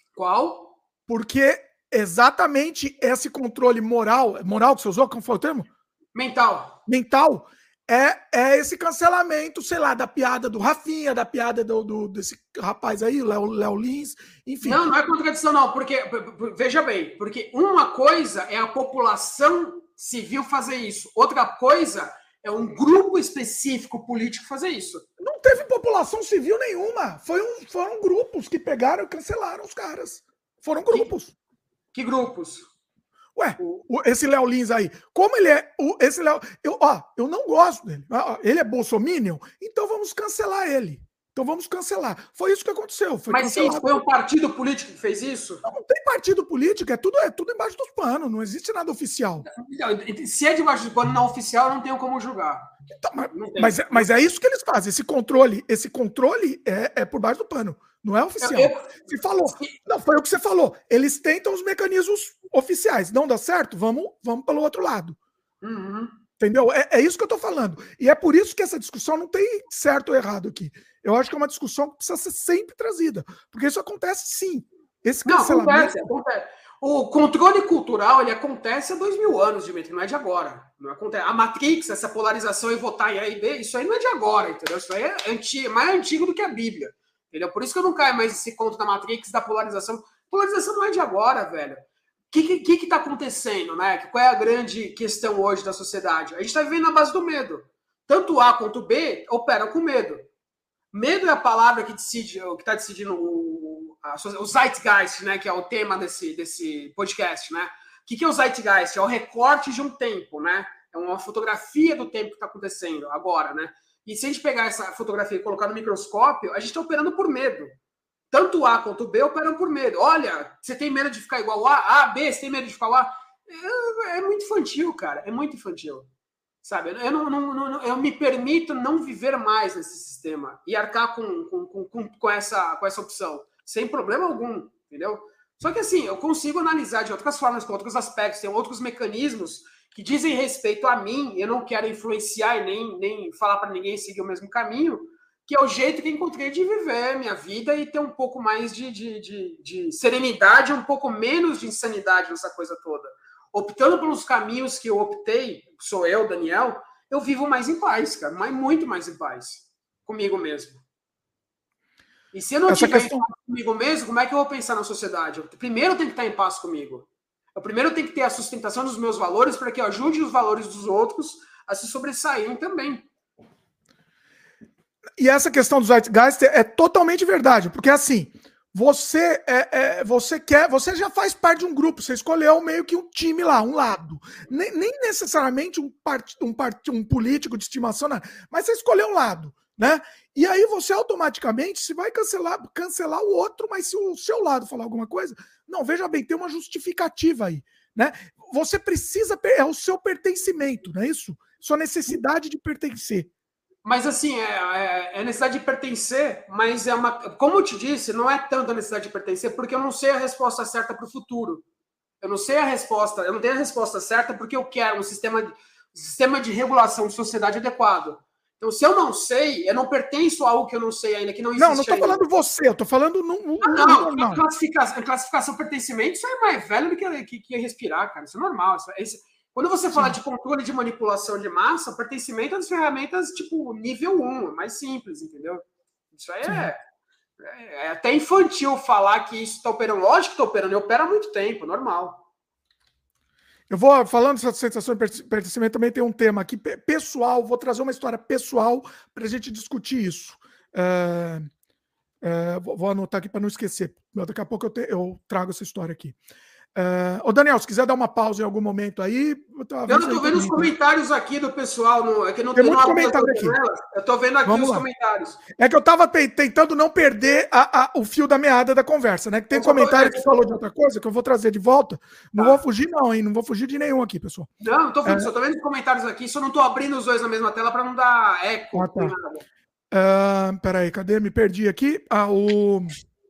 Qual? Porque exatamente esse controle moral, moral que você usou, como foi o termo? Mental. Mental é, é esse cancelamento, sei lá, da piada do Rafinha, da piada do, do desse rapaz aí, Léo, Léo Lins, enfim. Não, não é contradição, não, porque, veja bem, porque uma coisa é a população civil fazer isso, outra coisa é um grupo específico político fazer isso. Não teve população civil nenhuma, Foi um, foram grupos que pegaram e cancelaram os caras. Foram grupos. Que, que grupos? Ué, o, esse Léo Lins aí, como ele é, o, esse Léo, eu, ó, eu não gosto dele, ó, ele é bolsominion, então vamos cancelar ele, então vamos cancelar, foi isso que aconteceu. Foi Mas sim, foi um partido político que fez isso? Não, não tem partido político, é tudo, é tudo embaixo dos panos, não existe nada oficial. Se é debaixo dos panos não oficial, não tenho como julgar. Então, mas, mas, é, mas é isso que eles fazem, esse controle, esse controle é, é por baixo do pano. Não é oficial. Eu, eu, você falou. Não, foi o que você falou. Eles tentam os mecanismos oficiais. Não dá certo? Vamos, vamos pelo outro lado. Uhum. Entendeu? É, é isso que eu estou falando. E é por isso que essa discussão não tem certo ou errado aqui. Eu acho que é uma discussão que precisa ser sempre trazida. Porque isso acontece sim. Esse cancelamento... Não, acontece, acontece. O controle cultural, ele acontece há dois mil anos, Dimitri, não é de agora. Não acontece. A Matrix, essa polarização e votar em A e B, isso aí não é de agora, entendeu? Isso aí é antigo, mais antigo do que a Bíblia. Entendeu? Por isso que eu não caio mais nesse conto da Matrix, da polarização. Polarização não é de agora, velho. O que que está acontecendo, né? Qual é a grande questão hoje da sociedade? A gente está vivendo na base do medo. Tanto A quanto B operam com medo. Medo é a palavra que decide, que está decidindo o, a, o zeitgeist, né? Que é o tema desse, desse podcast, né? O que, que é o zeitgeist? É o recorte de um tempo, né? É uma fotografia do tempo que está acontecendo agora, né? E se a gente pegar essa fotografia e colocar no microscópio, a gente está operando por medo. tanto A quanto B operam por medo. Olha, você tem medo de ficar igual A? A, B, você tem medo de ficar A? É, é muito infantil, cara. É muito infantil. Sabe? Eu, não, não, não, eu me permito não viver mais nesse sistema e arcar com, com, com, com, essa, com essa opção, sem problema algum, entendeu? Só que assim, eu consigo analisar de outras formas, com outros aspectos, tem outros mecanismos que dizem respeito a mim, eu não quero influenciar e nem, nem falar para ninguém seguir o mesmo caminho, que é o jeito que encontrei de viver minha vida e ter um pouco mais de, de, de, de serenidade, um pouco menos de insanidade nessa coisa toda. Optando pelos caminhos que eu optei, sou eu, Daniel, eu vivo mais em paz, cara, mas muito mais em paz comigo mesmo. E se eu não estiver questão... em paz comigo mesmo, como é que eu vou pensar na sociedade? Eu, primeiro eu tenho que estar em paz comigo. Eu primeiro tenho que ter a sustentação dos meus valores para que eu ajude os valores dos outros a se sobressaírem também. E essa questão do Zeitgeist é totalmente verdade, porque assim, você é, é, você quer, você já faz parte de um grupo, você escolheu meio que um time lá, um lado. Nem, nem necessariamente um, part, um, part, um político de estimação, não, mas você escolheu um lado, né? E aí você automaticamente se vai cancelar, cancelar o outro, mas se o seu lado falar alguma coisa, não, veja bem, tem uma justificativa aí, né? Você precisa, é o seu pertencimento, não é isso? Sua necessidade de pertencer. Mas assim, é, é, é necessidade de pertencer, mas é uma. Como eu te disse, não é tanto a necessidade de pertencer, porque eu não sei a resposta certa para o futuro. Eu não sei a resposta, eu não tenho a resposta certa porque eu quero um sistema, um sistema de regulação de sociedade adequado. Então, se eu não sei, eu não pertenço a algo que eu não sei ainda, que não existe. Não, não estou falando você, eu estou falando no. no ah, não, não. Classificação, classificação pertencimento, isso é mais velho do que, que, que respirar, cara. Isso é normal. Isso, isso, Quando você fala Sim. de controle de manipulação de massa, pertencimento é das ferramentas tipo nível um, mais simples, entendeu? Isso aí é, é, é até infantil falar que isso está operando. Lógico que está operando, e opera há muito tempo, normal. Eu vou, falando dessa sensação de pertencimento, também tem um tema aqui pessoal, vou trazer uma história pessoal para a gente discutir isso. É, é, vou anotar aqui para não esquecer, daqui a pouco eu, te, eu trago essa história aqui. Uh, ô Daniel, se quiser dar uma pausa em algum momento aí... Eu não estou vendo os comentários aqui do pessoal, no, é que não tem muito comentário aqui. Eu estou vendo aqui Vamos os lá. comentários. É que eu estava tentando não perder a, a, o fio da meada da conversa, né? Que tem comentário que falou de outra coisa que eu vou trazer de volta. Não tá. vou fugir não, hein? Não vou fugir de nenhum aqui, pessoal. Não, não estou vendo, é... só estou vendo os comentários aqui, só não estou abrindo os dois na mesma tela para não dar eco. Ah, tá. uh, peraí, cadê? Me perdi aqui. Ah, o...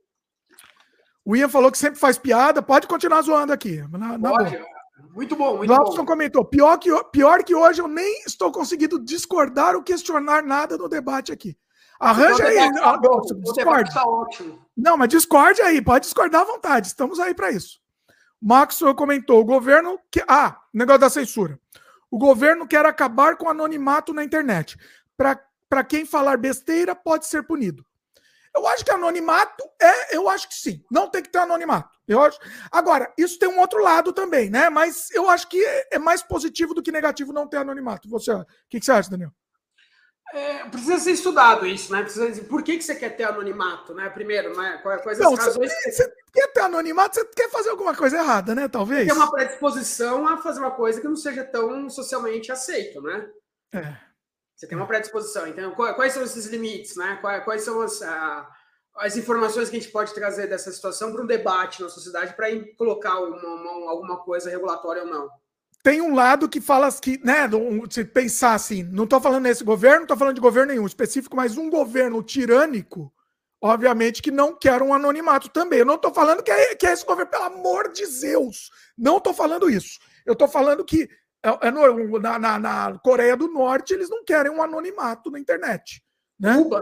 O Ian falou que sempre faz piada, pode continuar zoando aqui. Na, na pode, boa. Muito bom, muito Glauson bom. comentou, pior que, pior que hoje eu nem estou conseguindo discordar ou questionar nada no debate aqui. Arranja aí. Tá bom, o debate tá ótimo. Não, mas discorde aí, pode discordar à vontade, estamos aí para isso. Maxwell comentou, o governo... Que, ah, negócio da censura. O governo quer acabar com o anonimato na internet. Para quem falar besteira, pode ser punido. Eu acho que anonimato é, eu acho que sim, não tem que ter anonimato. Eu acho. Agora, isso tem um outro lado também, né? Mas eu acho que é mais positivo do que negativo não ter anonimato. Você, o que, que você acha, Daniel? É, precisa ser estudado isso, né? Precisa dizer, por que, que você quer ter anonimato, né? Primeiro, né? Quais não, as razões? Você, você quer ter anonimato, você quer fazer alguma coisa errada, né? Talvez. Tem uma predisposição a fazer uma coisa que não seja tão socialmente aceito, né? É. Você tem uma predisposição. Então, quais são esses limites, né? Quais são as, as informações que a gente pode trazer dessa situação para um debate na sociedade para colocar uma, uma, alguma coisa regulatória ou não? Tem um lado que fala que, né, se pensar assim, não estou falando nesse governo, não estou falando de governo nenhum específico, mas um governo tirânico, obviamente que não quer um anonimato também. Eu não estou falando que é, que é esse governo, pelo amor de Deus. Não estou falando isso. Eu estou falando que É no, na, na, na Coreia do Norte, eles não querem um anonimato na internet. Né? Cuba.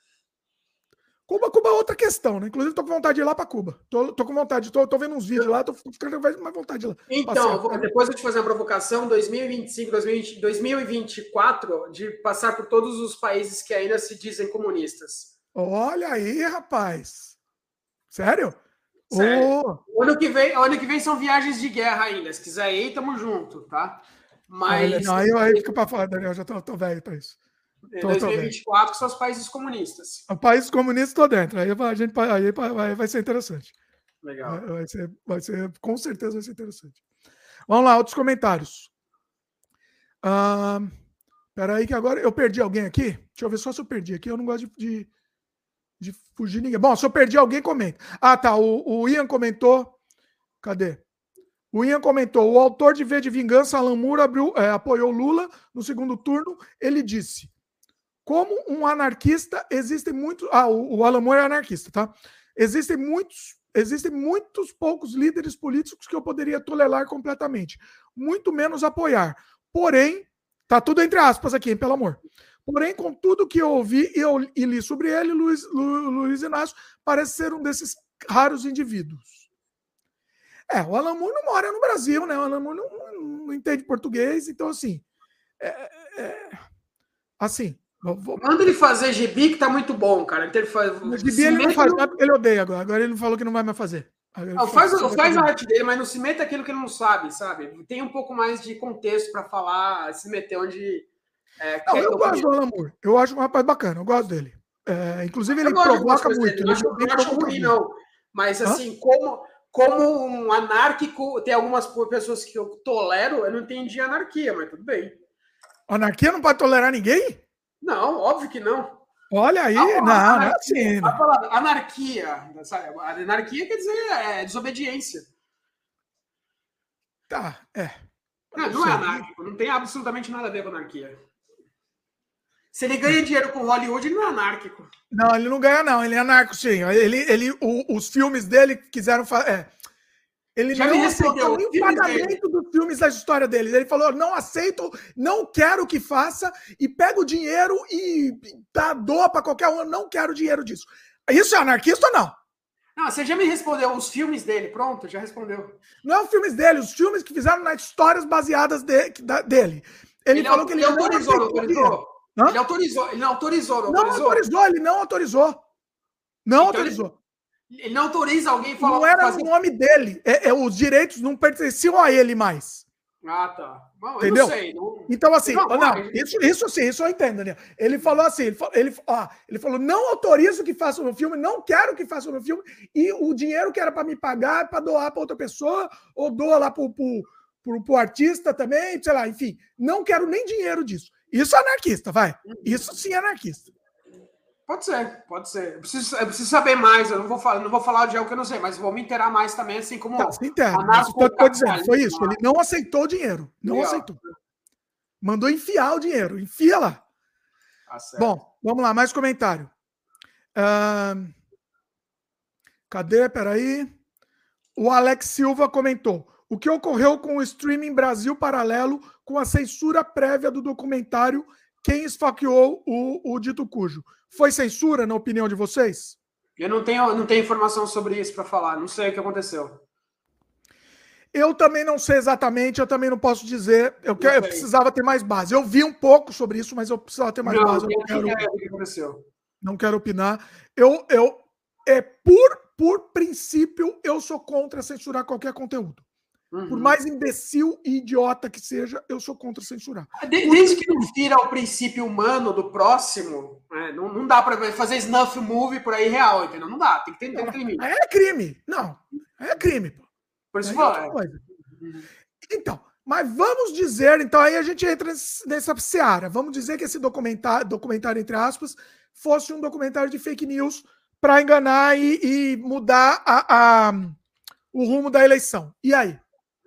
Cuba, Cuba é outra questão, né? Inclusive, tô com vontade de ir lá para Cuba. Tô, tô com vontade, tô, tô vendo uns vídeos lá, tô ficando mais vontade de ir lá. Então, passear. Depois eu te fazer uma provocação, dois mil e vinte e cinco, dois mil e vinte e quatro, de passar por todos os países que ainda se dizem comunistas. Olha aí, rapaz. Sério? Sério. Oh. O ano que vem, ano que vem são viagens de guerra ainda. Se quiser ir, tamo junto, tá? Mas. Olha, não, aí, aí fica para fora, Daniel. Já tô, tô velho para isso. Em dois mil e vinte e quatro são os países comunistas. O país comunista estou dentro. Aí, a gente, aí vai, vai ser interessante. Legal. Vai, vai, ser, vai ser, com certeza vai ser interessante. Vamos lá, outros comentários. Ah, peraí, que agora eu perdi alguém aqui. Deixa eu ver só se eu perdi aqui. Eu não gosto de, de, de fugir ninguém. Bom, se eu perdi alguém, comenta. Ah, tá. O, o Ian comentou. Cadê? O Ian comentou: o autor de V de Vingança, Alan Moore, abriu, é, apoiou Lula no segundo turno. Ele disse: como um anarquista, existem muitos. Ah, o, o Alan Moore é anarquista, tá? Existem muitos, existem muitos poucos líderes políticos que eu poderia tolerar completamente. Muito menos apoiar. Porém, tá tudo entre aspas aqui, hein, pelo amor. Porém, com tudo que eu ouvi e, eu, e li sobre ele, Luiz, Lu, Luiz Inácio parece ser um desses raros indivíduos. É, o Alan Moore não mora no Brasil, né? O Alan Moore não, não, não entende português, então, assim... É, é, assim... Vou... Manda ele fazer gibi, que tá muito bom, cara. Ele faz... O gibi ele não faz nada porque ele odeia agora. Agora ele não falou que não vai mais fazer. Não, faz faz a arte dele, mas não se meta aquilo que ele não sabe, sabe? Tem um pouco mais de contexto para falar, se meter onde... É, não, eu gosto do Alan Moore. Eu acho um rapaz bacana, eu gosto dele. É, inclusive, ele provoca muito. Ele não acho, não acho ruim, não. Mas, assim, como, como um anárquico, tem algumas pessoas que eu tolero, eu não entendi anarquia, mas tudo bem. Anarquia não pode tolerar ninguém? Não, óbvio que não. Olha aí, a, não, a, não é assim. A palavra anarquia, sabe? A anarquia quer dizer é, desobediência. Tá, é. Não, não é anárquico, não tem absolutamente nada a ver com anarquia. Se ele ganha dinheiro com Hollywood, ele não é anárquico. Não, ele não ganha, não. Ele é anarco, sim. Ele, ele, o, os filmes dele quiseram fazer. É. Ele Já não aceitou nem o pagamento dos filmes da história deles. Ele falou: não aceito, não quero que faça, e pega o dinheiro e dá doa para qualquer um. Eu não quero dinheiro disso. Isso é anarquista ou não? Não, você já me respondeu. Os filmes dele, pronto, já respondeu. Não é os filmes dele, os filmes que fizeram nas histórias baseadas de, da, dele. Ele, ele falou que ele, ele autorizou, não autorizou? Hã? Ele autorizou, ele não autorizou, não autorizou? Não autorizou, ele não autorizou. Não então autorizou. Ele, ele não autoriza alguém falar... Não era fazer... o nome dele. É, é, os direitos não pertenciam a ele mais. Ah, tá. Bom, entendeu? Eu não sei. Não... Então, assim, não, não, não, isso, isso sim, isso eu entendo, Daniel. Ele falou assim, ele falou, ele, ó, ele falou, não autorizo que faça o meu filme, não quero que faça o meu filme, e o dinheiro que era para me pagar é para doar para outra pessoa, ou doa lá para o artista também, sei lá, enfim. Não quero nem dinheiro disso. Isso é anarquista, vai. Isso sim é anarquista. Pode ser, pode ser. Eu preciso, eu preciso saber mais. Eu não vou falar, não vou falar de algo que eu não sei, mas vou me inteirar mais também, assim como. Tá, se inteira. Mas o que eu tô dizendo foi isso. Ele não aceitou o dinheiro. Não Legal. aceitou. Mandou enfiar o dinheiro. Enfia lá. Tá certo. Bom, vamos lá, mais comentário. Uh... Cadê? Peraí. O Alex Silva comentou. O que ocorreu com o streaming Brasil Paralelo com a censura prévia do documentário Quem Esfaqueou o, o Dito Cujo? Foi censura, na opinião de vocês? Eu não tenho, não tenho informação sobre isso para falar. Não sei o que aconteceu. Eu também não sei exatamente, eu também não posso dizer. Eu, que, eu precisava ter mais base. Eu vi um pouco sobre isso, mas eu precisava ter mais não, base. Eu não, não quero, ideia do que aconteceu. Não quero opinar. Eu, eu, é, por, por princípio, eu sou contra censurar qualquer conteúdo. Uhum. Por mais imbecil e idiota que seja, eu sou contra censurar. Desde que não vira o princípio humano do próximo, né? não, não dá para fazer snuff movie por aí real, entendeu? Não dá, tem que ter, ter um limite. É crime. Não, é crime. Pô. Por isso é coisa. Uhum. Então, mas vamos dizer, então aí a gente entra nessa seara. Vamos dizer que esse documentário, documentário entre aspas, fosse um documentário de fake news para enganar e, e mudar a, a, o rumo da eleição. E aí?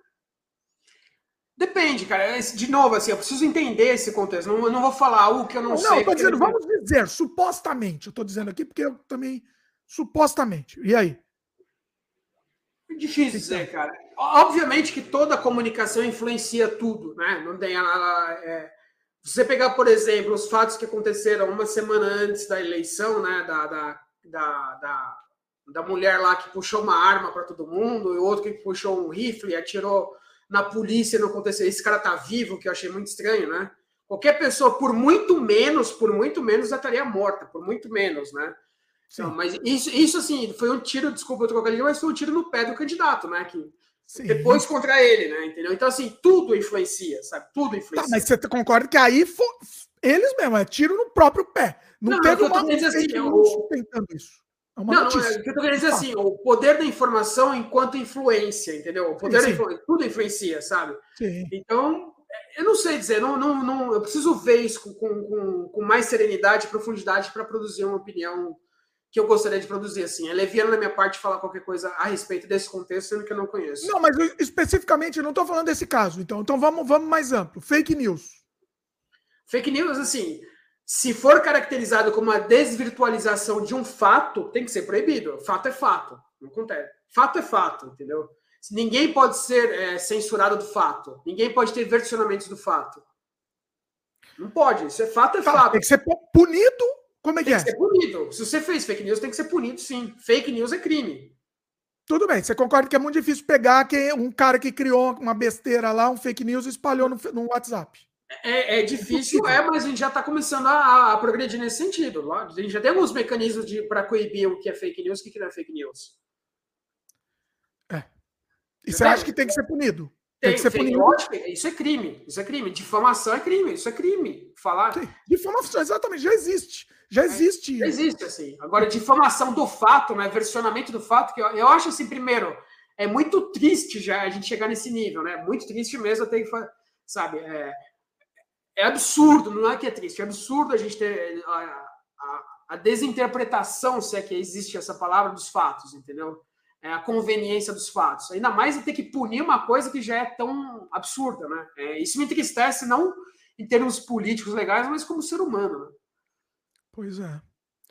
Depende, cara. De novo, assim, eu preciso entender esse contexto. Não, eu não vou falar algo que eu não, não sei. Não, eu tô dizendo, vamos dizer, supostamente. Eu tô dizendo aqui porque eu também, supostamente. E aí? É difícil dizer, cara. Obviamente que toda comunicação influencia tudo, né? Não tem ela. É... Se você pegar, por exemplo, os fatos que aconteceram uma semana antes da eleição, né? Da, da, da, da, da mulher lá que puxou uma arma para todo mundo, e o outro que puxou um rifle e atirou na polícia, não aconteceu. Esse cara tá vivo, que eu achei muito estranho, né? Qualquer pessoa, por muito menos, por muito menos, já estaria morta, por muito menos, né? Então, mas isso, isso, assim, foi um tiro, desculpa eu trocar ali, mas foi um tiro no pé do candidato, né? Que Sim. Depois contra ele, né? Entendeu? Então, assim, tudo influencia, sabe? Tudo influencia. Tá, mas você concorda que aí foi eles mesmo, é tiro no próprio pé. Não, não teve uma assim, eu... sustentando isso. É uma não, não, é, o que eu tô querendo dizer assim, o poder da informação enquanto influência, entendeu? O poder sim, da influência, tudo influencia, sabe? Sim. Então, eu não sei dizer, não, não, não, eu preciso ver isso com, com, com mais serenidade e profundidade para produzir uma opinião que eu gostaria de produzir, assim. É leviano na minha parte falar qualquer coisa a respeito desse contexto, sendo que eu não conheço. Não, mas eu, especificamente, eu não estou falando desse caso. Então, então vamos, vamos mais amplo. Fake news. Fake news, assim, se for caracterizado como uma desvirtualização de um fato, tem que ser proibido. Fato é fato. Não acontece. Fato é fato, entendeu? Ninguém pode ser é, censurado do fato. Ninguém pode ter versionamentos do fato. Não pode. Isso é fato, é Tá, fato. tem que ser punido. Como é que tem é? Tem que ser punido. Se você fez fake news, tem que ser punido, sim. Fake news é crime. Tudo bem. Você concorda que é muito difícil pegar quem, um cara que criou uma besteira lá, um fake news, e espalhou no, no WhatsApp? É, é difícil, é, mas a gente já está começando a, a progredir nesse sentido. A gente já tem alguns mecanismos para coibir o que é fake news e o que não é fake news. É. E você acha que tem que ser punido? Tem, tem que ser fake, punido. Lógico, isso é crime. Isso é crime. Difamação é crime. Isso é crime. Falar. Sim. Difamação, exatamente, já existe. Já existe. É, já existe, assim. Agora, difamação do fato, né? Versionamento do fato, que eu, eu acho assim, primeiro, é muito triste já a gente chegar nesse nível, né? Muito triste mesmo, eu tenho que fazer, sabe? É, é absurdo, não é que é triste, é absurdo a gente ter a, a, a desinterpretação, se é que existe essa palavra, dos fatos, entendeu? É a conveniência dos fatos. Ainda mais de ter que punir uma coisa que já é tão absurda, né? É, isso me entristece, não em termos políticos legais, mas como ser humano, né? Pois é.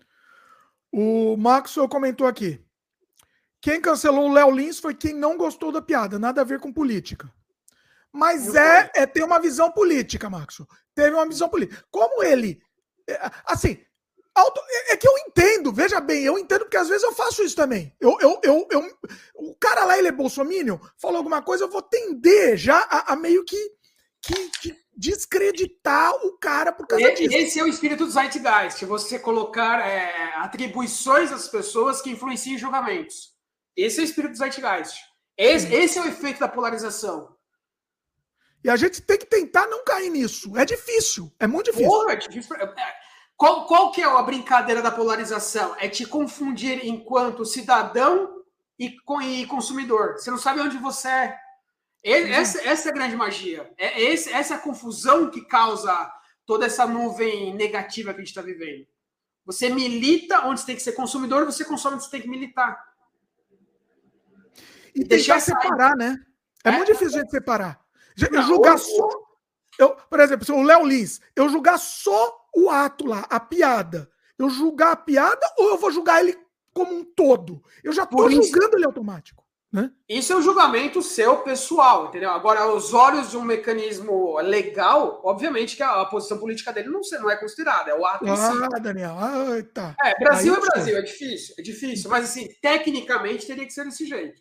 O Maxwell comentou aqui. Quem cancelou o Léo Lins foi quem não gostou da piada, nada a ver com política. Mas é, é ter uma visão política, Maxwell. Teve uma visão política. Como ele... É, assim, auto, é, é que eu entendo, veja bem, eu entendo porque às vezes eu faço isso também. Eu, eu, eu, eu, o cara lá, ele é bolsominion, falou alguma coisa, eu vou tender já a, a meio que, que, que descreditar o cara por causa Esse disso. Esse é o espírito do Zeitgeist, você colocar é, atribuições às pessoas que influenciam em julgamentos. Esse é o espírito do Zeitgeist. Esse, esse é o efeito da polarização. E a gente tem que tentar não cair nisso. É difícil, é muito difícil. Porra, é difícil. Qual, qual que é a brincadeira da polarização? É te confundir enquanto cidadão e, e consumidor. Você não sabe onde você é. Essa, essa é a grande magia. É, esse, essa é a confusão que causa toda essa nuvem negativa que a gente está vivendo. Você milita onde você tem que ser consumidor, você consome onde você tem que militar. E, e tentar separar, né? É, é muito difícil a gente separar. Eu julgar só... Eu, por exemplo, o Léo Lins, eu julgar só o ato lá, a piada. Eu julgar a piada ou eu vou julgar ele como um todo? Eu já estou julgando ele automático. Né? Isso é um julgamento seu pessoal, entendeu? Agora, aos olhos de um mecanismo legal, obviamente que a, a posição política dele não, não é considerada, é o ato. Ah, Daniel, ah, tá. É, Brasil Aí, é Brasil, sei. é difícil, é difícil, mas assim, tecnicamente teria que ser desse jeito.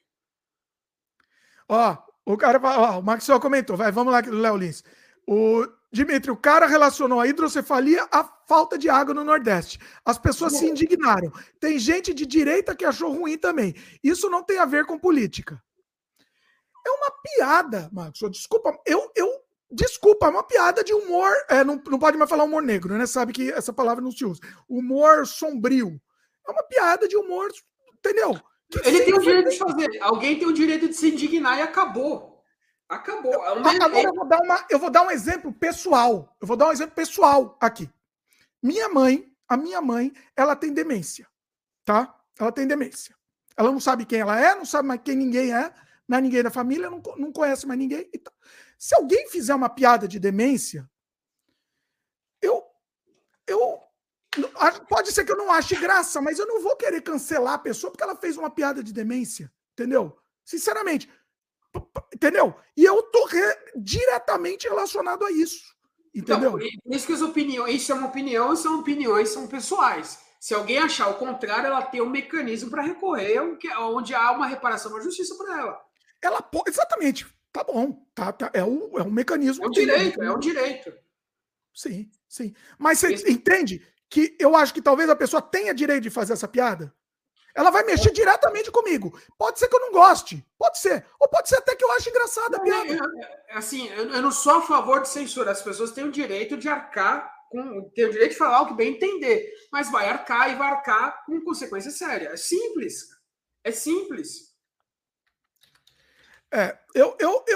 Ó, o cara, ó, o Maxwell comentou, vai, vamos lá, Léo Lins. O Dimitri, o cara relacionou a hidrocefalia à falta de água no Nordeste. As pessoas Bom. se indignaram. Tem gente de direita que achou ruim também. Isso não tem a ver com política. É uma piada, Marcos. Desculpa, eu, eu desculpa, é uma piada de humor. É, não, não pode mais falar humor negro, né? Sabe que essa palavra não se usa. Humor sombrio. É uma piada de humor, entendeu? Que Ele tem o direito de fazer. Alguém tem o direito de se indignar e acabou. Acabou. É uma... Agora eu vou, dar uma, eu vou dar um exemplo pessoal. Eu vou dar um exemplo pessoal aqui. Minha mãe, a minha mãe, ela tem demência, tá? Ela tem demência. Ela não sabe quem ela é, não sabe mais quem ninguém é, não é ninguém da família, não, não conhece mais ninguém. Então, se alguém fizer uma piada de demência, eu, eu, pode ser que eu não ache graça, mas eu não vou querer cancelar a pessoa porque ela fez uma piada de demência, entendeu? Sinceramente. Entendeu? E eu tô re... diretamente relacionado a isso. Entendeu? Então, isso que as opiniões, isso é uma opinião, são opiniões, são pessoais. Se alguém achar o contrário, ela tem um mecanismo para recorrer, onde há uma reparação, uma justiça para ela. Ela pode, exatamente. Tá bom. Tá, tá, é, um, é um mecanismo. É um direito, é um direito. Sim, sim. Mas você Esse... entende que eu acho que talvez a pessoa tenha direito de fazer essa piada? Ela vai mexer diretamente comigo. Pode ser que eu não goste. Pode ser. Ou pode ser até que eu ache engraçada a piada. Eu, assim, eu, eu não sou a favor de censura. As pessoas têm o direito de arcar, com, têm o direito de falar o que bem entender. Mas vai arcar e vai arcar com consequência séria. É simples. É simples. É, eu, eu, eu,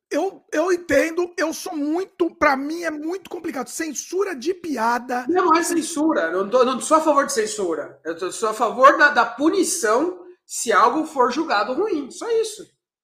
eu, eu entendo, eu sou muito, para mim é muito complicado. Censura de piada. Não, não é censura, eu não, tô, não sou a favor de censura. Eu tô, sou a favor da, da punição se algo for julgado ruim. Só isso.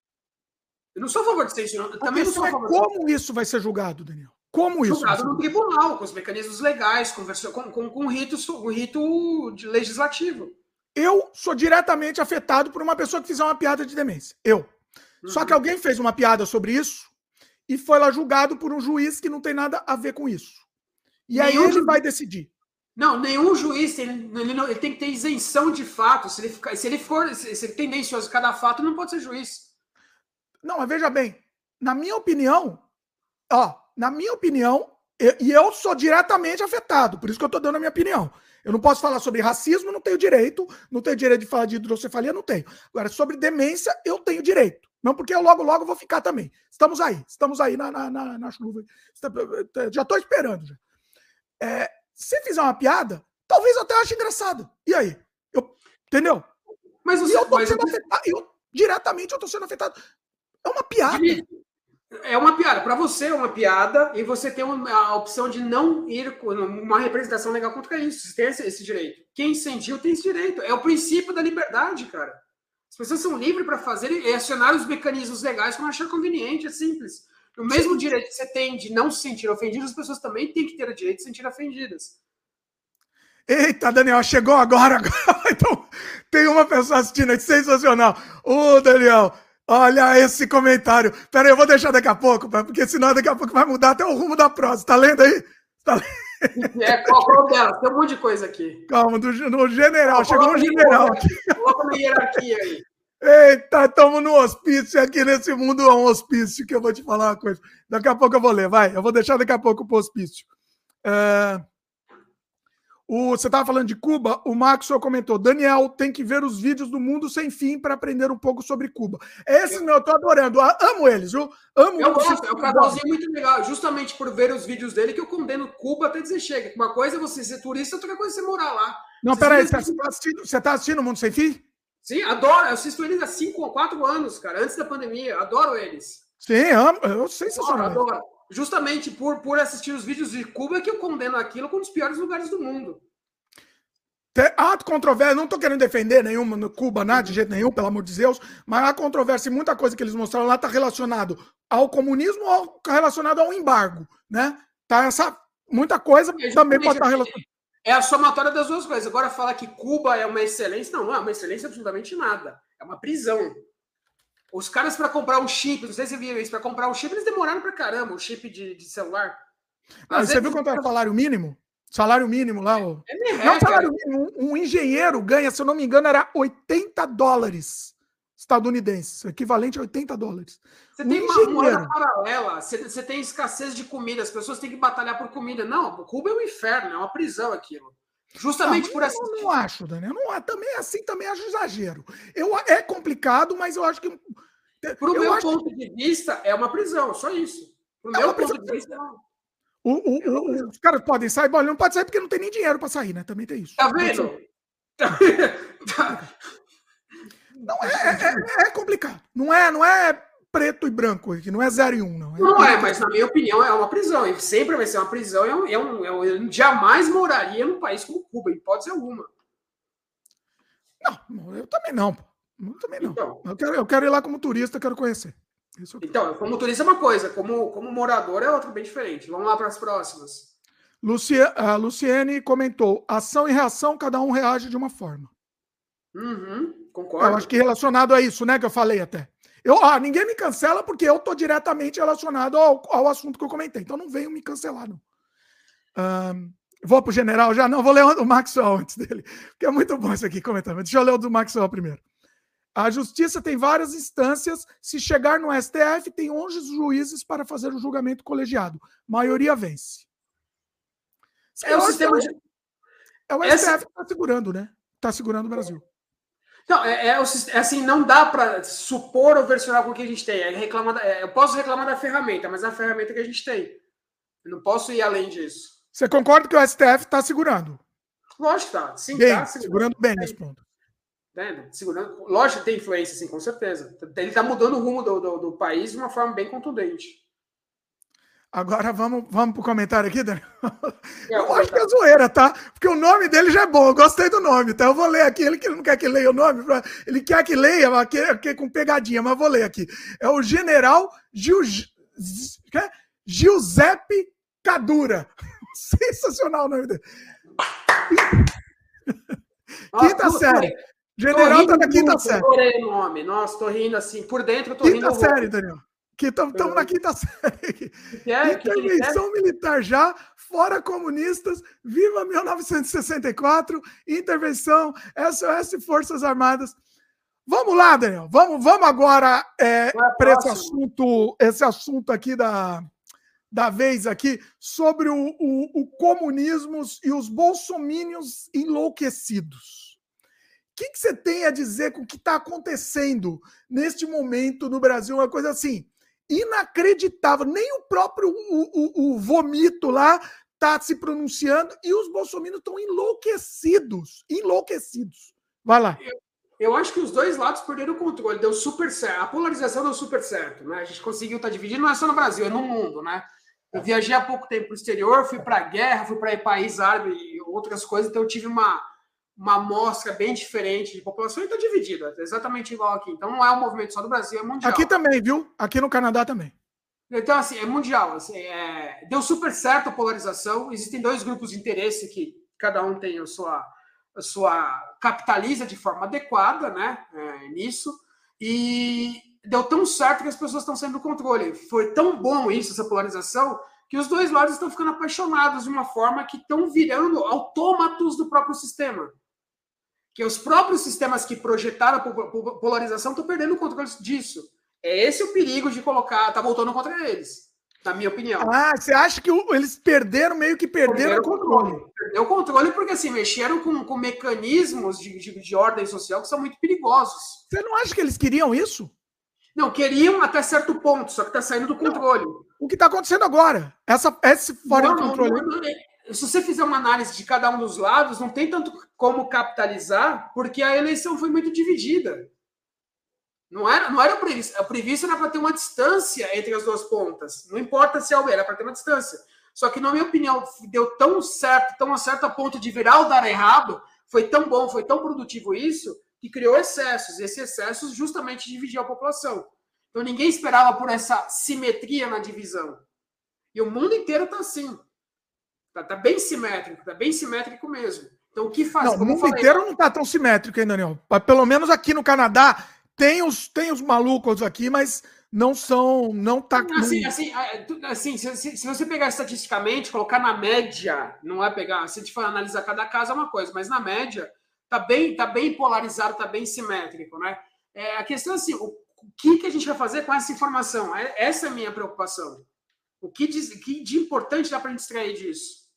Eu não sou a favor de censura. Eu também não sou a favor de como isso vai ser julgado, Daniel? Como isso? Julgado no tribunal, com os mecanismos legais, com, com, com, com rito, um rito legislativo. Eu sou diretamente afetado por uma pessoa que fizer uma piada de demência. Eu. Uhum. Só que alguém fez uma piada sobre isso e foi lá julgado por um juiz que não tem nada a ver com isso. E nenhum aí ele juiz... vai decidir. Não, nenhum juiz tem, ele, não, ele tem que ter isenção de fato. Se ele, se ele for se ele tendencioso cada fato, não pode ser juiz. Não, mas veja bem, na minha opinião, ó, na minha opinião, eu, e eu sou diretamente afetado, por isso que eu estou dando a minha opinião. Eu não posso falar sobre racismo, não tenho direito, não tenho direito de falar de hidrocefalia, não tenho. Agora, sobre demência, eu tenho direito. Não porque eu logo, logo vou ficar também. Estamos aí, estamos aí na, na, na, na chuva. Já estou esperando. Já. É, se fizer uma piada, talvez eu até ache engraçado. E aí? Eu, entendeu? Mas você, e eu tô mas sendo você... afetado. Eu, diretamente eu estou sendo afetado. É uma piada. É uma piada. Para você é uma piada e você tem a opção de não ir com uma representação legal contra isso. Você tem esse, esse direito. Quem incendiu tem esse direito. É o princípio da liberdade, cara. As pessoas são livres para fazer e acionar os mecanismos legais como achar conveniente. É simples. O mesmo Sim. direito que você tem de não se sentir ofendido, as pessoas também têm que ter o direito de se sentir ofendidas. Eita, Daniel, chegou agora. agora. Então, tem uma pessoa assistindo aqui, sensacional. Ô, Daniel... Olha esse comentário. Peraí, eu vou deixar daqui a pouco, porque senão daqui a pouco vai mudar até o rumo da prosa. Tá lendo aí? Tá lendo? É, qual, qual dela? Tem um monte de coisa aqui. Calma, do, do general. Não, chegou um general aqui. Coloca na hierarquia aí. Eita, estamos no hospício aqui nesse mundo. É um hospício que eu vou te falar uma coisa. Daqui a pouco eu vou ler, vai. Eu vou deixar daqui a pouco pro hospício. É... O, você estava falando de Cuba, o Maxwell comentou, Daniel, tem que ver os vídeos do Mundo Sem Fim para aprender um pouco sobre Cuba. Esses, eu, meu, eu tô adorando, eu amo eles, viu? Amo eu gosto, é um canalzinho muito legal, justamente por ver os vídeos dele que eu condeno Cuba até dizer chega. Uma coisa é você ser turista, outra coisa é você morar lá. Não, peraí, você está assistindo, você tá assistindo o Mundo Sem Fim? Sim, adoro, eu assisto eles há cinco ou quatro anos, cara, antes da pandemia, adoro eles. Sim, amo, eu sei se adoro, adoro. Justamente por, por assistir os vídeos de Cuba que eu condeno aquilo como um dos piores lugares do mundo. Há controvérsia, não estou querendo defender nenhuma no Cuba, nada, de jeito nenhum, pelo amor de Deus, mas há controvérsia e muita coisa que eles mostraram lá está relacionado ao comunismo ou relacionado ao embargo, né? Tá essa, muita coisa é, também pode estar relacionada. É a somatória das duas coisas. Agora falar que Cuba é uma excelência, não, não é uma excelência absolutamente nada. É uma prisão. Os caras para comprar um chip, não sei se você viu isso, para comprar um chip eles demoraram para caramba, um chip de, de celular. Não, você viu quanto é o salário mínimo? Salário mínimo lá, ó. É, é, não, salário mínimo. Um, um engenheiro ganha, se eu não me engano, era oitenta dólares estadunidenses, equivalente a oitenta dólares. Você um tem uma moeda paralela, você, você tem escassez de comida, as pessoas têm que batalhar por comida. Não, Cuba é um inferno, é uma prisão aquilo. Justamente não, por essa. Eu não acho, Daniel. Não, também assim também acho exagero. Eu, é complicado, mas eu acho que. Para o meu ponto que... de vista, é uma prisão, só isso. Para o é meu ponto prisão. de vista, não. O, o, o, os caras podem sair, bom, não pode sair porque não tem nem dinheiro para sair, né? Também tem isso. Tá vendo? Não, é, é, é complicado. Não é, não é preto e branco, não é zero e um, não. É não é, mas na minha opinião é uma prisão. E sempre vai ser uma prisão. É um, é um, é um, eu jamais moraria num país como Cuba, em hipótese alguma. Não, eu também não. Eu também não. Então, eu, quero, eu quero ir lá como turista, eu quero conhecer. Isso então, como turista é uma coisa, como, como morador é outra bem diferente. Vamos lá para as próximas. Luci, a Luciene comentou, ação e reação, cada um reage de uma forma. Uhum, concordo. Eu acho que relacionado a isso, né, que eu falei até. Eu, ah, ninguém me cancela porque eu estou diretamente relacionado ao, ao assunto que eu comentei. Então não venham me cancelar, não. Um, vou para o general já? Não, vou ler o do Maxwell antes dele, porque é muito bom isso aqui, comentando. Deixa eu ler o do Maxwell primeiro. A justiça tem várias instâncias. Se chegar no S T F, tem onze juízes para fazer o julgamento colegiado. Maioria vence. É o sistema de... É o S T F que está segurando, né? Está segurando o Brasil. Não, é, é, é assim, não dá para supor ou versionar com o que a gente tem. É reclamar, é, eu posso reclamar da ferramenta, mas é a ferramenta que a gente tem. Eu não posso ir além disso. Você concorda que o S T F está segurando? Lógico que está. Sim, bem, tá segurando. segurando bem nesse ponto. Né? Segurando, lógico que tem influência, sim, com certeza. Ele está mudando o rumo do, do, do país de uma forma bem contundente. Agora vamos, vamos para o comentário aqui, Daniel. É, eu acho que é zoeira, tá? Porque o nome dele já é bom, eu gostei do nome, tá? Eu vou ler aqui, ele que não quer que leia o nome, ele quer que leia, mas quer, quer com pegadinha, mas vou ler aqui. É o General Gil, Giuseppe Cadura. Sensacional o nome dele. Quinta série. General tá na quinta série. Adorei o nome. Nossa, tô rindo assim. Por dentro, eu tô quinta rindo. Quinta série, Daniel. Estamos na quinta série. Que é? Intervenção que militar já, fora comunistas, viva mil novecentos e sessenta e quatro, intervenção, S O S Forças Armadas. Vamos lá, Daniel. Vamos, vamos agora é, para esse assunto, esse assunto aqui da, da vez aqui, sobre o, o, o comunismo e os bolsomínios enlouquecidos. O que, que você tem a dizer com o que está acontecendo neste momento no Brasil? Uma coisa assim, inacreditável. Nem o próprio o, o, o Vomito lá está se pronunciando e os bolsominions estão enlouquecidos. Enlouquecidos. Vai lá. Eu, eu acho que os dois lados perderam o controle. Deu super certo. A polarização deu super certo. Né? A gente conseguiu estar tá dividindo, não é só no Brasil, é no mundo. Né? Eu viajei há pouco tempo para o exterior, fui para a guerra, fui para país árabe e outras coisas, então eu tive uma... uma amostra bem diferente de população e está dividida, exatamente igual aqui. Então, não é um movimento só do Brasil, é mundial. Aqui também, viu? Aqui no Canadá também. Então, assim, é mundial. Assim, é... Deu super certo a polarização. Existem dois grupos de interesse que cada um tem a sua, a sua capitaliza de forma adequada, né, é, nisso. E deu tão certo que as pessoas estão sendo no controle. Foi tão bom isso, essa polarização, que os dois lados estão ficando apaixonados de uma forma que estão virando autômatos do próprio sistema. Que os próprios sistemas que projetaram a polarização estão perdendo o controle disso. É esse o perigo de colocar, tá voltando contra eles, na minha opinião. Ah, você acha que eles perderam, meio que perderam, perderam o controle? controle. Perdeu o controle porque, assim, mexeram com, com mecanismos de, de, de ordem social que são muito perigosos. Você não acha que eles queriam isso? Não, queriam até certo ponto, só que tá saindo do controle. Não, o que está acontecendo agora? Essa, esse fora não, de controle. Não, não, não, se você fizer uma análise de cada um dos lados, não tem tanto como capitalizar, porque a eleição foi muito dividida. Não era, não era previsto. O previsto era para ter uma distância entre as duas pontas. Não importa se é o era para ter uma distância. Só que, na minha opinião, deu tão certo, tão certo a ponto de virar o dar errado, foi tão bom, foi tão produtivo isso, que criou excessos. E esses excessos justamente dividiam a população. Então, ninguém esperava por essa simetria na divisão. E o mundo inteiro está assim. Tá, tá bem simétrico, tá bem simétrico mesmo. Então, o que faz? Não, o mundo falei, inteiro não está tão simétrico ainda, Daniel. Pelo menos aqui no Canadá, tem os, tem os malucos aqui, mas não são. Não tá. Assim, assim, assim se, se, se você pegar estatisticamente, colocar na média, não é pegar. Se a gente for analisar cada caso é uma coisa, mas na média, tá bem, tá bem polarizado, tá bem simétrico, né? É, a questão é assim: o, o que, que a gente vai fazer com essa informação? É, essa é a minha preocupação. O que, diz, que de importante dá para a gente extrair disso?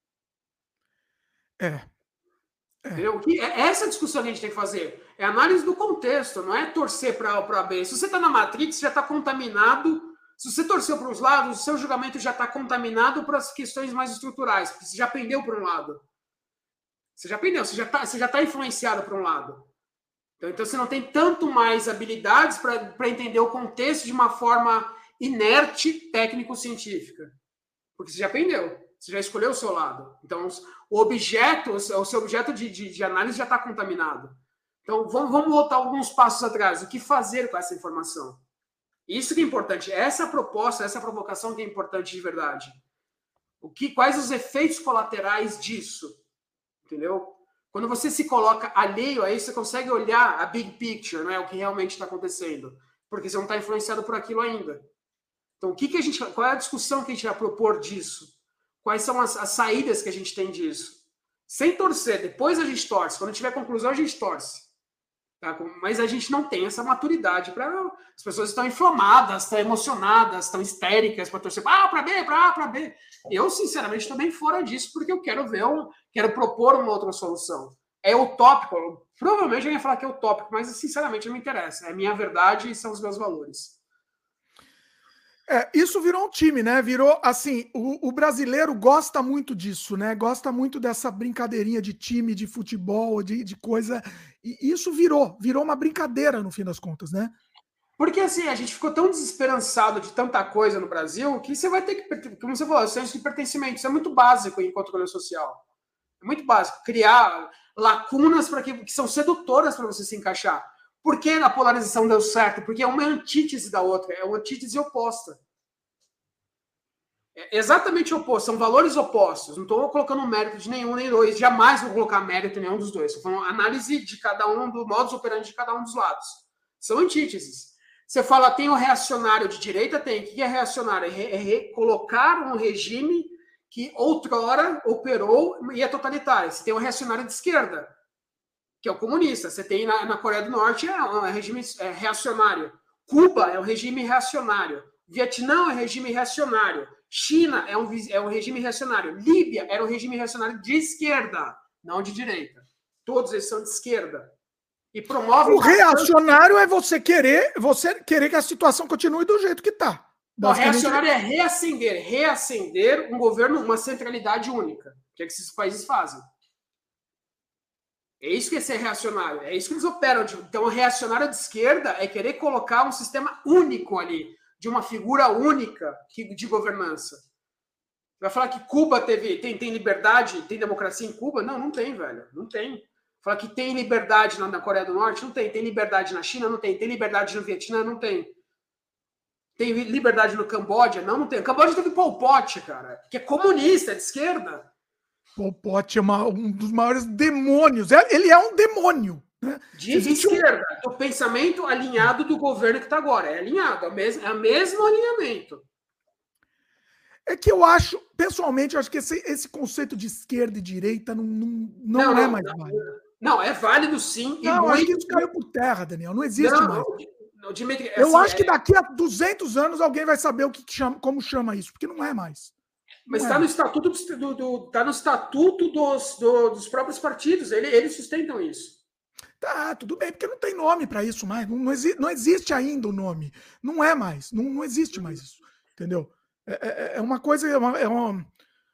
É. É. é essa discussão que a gente tem que fazer. É análise do contexto, não é torcer para A ou para B. Se você está na Matrix, já está contaminado. Se você torceu para os lados, o seu julgamento já está contaminado para as questões mais estruturais, porque você já pendeu para um lado. Você já pendeu, você já está você já tá influenciado para um lado. Então, então, você não tem tanto mais habilidades para entender o contexto de uma forma inerte, técnico-científica. Porque você já pendeu. Você já escolheu o seu lado. Então, o objeto, o seu objeto de, de, de análise já está contaminado. Então, vamos, vamos voltar alguns passos atrás. O que fazer com essa informação? Isso que é importante. Essa proposta, essa provocação que é importante de verdade. O que, quais os efeitos colaterais disso? Entendeu? Quando você se coloca alheio a isso, você consegue olhar a big picture, né? O que realmente está acontecendo. Porque você não está influenciado por aquilo ainda. Então, o que, que a gente, qual é a discussão que a gente vai propor disso? Quais são as, as saídas que a gente tem disso? Sem torcer, depois a gente torce. Quando tiver conclusão, a gente torce. Tá? Mas a gente não tem essa maturidade para. As pessoas estão inflamadas, estão emocionadas, estão histéricas para torcer para A, para B, para A, para B. Eu, sinceramente, estou bem fora disso, porque eu quero ver, um, quero propor uma outra solução. É utópico, provavelmente eu ia falar que é utópico, mas sinceramente não me interessa. É minha verdade e são os meus valores. É, isso virou um time, né? Virou assim, o, o brasileiro gosta muito disso, né? Gosta muito dessa brincadeirinha de time, de futebol, de, de coisa. E isso virou, virou uma brincadeira no fim das contas, né? Porque assim, a gente ficou tão desesperançado de tanta coisa no Brasil que você vai ter que, como você falou, o senso de pertencimento, isso é muito básico em controle social. É muito básico. Criar lacunas para que, que são sedutoras para você se encaixar. Por que a polarização deu certo? Porque é uma antítese da outra, é uma antítese oposta. É exatamente o oposto, são valores opostos. Não estou colocando mérito de nenhum nem dois, jamais vou colocar mérito em nenhum dos dois. Estou falando análise de cada um, do modus operandi de cada um dos lados. São antíteses. Você fala, tem o reacionário de direita? Tem. O que é reacionário? É colocar um regime que outrora operou e é totalitário. Você tem o reacionário de esquerda, que é o comunista. Você tem na, na Coreia do Norte, é um regime é, reacionário. Cuba é um regime reacionário. Vietnã é um regime reacionário. China é um, é um regime reacionário. Líbia era um regime reacionário de esquerda, não de direita. Todos eles são de esquerda. E promove o reacionário é você querer, você querer que a situação continue do jeito que está. O reacionário é reacender, reacender um governo, uma centralidade única, que é que esses países fazem. É isso que é ser reacionário, é isso que eles operam. Então, o reacionário de esquerda é querer colocar um sistema único ali, de uma figura única de governança. Vai falar que Cuba teve, tem, tem liberdade, tem democracia em Cuba? Não, não tem, velho, não tem. Falar que tem liberdade na, na Coreia do Norte? Não tem. Tem liberdade na China? Não tem. Tem liberdade no Vietnã? Não tem. Tem liberdade no Camboja? Não, não tem. O Camboja teve Pol Pot, cara, que é comunista, é de esquerda. Pol Pot é uma, um dos maiores demônios. Ele é um demônio. Né? De esquerda. Um... O pensamento alinhado do governo que está agora. É alinhado. É o mesmo, é o mesmo alinhamento. É que eu acho, pessoalmente, eu acho que esse, esse conceito de esquerda e direita não, não, não, não é não, mais não, válido. Não, é válido sim. Não, e muito... acho que isso caiu por terra, Daniel. Não existe não, mais. Não, Dimitri, eu assim, acho é... que daqui a duzentos anos alguém vai saber o que chama, como chama isso, porque não é mais. Mas está é. no estatuto, do, do, tá no estatuto dos, do, dos próprios partidos. Ele, eles sustentam isso. Tá, tudo bem, porque não tem nome para isso mais. Não, não, exi, não existe ainda o nome. Não é mais. Não, não existe mais isso. Entendeu? É, é, é uma coisa. É uma, é uma,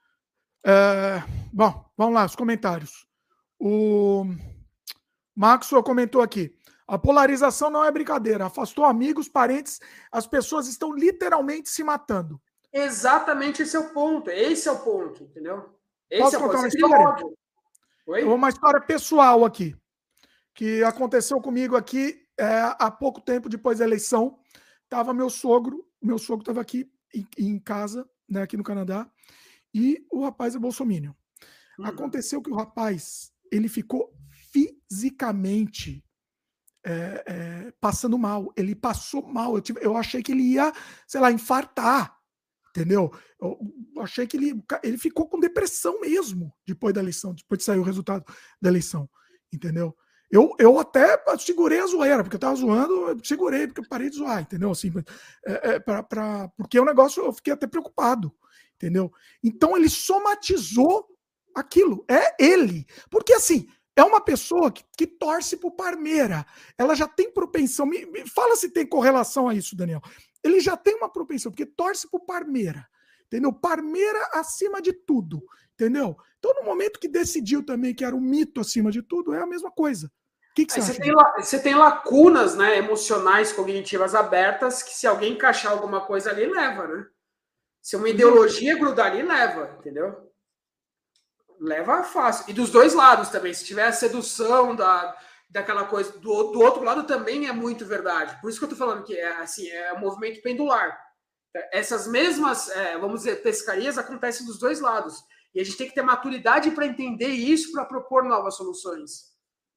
é... Bom, vamos lá, os comentários. O Maxwell comentou aqui. A polarização não é brincadeira. Afastou amigos, parentes. As pessoas estão literalmente se matando. Exatamente esse é o ponto. Esse é o ponto, entendeu? Esse Posso é o contar ponto. uma história? Oi? Uma história pessoal aqui. Que aconteceu comigo aqui é, há pouco tempo depois da eleição. Tava meu sogro. Meu sogro estava aqui em, em casa, né, aqui no Canadá. E o rapaz é bolsominion. Hum. Aconteceu que o rapaz ele ficou fisicamente é, é, passando mal. Ele passou mal. Eu, tive, eu achei que ele ia, sei lá, infartar. Entendeu? Eu achei que ele, ele ficou com depressão mesmo depois da eleição, depois de sair o resultado da eleição. Entendeu? Eu, eu até segurei a zoeira, porque eu tava zoando, eu segurei, porque eu parei de zoar, entendeu? Assim, é, é, pra, pra, porque o negócio, eu fiquei até preocupado, entendeu? Então ele somatizou aquilo, é ele. Porque assim, é uma pessoa que, que torce pro Parmeira, ela já tem propensão, me, me fala se tem correlação a isso, Daniel. Ele já tem uma propensão, porque torce pro Parmeira, entendeu? Parmeira acima de tudo, entendeu? Então no momento que decidiu também que era o mito acima de tudo, é a mesma coisa. O que, que você Aí acha? Você tem, você tem lacunas, né, emocionais, cognitivas abertas, que se alguém encaixar alguma coisa ali, leva, né? Se uma ideologia grudar ali, leva, entendeu? Leva fácil. E dos dois lados também. Se tiver a sedução da, daquela coisa, do, do outro lado também é muito verdade. Por isso que eu tô falando que é assim, é um movimento pendular. Essas mesmas, é, vamos dizer, pescarias acontecem dos dois lados. E a gente tem que ter maturidade para entender isso, para propor novas soluções.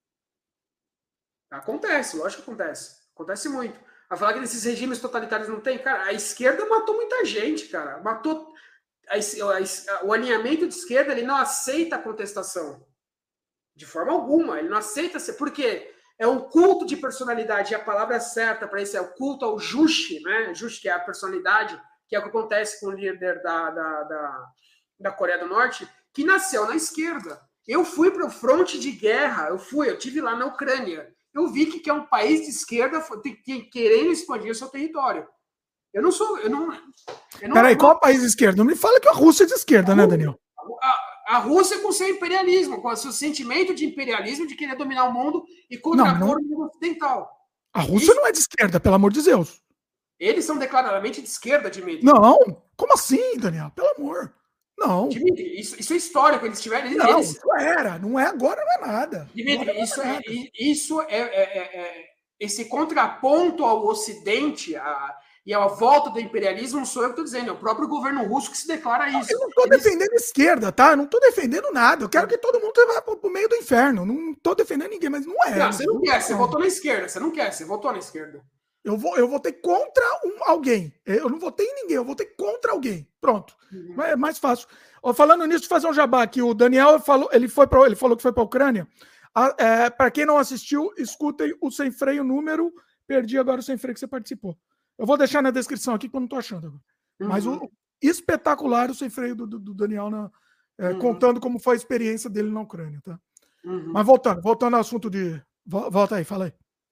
Acontece, lógico que acontece. Acontece muito. A falar que nesses regimes totalitários não tem, cara, a esquerda matou muita gente, cara. Matou. A, a, a, o alinhamento de esquerda, ele não aceita a contestação. De forma alguma. Ele não aceita ser. Por quê? É um culto de personalidade. E a palavra certa para isso é o culto ao Juche, né? Juche, que é a personalidade, que é o que acontece com o líder da, da, da, da Coreia do Norte, que nasceu na esquerda. Eu fui para o fronte de guerra, eu fui, eu tive lá na Ucrânia. Eu vi que, que é um país de esquerda querendo expandir o seu território. Eu não sou. Eu não, eu não, Peraí, qual é o país de esquerda? Não me fala que a Rússia é de esquerda, né, Daniel? A, a Rússia com seu imperialismo, com o seu sentimento de imperialismo, de querer dominar o mundo e contrapor o mundo ocidental. A Rússia Isso... não é de esquerda, pelo amor de Deus. Eles são declaradamente de esquerda, Dimitri. Não, como assim, Daniel? Pelo amor. Não. Dimitri, isso, isso é histórico. Eles tiveram. Não, eles... isso era. Não é agora, não é nada. Dimitri, agora isso, é, é, isso é, é, é, é. Esse contraponto ao Ocidente a, e à volta do imperialismo, não sou eu que estou dizendo, é o próprio governo russo que se declara isso. Eu não estou Eles... defendendo a esquerda, tá? Eu não estou defendendo nada. Eu quero que todo mundo vá para o meio do inferno. Não estou defendendo ninguém, mas não é. Não, você não quer, você votou na esquerda. Você não quer, você votou na esquerda. Eu, vou, eu votei contra um, alguém. Eu não votei em ninguém, eu votei contra alguém. Pronto. Uhum. É mais fácil. Ó, falando nisso, fazer um jabá aqui. O Daniel falou, ele, foi pra, ele falou que foi para a Ucrânia. É, para quem não assistiu, escutem o Sem Freio número. Perdi agora o Sem Freio que você participou. Eu vou deixar na descrição aqui, que eu não estou achando agora. Uhum. Mas o espetacular o Sem Freio do, do, do Daniel, na, é, uhum. contando como foi a experiência dele na Ucrânia. Tá? Uhum. Mas voltando, voltando ao assunto de... Volta aí, fala aí.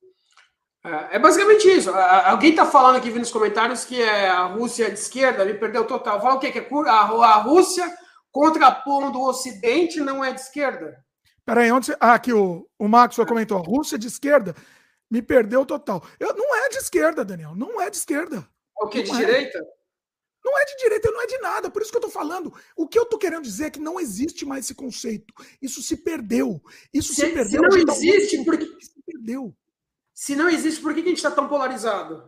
É basicamente isso. Alguém está falando aqui nos comentários que a Rússia é de esquerda, me perdeu total. Fala o quê? Que a Rússia contrapondo o Ocidente não é de esquerda? Peraí, onde você... Ah, aqui o, o Maxwell comentou. A Rússia é de esquerda me perdeu total. Eu, não é de esquerda, Daniel. Não é de esquerda. É o quê? De não direita? É. Não é de direita, não é de nada. Por isso que eu estou falando. O que eu estou querendo dizer é que não existe mais esse conceito. Isso se perdeu. Isso se, se perdeu. Se não existe, por que se perdeu? Se não existe, por que a gente está tão polarizado?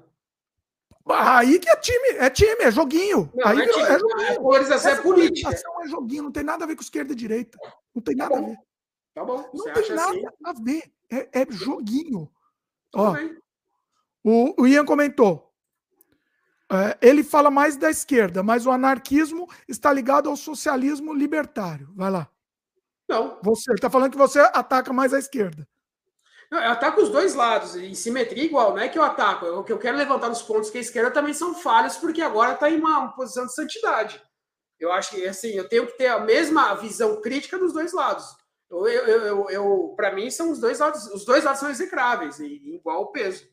Aí que é time, é time, é joguinho. Não, aí não é, time, é joguinho. A polarização Essa é política. Polarização é joguinho, não tem nada a ver com esquerda e direita. Não tem nada tá a ver. Tá bom. Não Você tem acha nada assim? a ver. É, é joguinho. Tudo Ó, bem. o, o Ian comentou. É, ele fala mais da esquerda, mas o anarquismo está ligado ao socialismo libertário. Vai lá. Não. Você está falando que você ataca mais a esquerda. Eu ataco os dois lados, em simetria igual, não é que eu ataco. O que eu quero levantar nos pontos que a esquerda também são falhas, porque agora está em uma, uma posição de santidade. Eu acho que assim, eu tenho que ter a mesma visão crítica dos dois lados. Eu, eu, eu, eu para mim, são os dois lados, os dois lados são execráveis, e igual o peso.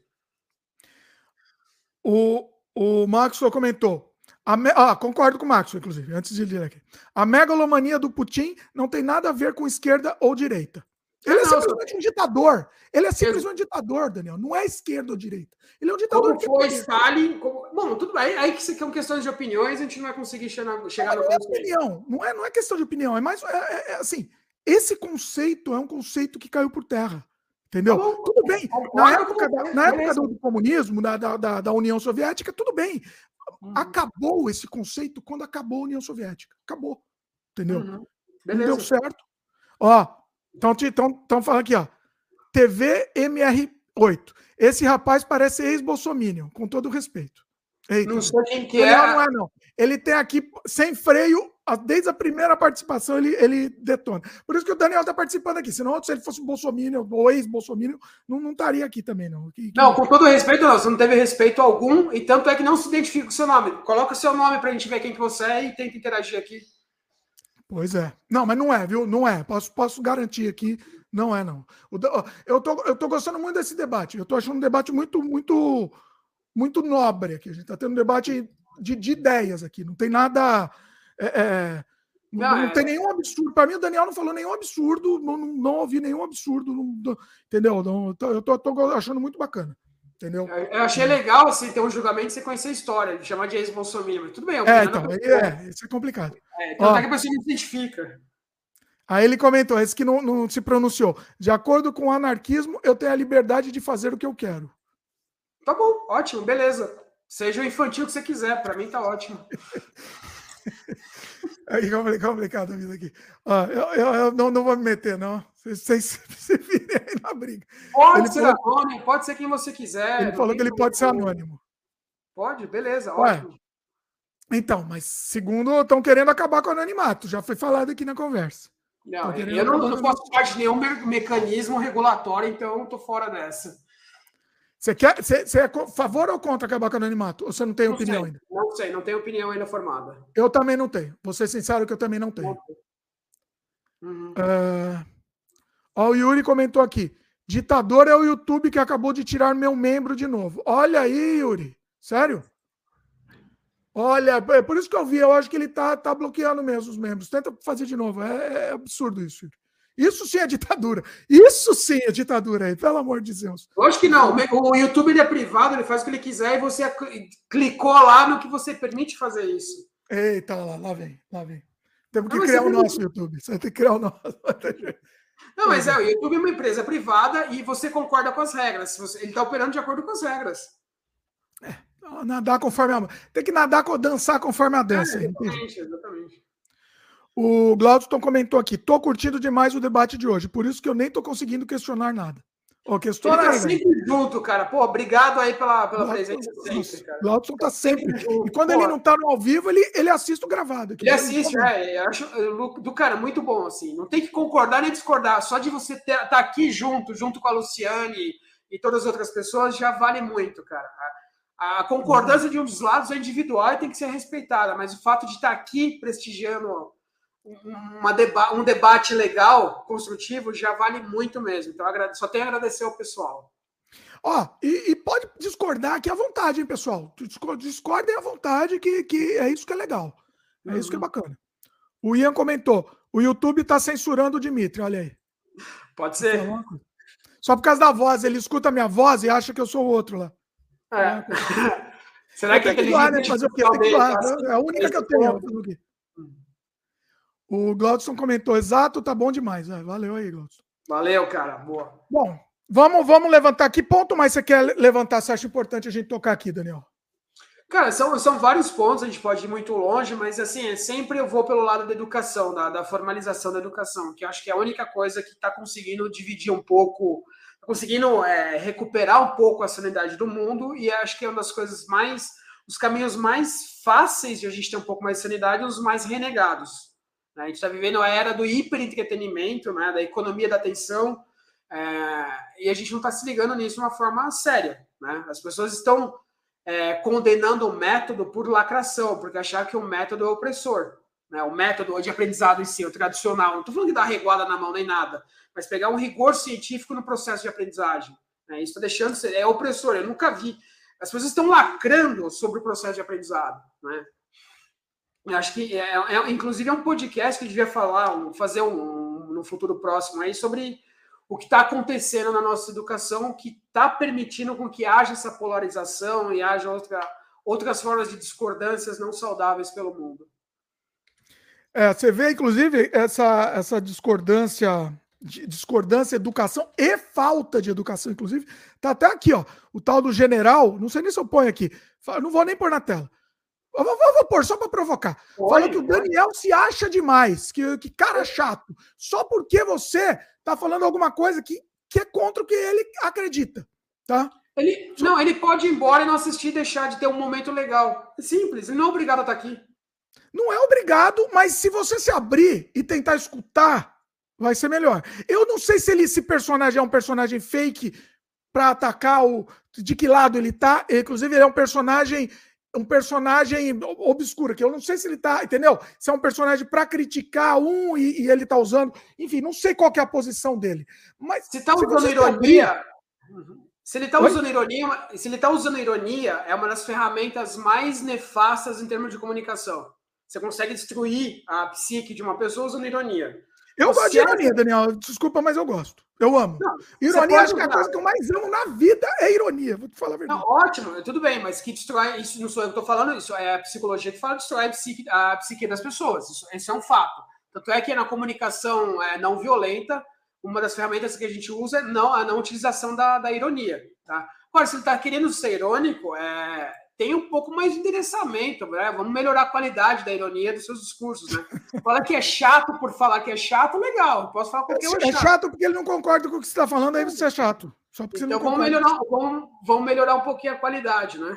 O, o Maxwell comentou. A me... Ah, concordo com o Maxwell, inclusive, antes de ler aqui. A megalomania do Putin não tem nada a ver com esquerda ou direita. Ele é simplesmente um ditador. Ele é simplesmente um ditador, Daniel. Não é esquerda ou direita. Ele é um ditador. Como foi Stalin? Como... Bom, tudo bem. Aí que são questões de opiniões, a gente não vai conseguir chegar, chegar não, no não é opinião. Não é, não é questão de opinião. É mais é, é, é, assim. Esse conceito é um conceito que caiu por terra. Entendeu? Tá bom, tudo bem. Na época, da, na época do comunismo, da, da, da União Soviética, tudo bem. Uhum. Acabou esse conceito quando acabou a União Soviética. Acabou. Entendeu? Uhum. Não deu certo. Ó. Estão falando aqui, ó. T V M R oito. Esse rapaz parece ex-bolsominion, com todo respeito. Eita, não sei quem que é. Não, não é, não. Ele tem aqui, sem freio, desde a primeira participação, ele, ele detona. Por isso que o Daniel está participando aqui. Senão, se ele fosse bolsominion ou ex-bolsominion, não, não estaria aqui também, não. Que, que... Não, com todo respeito, não. Você não teve respeito algum, e tanto é que não se identifica com o seu nome. Coloca o seu nome para a gente ver quem que você é e tenta interagir aqui. Pois é. Não, mas não é, viu? Não é. Posso, posso garantir aqui, não é, não. O, eu, tô, eu tô gostando muito desse debate. Eu tô achando um debate muito, muito, muito nobre aqui. A gente tá tendo um debate de, de ideias aqui. Não tem nada... É, é, não, não, não é... tem nenhum absurdo. Para mim, o Daniel não falou nenhum absurdo. Não, não, não ouvi nenhum absurdo. Não, entendeu? Não, eu tô, tô achando muito bacana. Entendeu? Eu achei legal assim, ter um julgamento e você conhecer a história, de chamar de ex-bolsominion. Tudo bem, é, então, é, isso é complicado. É, então, até que a pessoa não se identifica. Aí ele comentou, esse que não, não se pronunciou. De acordo com o anarquismo, eu tenho a liberdade de fazer o que eu quero. Tá bom, ótimo, beleza. Seja o infantil que você quiser, para mim tá ótimo. Aí complicado a vida aqui. Ó, eu, eu, eu não, não vou me meter, não. Vocês se virem aí na briga. Pode ele ser falou, anônimo, pode ser quem você quiser. Ele falou que ele pode ser anônimo. Pode, beleza, Ué, ótimo. Então, mas segundo, estão querendo acabar com o anonimato. Já foi falado aqui na conversa. Não, eu não, não faço parte de nenhum mecanismo regulatório, então estou fora dessa. Você, quer, você, você é a favor ou contra acabar com o anonimato? Ou você não tem não opinião sei, ainda? Não sei, não tenho opinião ainda formada. Eu também não tenho. Vou ser sincero que eu também não tenho. Uhum. Uh, ó, o Yuri comentou aqui. Ditador é o YouTube que acabou de tirar meu membro de novo. Olha aí, Yuri. Sério? Olha, é por isso que eu vi, eu acho que ele tá, tá bloqueando mesmo os membros. Tenta fazer de novo, é, é absurdo isso. Isso sim é ditadura. Isso sim é ditadura aí, pelo amor de Deus. Eu acho que não. O YouTube ele é privado, ele faz o que ele quiser e você clicou lá no que você permite fazer isso. Eita, lá, lá vem, lá vem. Temos que não, criar o nosso não... YouTube. Você tem que criar o nosso. Não, mas é, o YouTube é uma empresa privada e você concorda com as regras. Ele está operando de acordo com as regras. É, nadar conforme a... Tem que nadar, dançar conforme a dança. É, exatamente, exatamente. O Glaudston comentou aqui, tô curtindo demais o debate de hoje, por isso que eu nem tô conseguindo questionar nada. Ô, questiona Ele tá aí, sempre velho. junto, cara. Pô, obrigado aí pela, pela Glaudston, presença sempre, cara. Glaudston tá sempre. E quando Pô, ele não tá no ao vivo, ele, ele assiste o gravado. Ele assiste, é. Eu acho do cara muito bom, assim. Não tem que concordar nem discordar. Só de você estar tá aqui junto, junto com a Luciane e todas as outras pessoas, já vale muito, cara. A, a concordância uhum. de um dos lados é individual e tem que ser respeitada, mas o fato de estar tá aqui prestigiando uma deba um debate legal, construtivo, já vale muito mesmo. Então, só tenho a agradecer ao pessoal. Ó, e, e pode discordar aqui à vontade, hein, pessoal? Discordem à vontade, que, que é isso que é legal. É uhum. isso que é bacana. O Ian comentou, o YouTube tá censurando o Dimitri, olha aí. Pode ser. Só por causa da voz, ele escuta a minha voz e acha que eu sou o outro lá. É. Será que ele doar, né? Fazer o quê? Tem que doar. É a única que eu tenho. O Glaudston comentou, exato, tá bom demais. É, valeu aí, Glaudston. Valeu, cara. Boa. Bom, vamos, vamos levantar. Que ponto mais você quer levantar? Você acha importante a gente tocar aqui, Daniel? Cara, são, são vários pontos, a gente pode ir muito longe, mas assim, sempre eu vou pelo lado da educação, da, da formalização da educação, que eu acho que é a única coisa que está conseguindo dividir um pouco, tá conseguindo é, recuperar um pouco a sanidade do mundo, e acho que é uma das coisas mais, os caminhos mais fáceis de a gente ter um pouco mais de sanidade, os mais renegados. A gente está vivendo a era do hiperentretenimento, né, da economia da atenção, é, e a gente não está se ligando nisso de uma forma séria. Né? As pessoas estão é, condenando o método por lacração, porque achar que o método é opressor. Né? O método de aprendizado em si, o tradicional, não estou falando de dar reguada na mão nem nada, mas pegar um rigor científico no processo de aprendizagem. Né? Isso está deixando de ser, é opressor, eu nunca vi. As pessoas estão lacrando sobre o processo de aprendizado. Né? Eu acho que, é, é, inclusive, é um podcast que a gente devia falar, um, fazer um, um, no futuro próximo aí, sobre o que está acontecendo na nossa educação, que está permitindo com que haja essa polarização e haja outra, outras formas de discordâncias não saudáveis pelo mundo. É, você vê, inclusive, essa, essa discordância, discordância, educação e falta de educação, inclusive, tá até aqui, ó, o tal do general, não sei nem se eu ponho aqui, não vou nem pôr na tela. Eu vou, vou, vou pôr, só para provocar. Falou que o Daniel se acha demais, que, que cara chato. Só porque você tá falando alguma coisa que, que é contra o que ele acredita. Tá? Ele, não, ele pode ir embora e não assistir e deixar de ter um momento legal. É simples, ele não é obrigado a estar aqui. Não é obrigado, mas se você se abrir e tentar escutar, vai ser melhor. Eu não sei se ele, esse personagem é um personagem fake para atacar o. De que lado ele tá. Inclusive, ele é um personagem. um personagem obscuro, que eu não sei se ele tá, entendeu? Se é um personagem para criticar um e, e ele tá usando, enfim, não sei qual que é a posição dele. Mas se tá usando se ironia, abrir... se ele tá Oi? usando ironia, se ele tá usando ironia, é uma das ferramentas mais nefastas em termos de comunicação. Você consegue destruir a psique de uma pessoa usando ironia. Eu Você gosto de ironia, é... Daniel. Desculpa, mas eu gosto. Eu amo. Não, ironia, acho que a coisa que eu mais amo na vida é ironia. Vou te falar a verdade. Não, ótimo, tudo bem, mas que destrói, isso não sou eu que estou falando, isso é a psicologia que fala, destrói a psique, a psique das pessoas. Isso, isso é um fato. Tanto é que na comunicação é, não violenta, uma das ferramentas que a gente usa é não, a não utilização da, da ironia. Tá? Agora, se ele está querendo ser irônico, é, tem um pouco mais de endereçamento, né? Vamos melhorar a qualidade da ironia dos seus discursos, né? Fala que é chato por falar que é chato, legal. Posso falar porque é, é chato. É chato porque ele não concorda com o que você está falando, aí você é chato. Só porque então você não vamos melhorar, vamos, vamos melhorar um pouquinho a qualidade, né?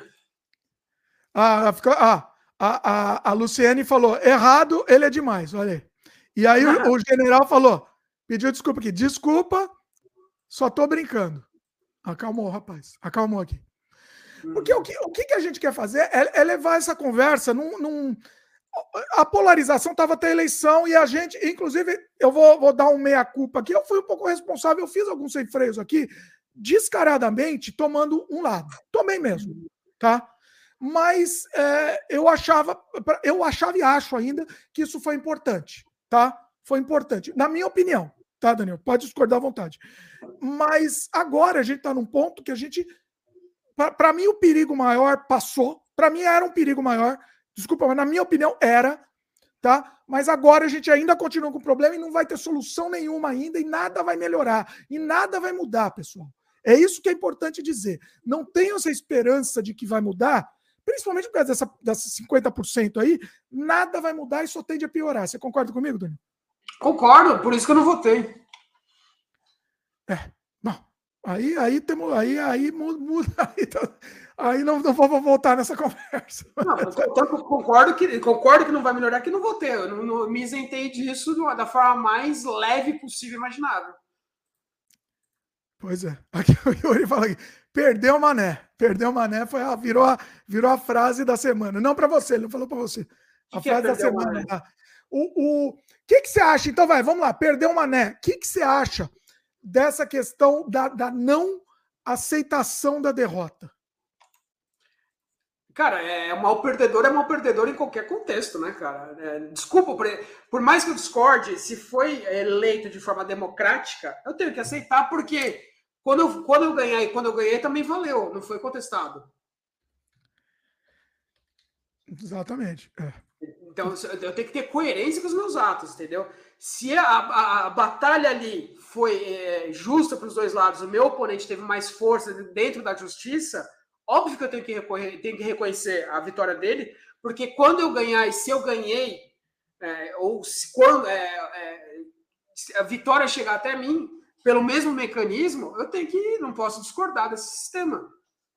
Ah, ah a, a, a Luciane falou, errado, ele é demais, olha aí. E aí o, o general falou, pediu desculpa aqui, desculpa, só tô brincando. Acalmou, rapaz, acalmou aqui. Porque o que, o que a gente quer fazer é, é levar essa conversa num... num... A polarização estava até a eleição e a gente, inclusive, eu vou, vou dar um meia-culpa aqui, eu fui um pouco responsável, eu fiz alguns sem freios aqui, descaradamente, tomando um lado. Tomei mesmo, tá? mas é, eu achava, eu achava e acho ainda que isso foi importante, tá? Foi importante, na minha opinião, tá, Daniel? Pode discordar à vontade. Mas agora a gente está num ponto que a gente, para mim, o perigo maior passou. Para mim era um perigo maior, desculpa, mas na minha opinião era, tá? Mas agora a gente ainda continua com o problema e não vai ter solução nenhuma ainda e nada vai melhorar e nada vai mudar, pessoal. É isso que é importante dizer. Não tenham essa esperança de que vai mudar, principalmente por causa dessa, dessa cinquenta por cento aí, nada vai mudar e só tende a piorar. Você concorda comigo, Daniel? Concordo, por isso que eu não votei. É, bom, aí, aí temos, aí, aí muda, aí, aí não, não vou voltar nessa conversa. Não, eu concordo que, concordo que não vai melhorar, que não votei. Eu não, não, me isentei disso da forma mais leve possível imaginável. Pois é. Aqui o Yuri fala aqui, perdeu o Mané. Perdeu o Mané, foi a, virou, a, virou a frase da semana. Não para você, ele não falou para você. A que frase que é da semana. O, o que, que você acha? Então vai, vamos lá, perdeu o Mané. O que, que você acha dessa questão da, da não aceitação da derrota? Cara, é mal perdedor, é mal perdedor em qualquer contexto, né, cara? É, desculpa, por, por mais que eu discorde, se foi eleito de forma democrática, eu tenho que aceitar, porque quando eu, quando eu ganhei, quando eu ganhei também valeu, não foi contestado. Exatamente. É. Então, eu tenho que ter coerência com os meus atos, entendeu? Se a, a, a batalha ali foi é, justa para os dois lados, o meu oponente teve mais força dentro da justiça, óbvio que eu tenho que, recorrer, tenho que reconhecer a vitória dele, porque quando eu ganhar, e se eu ganhei, é, ou se, quando é, é, se a vitória chegar até mim, pelo mesmo mecanismo, eu tenho que, não posso discordar desse sistema.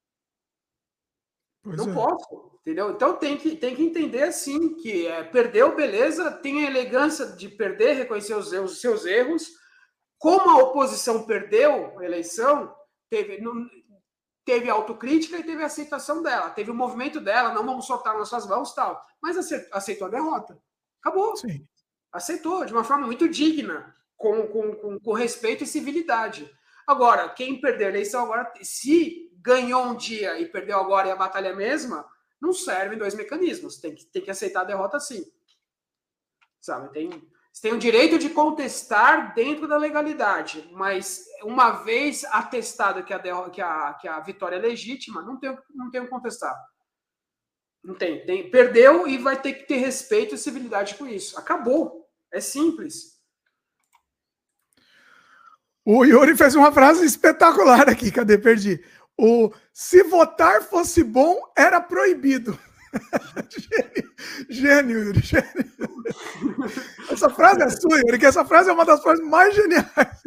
Pois não é. posso, entendeu? Então tem que, tem que entender assim, que é, perdeu, beleza, tem a elegância de perder, reconhecer os, os seus erros. Como a oposição perdeu a eleição, teve, não, teve autocrítica e teve a aceitação dela, teve o movimento dela, não vamos soltar nossas mãos, tal, mas aceitou a derrota. Acabou. Sim. Aceitou de uma forma muito digna, com, com, com, com respeito e civilidade. Agora, quem perdeu a eleição agora, se ganhou um dia e perdeu agora e a batalha é a mesma, não servem dois mecanismos. Tem que, tem que aceitar a derrota sim. Sabe? Tem, você tem o direito de contestar dentro da legalidade, mas uma vez atestado que a, derrota, que a, que a vitória é legítima, não tem, não tem o que contestar. Não tem, tem. Perdeu e vai ter que ter respeito e civilidade com isso. Acabou. É simples. O Yuri fez uma frase espetacular aqui. Cadê? Perdi. O se votar fosse bom, era proibido. Gênio, gênio, Yuri, gênio. Essa frase é sua, Yuri, que essa frase é uma das frases mais geniais.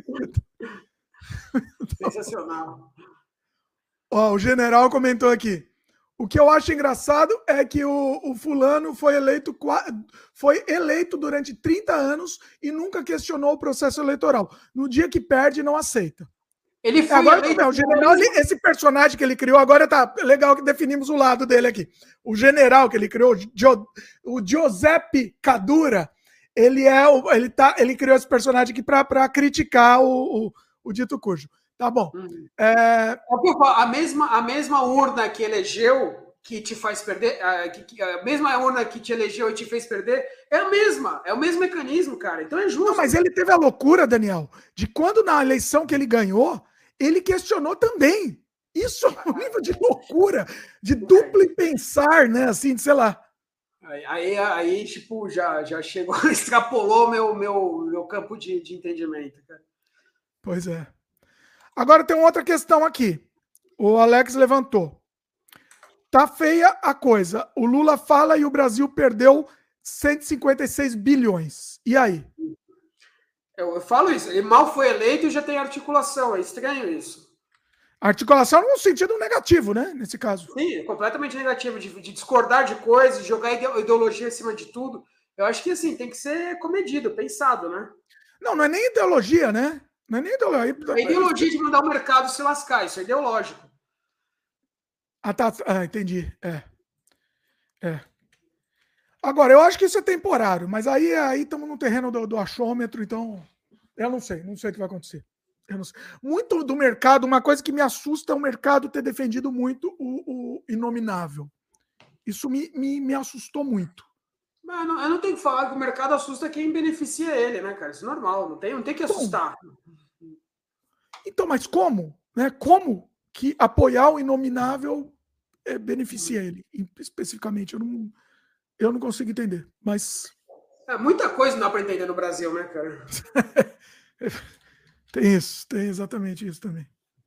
Sensacional. Ó, o general comentou aqui. O que eu acho engraçado é que o, o fulano foi eleito, foi eleito durante trinta anos e nunca questionou o processo eleitoral. No dia que perde, não aceita. Ele foi agora, eleito... O general, ele, esse personagem que ele criou, agora tá legal que definimos o lado dele aqui. O general que ele criou, o Giuseppe Cadura, ele, é, ele, tá, ele criou esse personagem aqui para criticar o, o, o dito cujo. Tá bom. Hum. É... A, mesma, a mesma urna que elegeu, que te faz perder, a, que, a mesma urna que te elegeu e te fez perder, é a mesma, é o mesmo mecanismo, cara. Então é justo. Não, mas ele teve a loucura, Daniel, de quando na eleição que ele ganhou, ele questionou também. Isso é um nível de loucura, de duplo pensar, né? Assim, sei lá. Aí, aí, aí tipo, já, já chegou, extrapolou meu, meu, meu campo de, de entendimento, cara. Pois é. Agora tem outra questão aqui. O Alex levantou. Tá feia a coisa. O Lula fala e o Brasil perdeu cento e cinquenta e seis bilhões. E aí? Eu, eu falo isso. Ele mal foi eleito e já tem articulação. É estranho isso. Articulação no sentido negativo, né? Nesse caso. Sim, é completamente negativo. De, de discordar de coisas, jogar ideologia acima de tudo. Eu acho que, assim, tem que ser comedido, pensado, né? Não, não é nem ideologia, né? Não é nem ideologia. É ideologia de mandar o mercado se lascar. Isso é ideológico. Ah, tá. Ah, entendi. É. É. Agora, eu acho que isso é temporário, mas aí aí estamos no terreno do, do achômetro, então eu não sei, não sei o que vai acontecer. Eu não sei. Muito do mercado, uma coisa que me assusta é o mercado ter defendido muito o, o inominável. Isso me, me, me assustou muito. Mas não, eu não tenho que falar que o mercado assusta quem beneficia ele, né, cara? Isso é normal, não tem, não tem que assustar. Então, então mas como? Né? Como que apoiar o inominável é, beneficia ele? Especificamente, eu não, eu não consigo entender. Mas. É, muita coisa não dá para entender no Brasil, né, cara? Tem isso, tem exatamente isso também.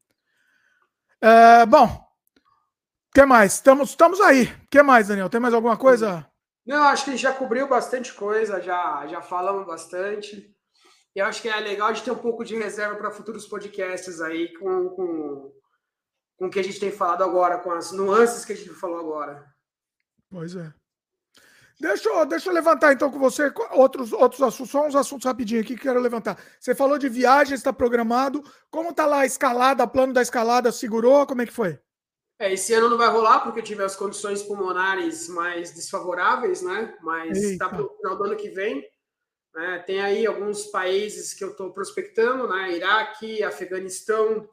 É, bom, o que mais? Estamos, estamos aí. O que mais, Daniel? Tem mais alguma coisa? Não, acho que a gente já cobriu bastante coisa, já, já falamos bastante. E eu acho que é legal de ter um pouco de reserva para futuros podcasts aí, com, com, com o que a gente tem falado agora, com as nuances que a gente falou agora. Pois é. Deixa eu, deixa eu levantar então com você outros, outros assuntos, só uns assuntos rapidinho aqui que quero levantar. Você falou de viagem, está programado. Como está lá a escalada, plano da escalada, segurou? Como é que foi? É, esse ano não vai rolar porque eu tive as condições pulmonares mais desfavoráveis, né? Mas está para o final do ano que vem. Né? Tem aí alguns países que eu estou prospectando, né? Iraque, Afeganistão,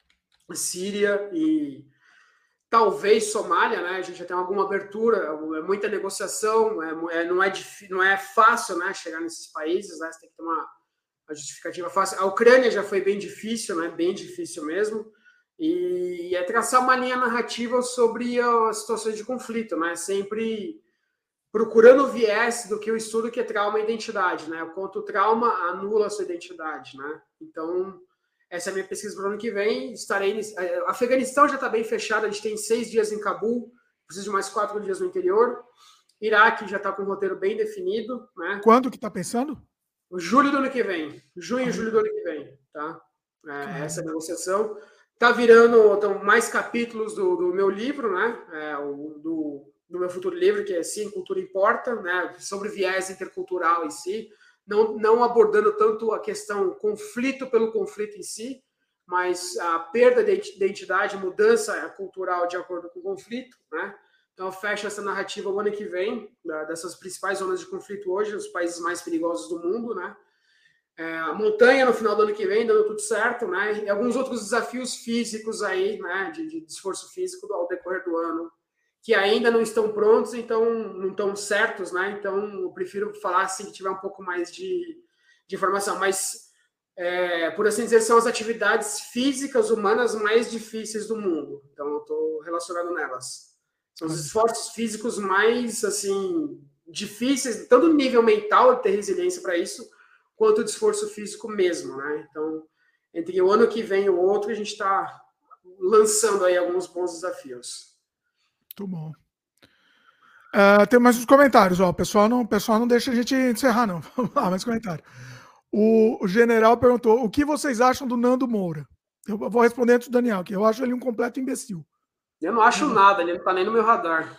Síria e talvez Somália, né? A gente já tem alguma abertura, é muita negociação, é, não, é, não é fácil, né? Chegar nesses países, né? Você tem que ter uma, uma justificativa fácil. A Ucrânia já foi bem difícil, né? Bem difícil mesmo. E é traçar uma linha narrativa sobre as situações de conflito, né? Sempre procurando o viés do que eu estudo, que é trauma e identidade, né? O quanto o trauma anula a sua identidade, né? Então, essa é a minha pesquisa para o ano que vem. Estarei. A Afeganistão já está bem fechada, a gente tem seis dias em Cabul, preciso de mais quatro dias no interior. Iraque já está com um roteiro bem definido, né? Quando que está pensando? O julho do ano que vem. Junho e julho do ano que vem, tá? É, essa negociação. Tá virando então, mais capítulos do, do meu livro, né? É, o, do, do meu futuro livro, que é Sim, Cultura Importa, né? Sobre viés intercultural em si. Não, não abordando tanto a questão conflito pelo conflito em si, mas a perda de identidade, mudança cultural de acordo com o conflito, né? Então, eu fecho essa narrativa o ano que vem, dessas principais zonas de conflito hoje, os países mais perigosos do mundo, né? É, a montanha no final do ano que vem, dando tudo certo, né? E alguns outros desafios físicos aí, né? De, de esforço físico ao decorrer do ano, que ainda não estão prontos, então não estão certos, né? Então, eu prefiro falar assim que tiver um pouco mais de, de informação. Mas, é, por assim dizer, são as atividades físicas humanas mais difíceis do mundo. Então, eu estou relacionado nelas. São os esforços físicos mais, assim, difíceis, tanto no nível mental, de ter resiliência para isso, quanto de esforço físico mesmo, né? Então, entre o ano que vem e o outro, a gente está lançando aí alguns bons desafios. Muito bom. Uh, tem mais uns comentários, ó. O pessoal não, o pessoal não deixa a gente encerrar, não. Vamos lá, mais comentário. O, o general perguntou: o que vocês acham do Nando Moura? Eu vou responder antes do Daniel, que eu acho ele um completo imbecil. Eu não acho é. nada, ele não está nem no meu radar.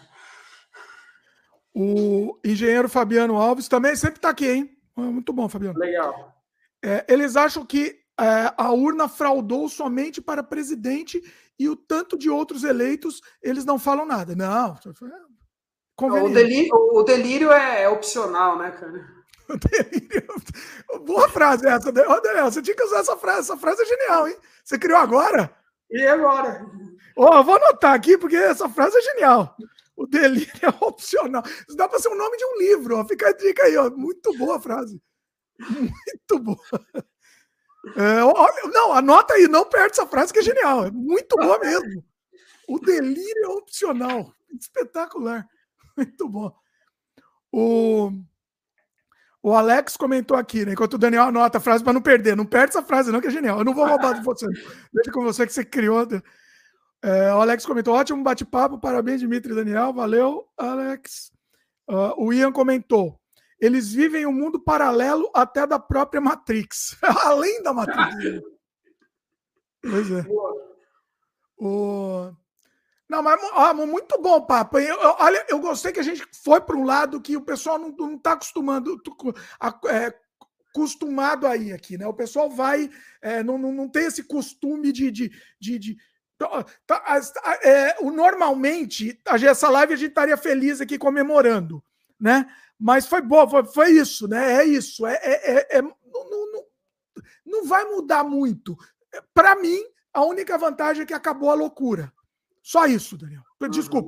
O engenheiro Fabiano Alves também sempre está aqui, hein? Muito bom, Fabiano. Legal. É, eles acham que é, a urna fraudou somente para presidente e o tanto de outros eleitos, eles não falam nada. Não, o delírio, o delírio é opcional, né, cara? O delírio... Boa frase essa. Ô, Daniel, você tinha que usar essa frase. Essa frase é genial, hein? Você criou agora? E agora? Ó, eu vou anotar aqui, porque essa frase é genial. O delírio é opcional. Isso dá para ser o nome de um livro. Ó. Fica a dica aí. Ó. Muito boa a frase. Muito boa. É, olha, não, anota aí. Não perde essa frase que é genial. É muito boa mesmo. O delírio é opcional. Espetacular. Muito bom. O, o Alex comentou aqui, né? Enquanto o Daniel anota a frase para não perder. Não perde essa frase não, que é genial. Eu não vou roubar de você. Deixa com você que você criou... É, o Alex comentou, ótimo bate-papo, parabéns, Dimitri e Daniel, valeu, Alex. Uh, o Ian comentou, eles vivem um mundo paralelo até da própria Matrix, além da Matrix. Pois é. O... Não, mas ó, muito bom o papo. Eu, eu, olha, eu gostei que a gente foi para um lado que o pessoal não está acostumando, é, acostumado aí aqui, né? O pessoal vai, é, não, não, não tem esse costume de... de, de, de Tá, é, normalmente, essa live a gente estaria feliz aqui comemorando, né? Mas foi boa, foi, foi isso, né? É isso. É, é, é, não, não, não vai mudar muito. Para mim, a única vantagem é que acabou a loucura. Só isso, Daniel. Desculpa.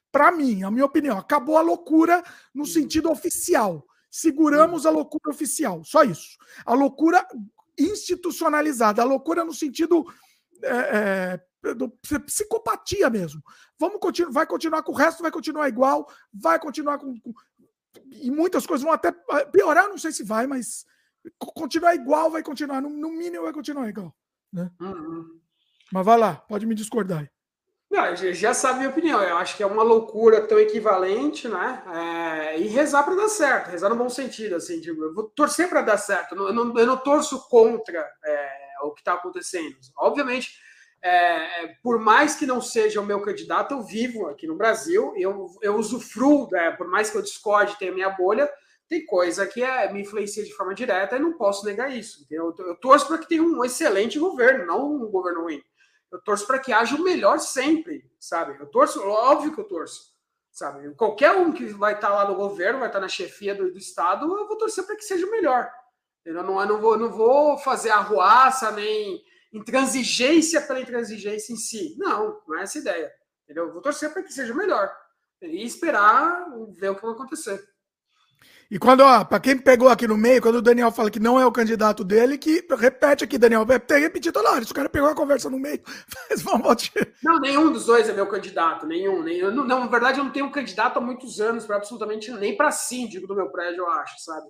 para mim, a minha opinião, acabou a loucura no sentido oficial. Seguramos a loucura oficial, só isso. A loucura institucionalizada, a loucura no sentido é, é, do, psicopatia mesmo. Vamos continuar, vai continuar com o resto, vai continuar igual, vai continuar com, com. E muitas coisas vão até piorar, não sei se vai, mas continuar igual, vai continuar, no, no mínimo vai continuar igual. Né? Uhum. Mas vai lá, pode me discordar aí. Não, já sabe a minha opinião. Eu acho que é uma loucura tão equivalente, né? É, e rezar para dar certo, rezar no bom sentido, assim, tipo, eu vou torcer para dar certo. Eu não, eu não torço contra é, o que está acontecendo. Obviamente, é, por mais que não seja o meu candidato, eu vivo aqui no Brasil, eu, eu usufruo, né, por mais que eu discorde, tenha minha bolha, tem coisa que é, me influencia de forma direta e não posso negar isso. Eu, eu torço para que tenha um excelente governo, não um governo ruim. Eu torço para que haja o melhor sempre, sabe? Eu torço, óbvio que eu torço, sabe? Qualquer um que vai estar lá no governo, vai estar na chefia do, do Estado, eu vou torcer para que seja o melhor. Eu não, eu não, vou, não vou fazer arruaça, nem intransigência pela intransigência em si. Não, não é essa a ideia. Entendeu? Eu vou torcer para que seja o melhor. E esperar ver o que vai acontecer. E quando, ó, para quem pegou aqui no meio, quando o Daniel fala que não é o candidato dele, que repete aqui, Daniel, vai ter repetido toda hora. Se o cara pegou a conversa no meio, faz uma volta. Não, nenhum dos dois é meu candidato, nenhum. nenhum. Não, na verdade, eu não tenho um candidato há muitos anos, para absolutamente nem para síndico do meu prédio, eu acho, sabe?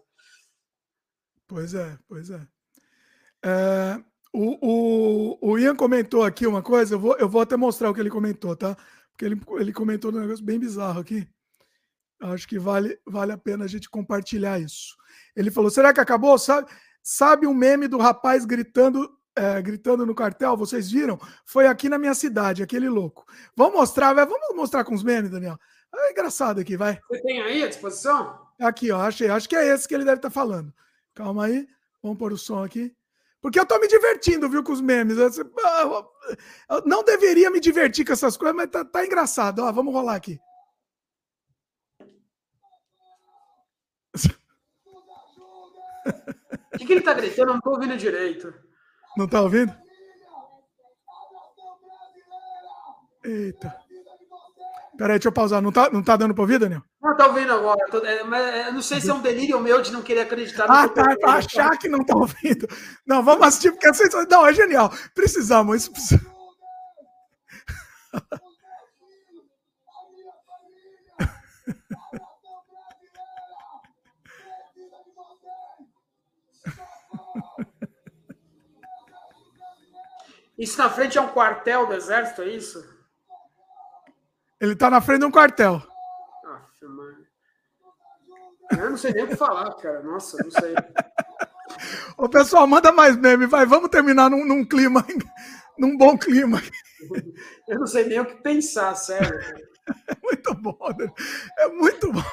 Pois é, pois é. é o, o, o Ian comentou aqui uma coisa, eu vou, eu vou até mostrar o que ele comentou, tá? Porque ele, ele comentou um negócio bem bizarro aqui. Acho que vale, vale a pena a gente compartilhar isso. Ele falou, será que acabou? Sabe, sabe um meme do rapaz gritando, é, gritando no quartel? Vocês viram? Foi aqui na minha cidade, aquele louco. Vamos mostrar, vai, vamos mostrar com os memes, Daniel? É engraçado aqui, vai. Você tem aí à disposição? Aqui, ó, achei. Acho que é esse que ele deve estar falando. Calma aí, vamos pôr o som aqui. Porque eu tô me divertindo, viu, com os memes. Eu não deveria me divertir com essas coisas, mas tá, tá engraçado. Ó, vamos rolar aqui. O que, que ele tá gritando? Eu não tô ouvindo direito. Não tá ouvindo? Eita. Peraí, deixa eu pausar. Não tá, não tá dando pra ouvir, Daniel? Não, tá ouvindo agora. Tô, é, mas eu não sei se é um delírio meu de não querer acreditar no Ah, tá. Pra achar que não tá ouvindo. Não, vamos assistir, porque vocês. Não, é genial. Precisamos. Isso precisa... Isso na frente é um quartel do exército, é isso? Ele tá na frente de um quartel. Aff, mano. Eu não sei nem o que falar, cara. Nossa, não sei. Ô, pessoal, manda mais meme, vai. Vamos terminar num, num clima, num bom clima. Eu não sei nem o que pensar, sério. É muito bom, né? É muito bom.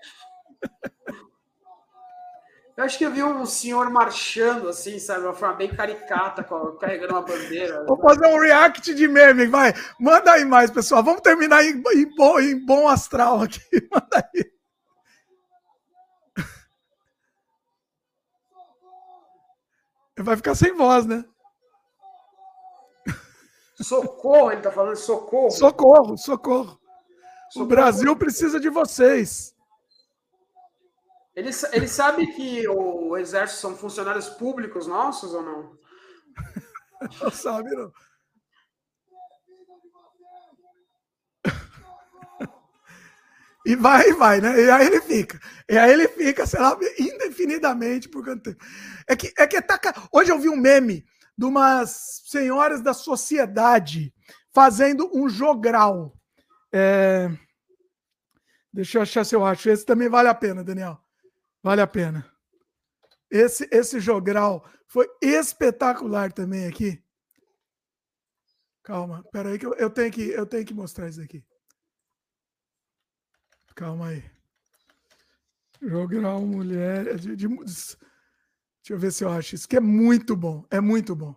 Eu acho que eu vi um senhor marchando, assim, sabe? De uma forma bem caricata, carregando uma bandeira. Vou fazer um react de meme, vai. Manda aí mais, pessoal. Vamos terminar em, em, bom, em bom astral aqui. Manda aí. Vai ficar sem voz, né? Socorro, ele tá falando socorro. Socorro, socorro. socorro. O Brasil precisa de vocês. Ele, ele sabe que o exército são funcionários públicos nossos ou não? Não sabe, não. E vai, e vai, né? E aí ele fica. E aí ele fica, sei lá, indefinidamente por quanto tempo. É que, é que tá... Hoje eu vi um meme de umas senhoras da sociedade fazendo um jogral. É... Deixa eu achar se eu acho. Esse também vale a pena, Daniel. Vale a pena. Esse, esse jogral foi espetacular também aqui. Calma, peraí que eu, eu, tenho que eu tenho que mostrar isso aqui. Calma aí. Jogral mulher. De, de, deixa eu ver se eu acho isso, que é muito bom. É muito bom.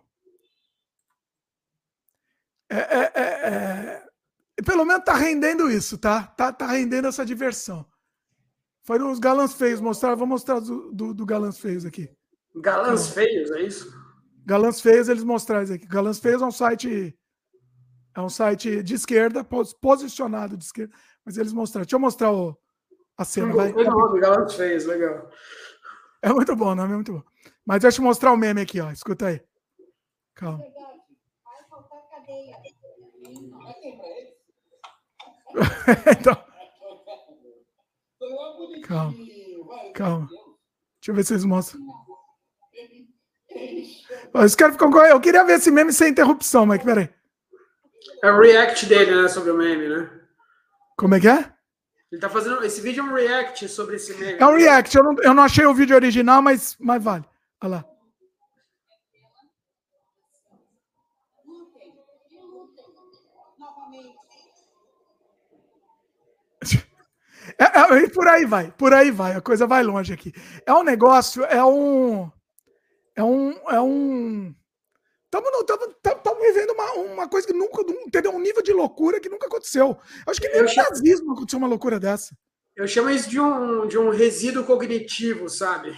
É, é, é, é... Pelo menos tá rendendo isso, tá? Tá, tá rendendo essa diversão. Foi os galãs feios mostrar. Vou mostrar do, do, do galãs feios aqui. Galãs Calma. feios, é isso? Galãs feios, eles mostraram isso aqui. Galãs feios é um site. É um site de esquerda, posicionado de esquerda. Mas eles mostraram. Deixa eu mostrar o, a cena. Vai. Foi nome, Galãs fez, legal. É muito bom, não é muito bom. Mas deixa eu mostrar o meme aqui, ó. Escuta aí. Calma. Então. Calma. Calma. Deixa eu ver se vocês mostram. Os caras ficam. Eu queria ver esse meme sem interrupção, mas peraí. É o react dele, né? Sobre o meme, né? Como é que é? Ele tá fazendo. Esse vídeo é um react sobre esse meme. É um react. Eu não, eu não achei o vídeo original, mas, mas vale. Olha lá. É, é, por aí vai, por aí vai, a coisa vai longe aqui. É um negócio, é um. É um. É um. Estamos vivendo uma, uma coisa que nunca. Entendeu? Um nível de loucura que nunca aconteceu. Acho que nem no chamo, nazismo aconteceu uma loucura dessa. Eu chamo isso de um, de um resíduo cognitivo, sabe?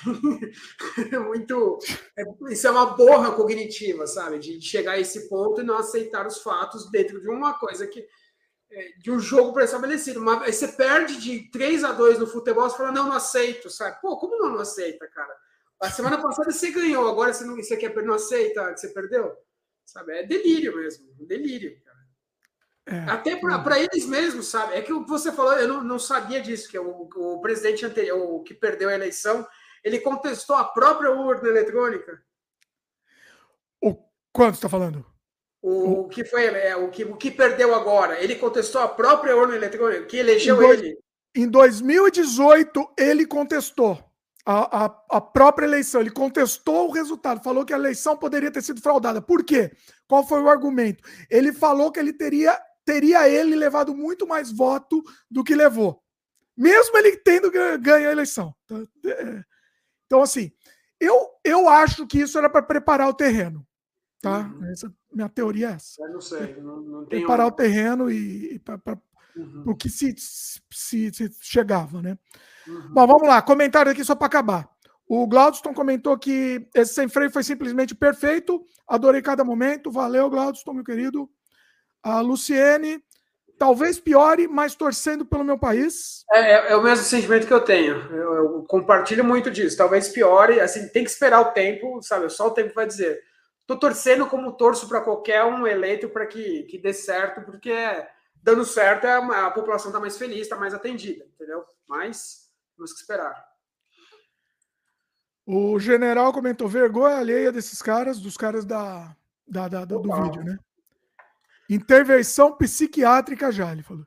Muito. É, isso é uma borra cognitiva, sabe? De chegar a esse ponto e não aceitar os fatos dentro de uma coisa que. De um jogo pré-estabelecido. Aí você perde de três a dois no futebol, você fala, não, não aceito, sabe? Pô, como não, não aceita, cara? A semana passada você ganhou, agora você, não, você quer, não aceita que você perdeu? Sabe? É delírio mesmo, delírio, cara. É, Até para eles mesmos, sabe? É que você falou, eu não, não sabia disso, que o, o presidente anterior, o que perdeu a eleição, ele contestou a própria urna eletrônica. O quanto você está falando? O, o que foi é, o, que, o que perdeu agora? Ele contestou a própria urna eletrônica, que elegeu em dois, ele. Em dois mil e dezoito, ele contestou a, a, a própria eleição. Ele contestou o resultado, falou que a eleição poderia ter sido fraudada. Por quê? Qual foi o argumento? Ele falou que ele teria, teria ele levado muito mais voto do que levou, mesmo ele tendo ganho a eleição. Então, assim, eu, eu acho que isso era para preparar o terreno. Tá? Uhum. Essa, minha teoria é essa. Eu não sei. Não, não tenho... Preparar o terreno e, e para uhum. o que se, se, se chegava, né? Uhum. Bom, vamos lá. Comentário aqui só para acabar. O Glaudston comentou que esse sem freio foi simplesmente perfeito. Adorei cada momento. Valeu, Glaudston, meu querido. A Luciene, talvez piore, mas torcendo pelo meu país. É, é, é o mesmo sentimento que eu tenho. Eu, eu compartilho muito disso. Talvez piore. Assim, tem que esperar o tempo, sabe? Só o tempo vai dizer. Estou torcendo como torço para qualquer um eleito para que, que dê certo, porque dando certo a, a população está mais feliz, está mais atendida, entendeu? Mas temos que esperar. O general comentou vergonha alheia desses caras, dos caras da, da, da do, do vídeo, né? Intervenção psiquiátrica já, ele falou.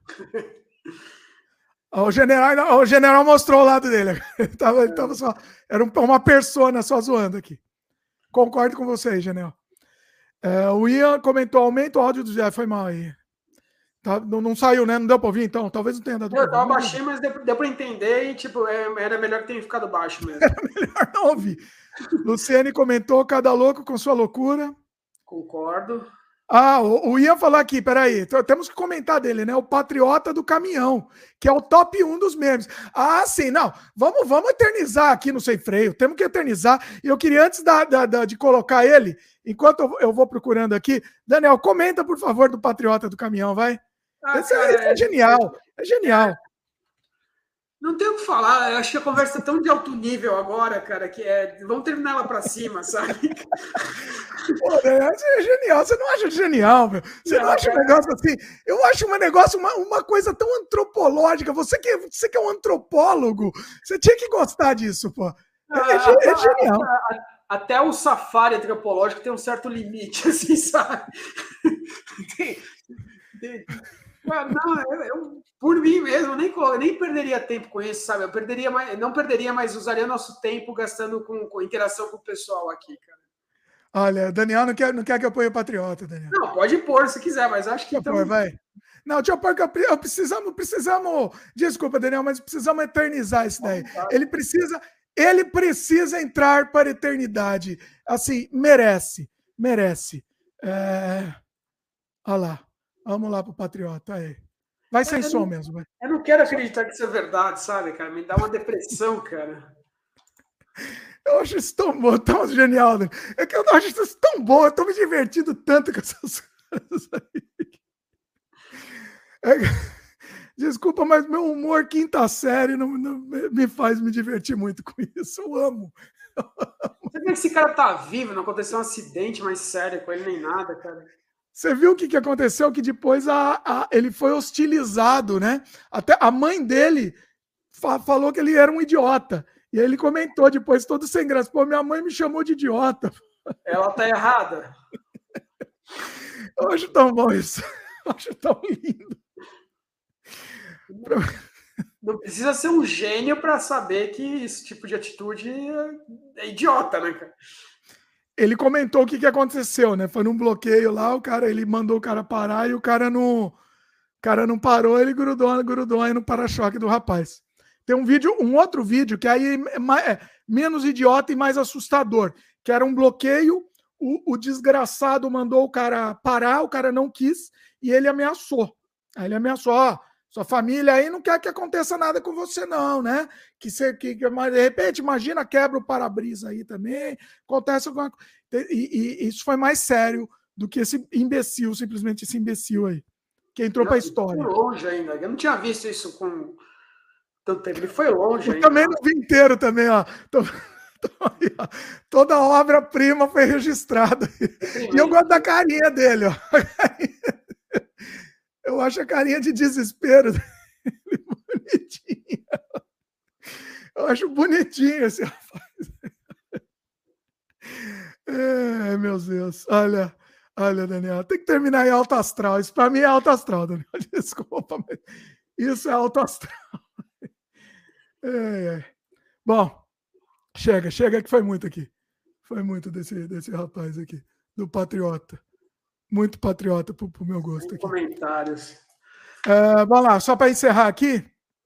O general, o general mostrou o lado dele. Ele tava, ele tava só, era uma persona só zoando aqui. Concordo com você, Janel. É, o Ian comentou, aumenta o áudio do Zé, foi mal aí. Tá, não, não saiu, né? Não deu para ouvir, então? Talvez não tenha dado. Eu tava baixinho, mas deu, deu para entender e, tipo, é, era melhor que tenha ficado baixo mesmo. Era melhor não ouvir. Luciane comentou, cada louco com sua loucura. Concordo. Ah, o, o Ian falou aqui, peraí, temos que comentar dele, né? O Patriota do Caminhão, que é o top um dos memes. Ah, sim, não, vamos, vamos eternizar aqui no Sem Freio, temos que eternizar. E eu queria, antes da, da, da, de colocar ele, enquanto eu, eu vou procurando aqui, Daniel, comenta, por favor, do Patriota do Caminhão, vai. Ah, esse, cara, esse é, é genial, é genial. Não tem o que falar, eu acho que a conversa é tão de alto nível agora, cara, que é. Vamos terminar ela pra cima, sabe? Pô, é genial, você não acha genial, meu? Você não, não acha cara. um negócio assim? Eu acho um negócio, uma, uma coisa tão antropológica. Você que, você que é um antropólogo, você tinha que gostar disso, pô. É, ah, é, é genial. Até o safari antropológico tem um certo limite, assim, sabe? tem, tem... Não, eu, eu, por mim mesmo, nem, nem perderia tempo com isso, sabe? Eu perderia mais, não perderia, mas usaria nosso tempo gastando com, com interação com o pessoal aqui, cara. Olha, Daniel não quer, não quer que eu ponha o Patriota, Daniel. Não, pode pôr se quiser, mas acho que então... Pôr, vai. Não, deixa eu pôr que eu, eu precisamos, precisamos. Desculpa, Daniel, mas precisamos eternizar isso daí. Ele precisa, ele precisa entrar para a eternidade. Assim, merece, merece. É... Olha lá. Vamos lá pro Patriota, aí. Vai sem som mesmo, vai. Eu não quero acreditar que isso é verdade, sabe, cara? Me dá uma depressão, cara. Eu acho isso tão bom, tão genial. Né? É que eu acho isso tão bom, eu tô me divertindo tanto com essas coisas aí. É, Desculpa, mas meu humor quinta série não, não me faz me divertir muito com isso. Eu amo. Você vê que esse cara tá vivo, não aconteceu um acidente mais sério com ele nem nada, cara. Você viu o que, que aconteceu? Que depois a, a, ele foi hostilizado, né? Até a mãe dele fa falou que ele era um idiota. E aí ele comentou depois, todo sem graça. Pô, minha mãe me chamou de idiota. Ela tá errada. Eu acho tão bom isso. Eu acho tão lindo. Não precisa ser um gênio para saber que esse tipo de atitude é idiota, né, cara? Ele comentou o que, que aconteceu, né? Foi num bloqueio lá, o cara, ele mandou o cara parar e o cara não, o cara não parou, ele grudou, grudou aí no para-choque do rapaz. Tem um vídeo, um outro vídeo que aí é, mais, é menos idiota e mais assustador, que era um bloqueio, o, o desgraçado mandou o cara parar, o cara não quis e ele ameaçou. Aí ele ameaçou, ó, sua família aí não quer que aconteça nada com você não, né? Que você, que, que, mas de repente, imagina, quebra o para-brisa aí também, acontece alguma coisa. E, e isso foi mais sério do que esse imbecil, simplesmente esse imbecil aí, que entrou para a história. Foi longe ainda, eu não tinha visto isso com tanto tempo, ele foi longe eu ainda. Também não vi inteiro também, ó. Tô, tô aí, ó. Toda obra-prima foi registrada. E eu gosto da carinha dele, ó. Eu acho a carinha de desespero dele bonitinha. Eu acho bonitinho esse rapaz. É, meu Deus. Olha, olha, Daniel, tem que terminar em alto astral. Isso para mim é alto astral, Daniel. Desculpa, mas isso é alto astral. É, é. Bom, chega, chega que foi muito aqui. Foi muito desse, desse rapaz aqui, do patriota. Muito patriota pro, pro meu gosto aqui. Comentários. É, vamos lá, só para encerrar aqui.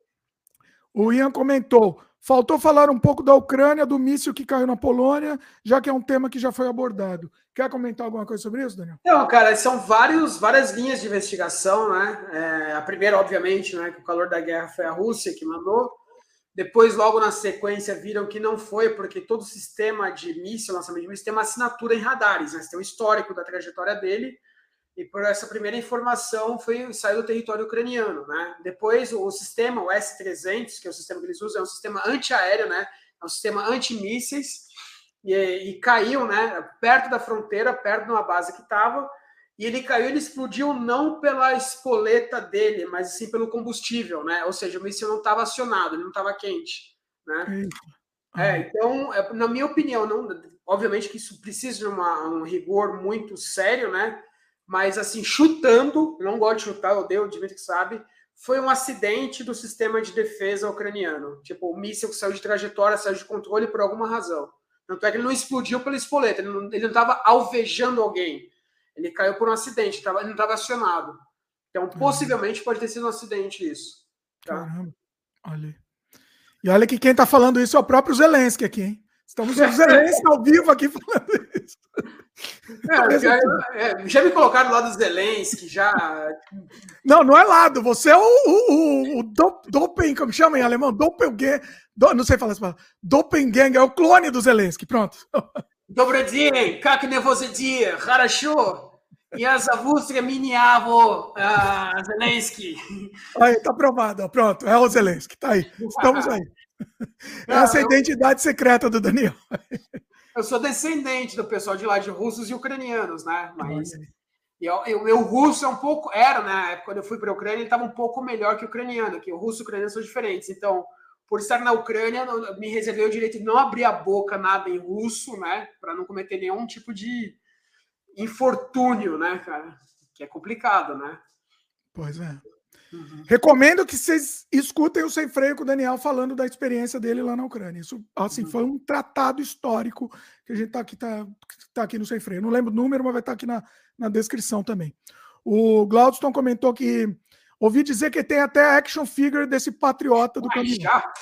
O Ian comentou: faltou falar um pouco da Ucrânia, do míssil que caiu na Polônia, já que é um tema que já foi abordado. Quer comentar alguma coisa sobre isso, Daniel? Não, cara, são vários, várias linhas de investigação, né? É, a primeira, obviamente, né, que o calor da guerra foi a Rússia que mandou. Depois, logo na sequência, viram que não foi, porque todo o sistema de míssil, lançamento de míssil, tem uma assinatura em radares, né? Você tem um histórico da trajetória dele. E por essa primeira informação foi saiu do território ucraniano, né? Depois o, o sistema, o S trezentos, que é o sistema que eles usam, é um sistema antiaéreo, né? É um sistema antimísseis e, e caiu, né? Perto da fronteira, perto de uma base que estava. E ele caiu, ele explodiu não pela espoleta dele, mas sim pelo combustível, né? Ou seja, o míssil não estava acionado, ele não estava quente, né? É, então, na minha opinião, não, obviamente que isso precisa de uma, um rigor muito sério, né? Mas, assim, chutando, não gosto de chutar, eu odeio, o Dmitry que sabe, foi um acidente do sistema de defesa ucraniano. Tipo, o míssil que saiu de trajetória, saiu de controle por alguma razão. Tanto é que ele não explodiu pela espoleta, ele não estava alvejando alguém. Ele caiu por um acidente, ele não estava acionado. Então, possivelmente, pode ter sido um acidente isso. Tá? Caramba, olha. E olha que quem está falando isso é o próprio Zelensky aqui, hein? Estamos o Zelensky ao vivo aqui falando isso. É, já, é, já me colocaram do lado do Zelensky, já... Não, não é lado, você é o, o, o Doppel, como chama em alemão? Doppelganger, do, não sei falar essa palavra. Doppelganger, é o clone do Zelensky, pronto. Добрый день, как не возиди, хорошо. Я зовут Миньяво Zelensky. Aí, tá aprovado, pronto, é o Zelensky, tá aí, estamos aí. Essa é a identidade secreta do Daniel. Eu sou descendente do pessoal de lá, de russos e ucranianos, né? Mas o meu russo é um pouco... Era, né? Quando eu fui para a Ucrânia, ele estava um pouco melhor que o ucraniano, que o russo e o ucraniano são diferentes. Então, por estar na Ucrânia, me reservei o direito de não abrir a boca nada em russo, né? Para não cometer nenhum tipo de infortúnio, né, cara? Que é complicado, né? Pois é. Uhum. Recomendo que vocês escutem o Sem Freio com o Daniel falando da experiência dele lá na Ucrânia. Isso, assim, uhum. foi um tratado histórico que a gente tá aqui, tá, tá aqui no Sem Freio. Não lembro o número, mas vai estar aqui na, na descrição também. O Glaudston comentou que ouvi dizer que tem até action figure desse patriota do Ai, caminhão. Já?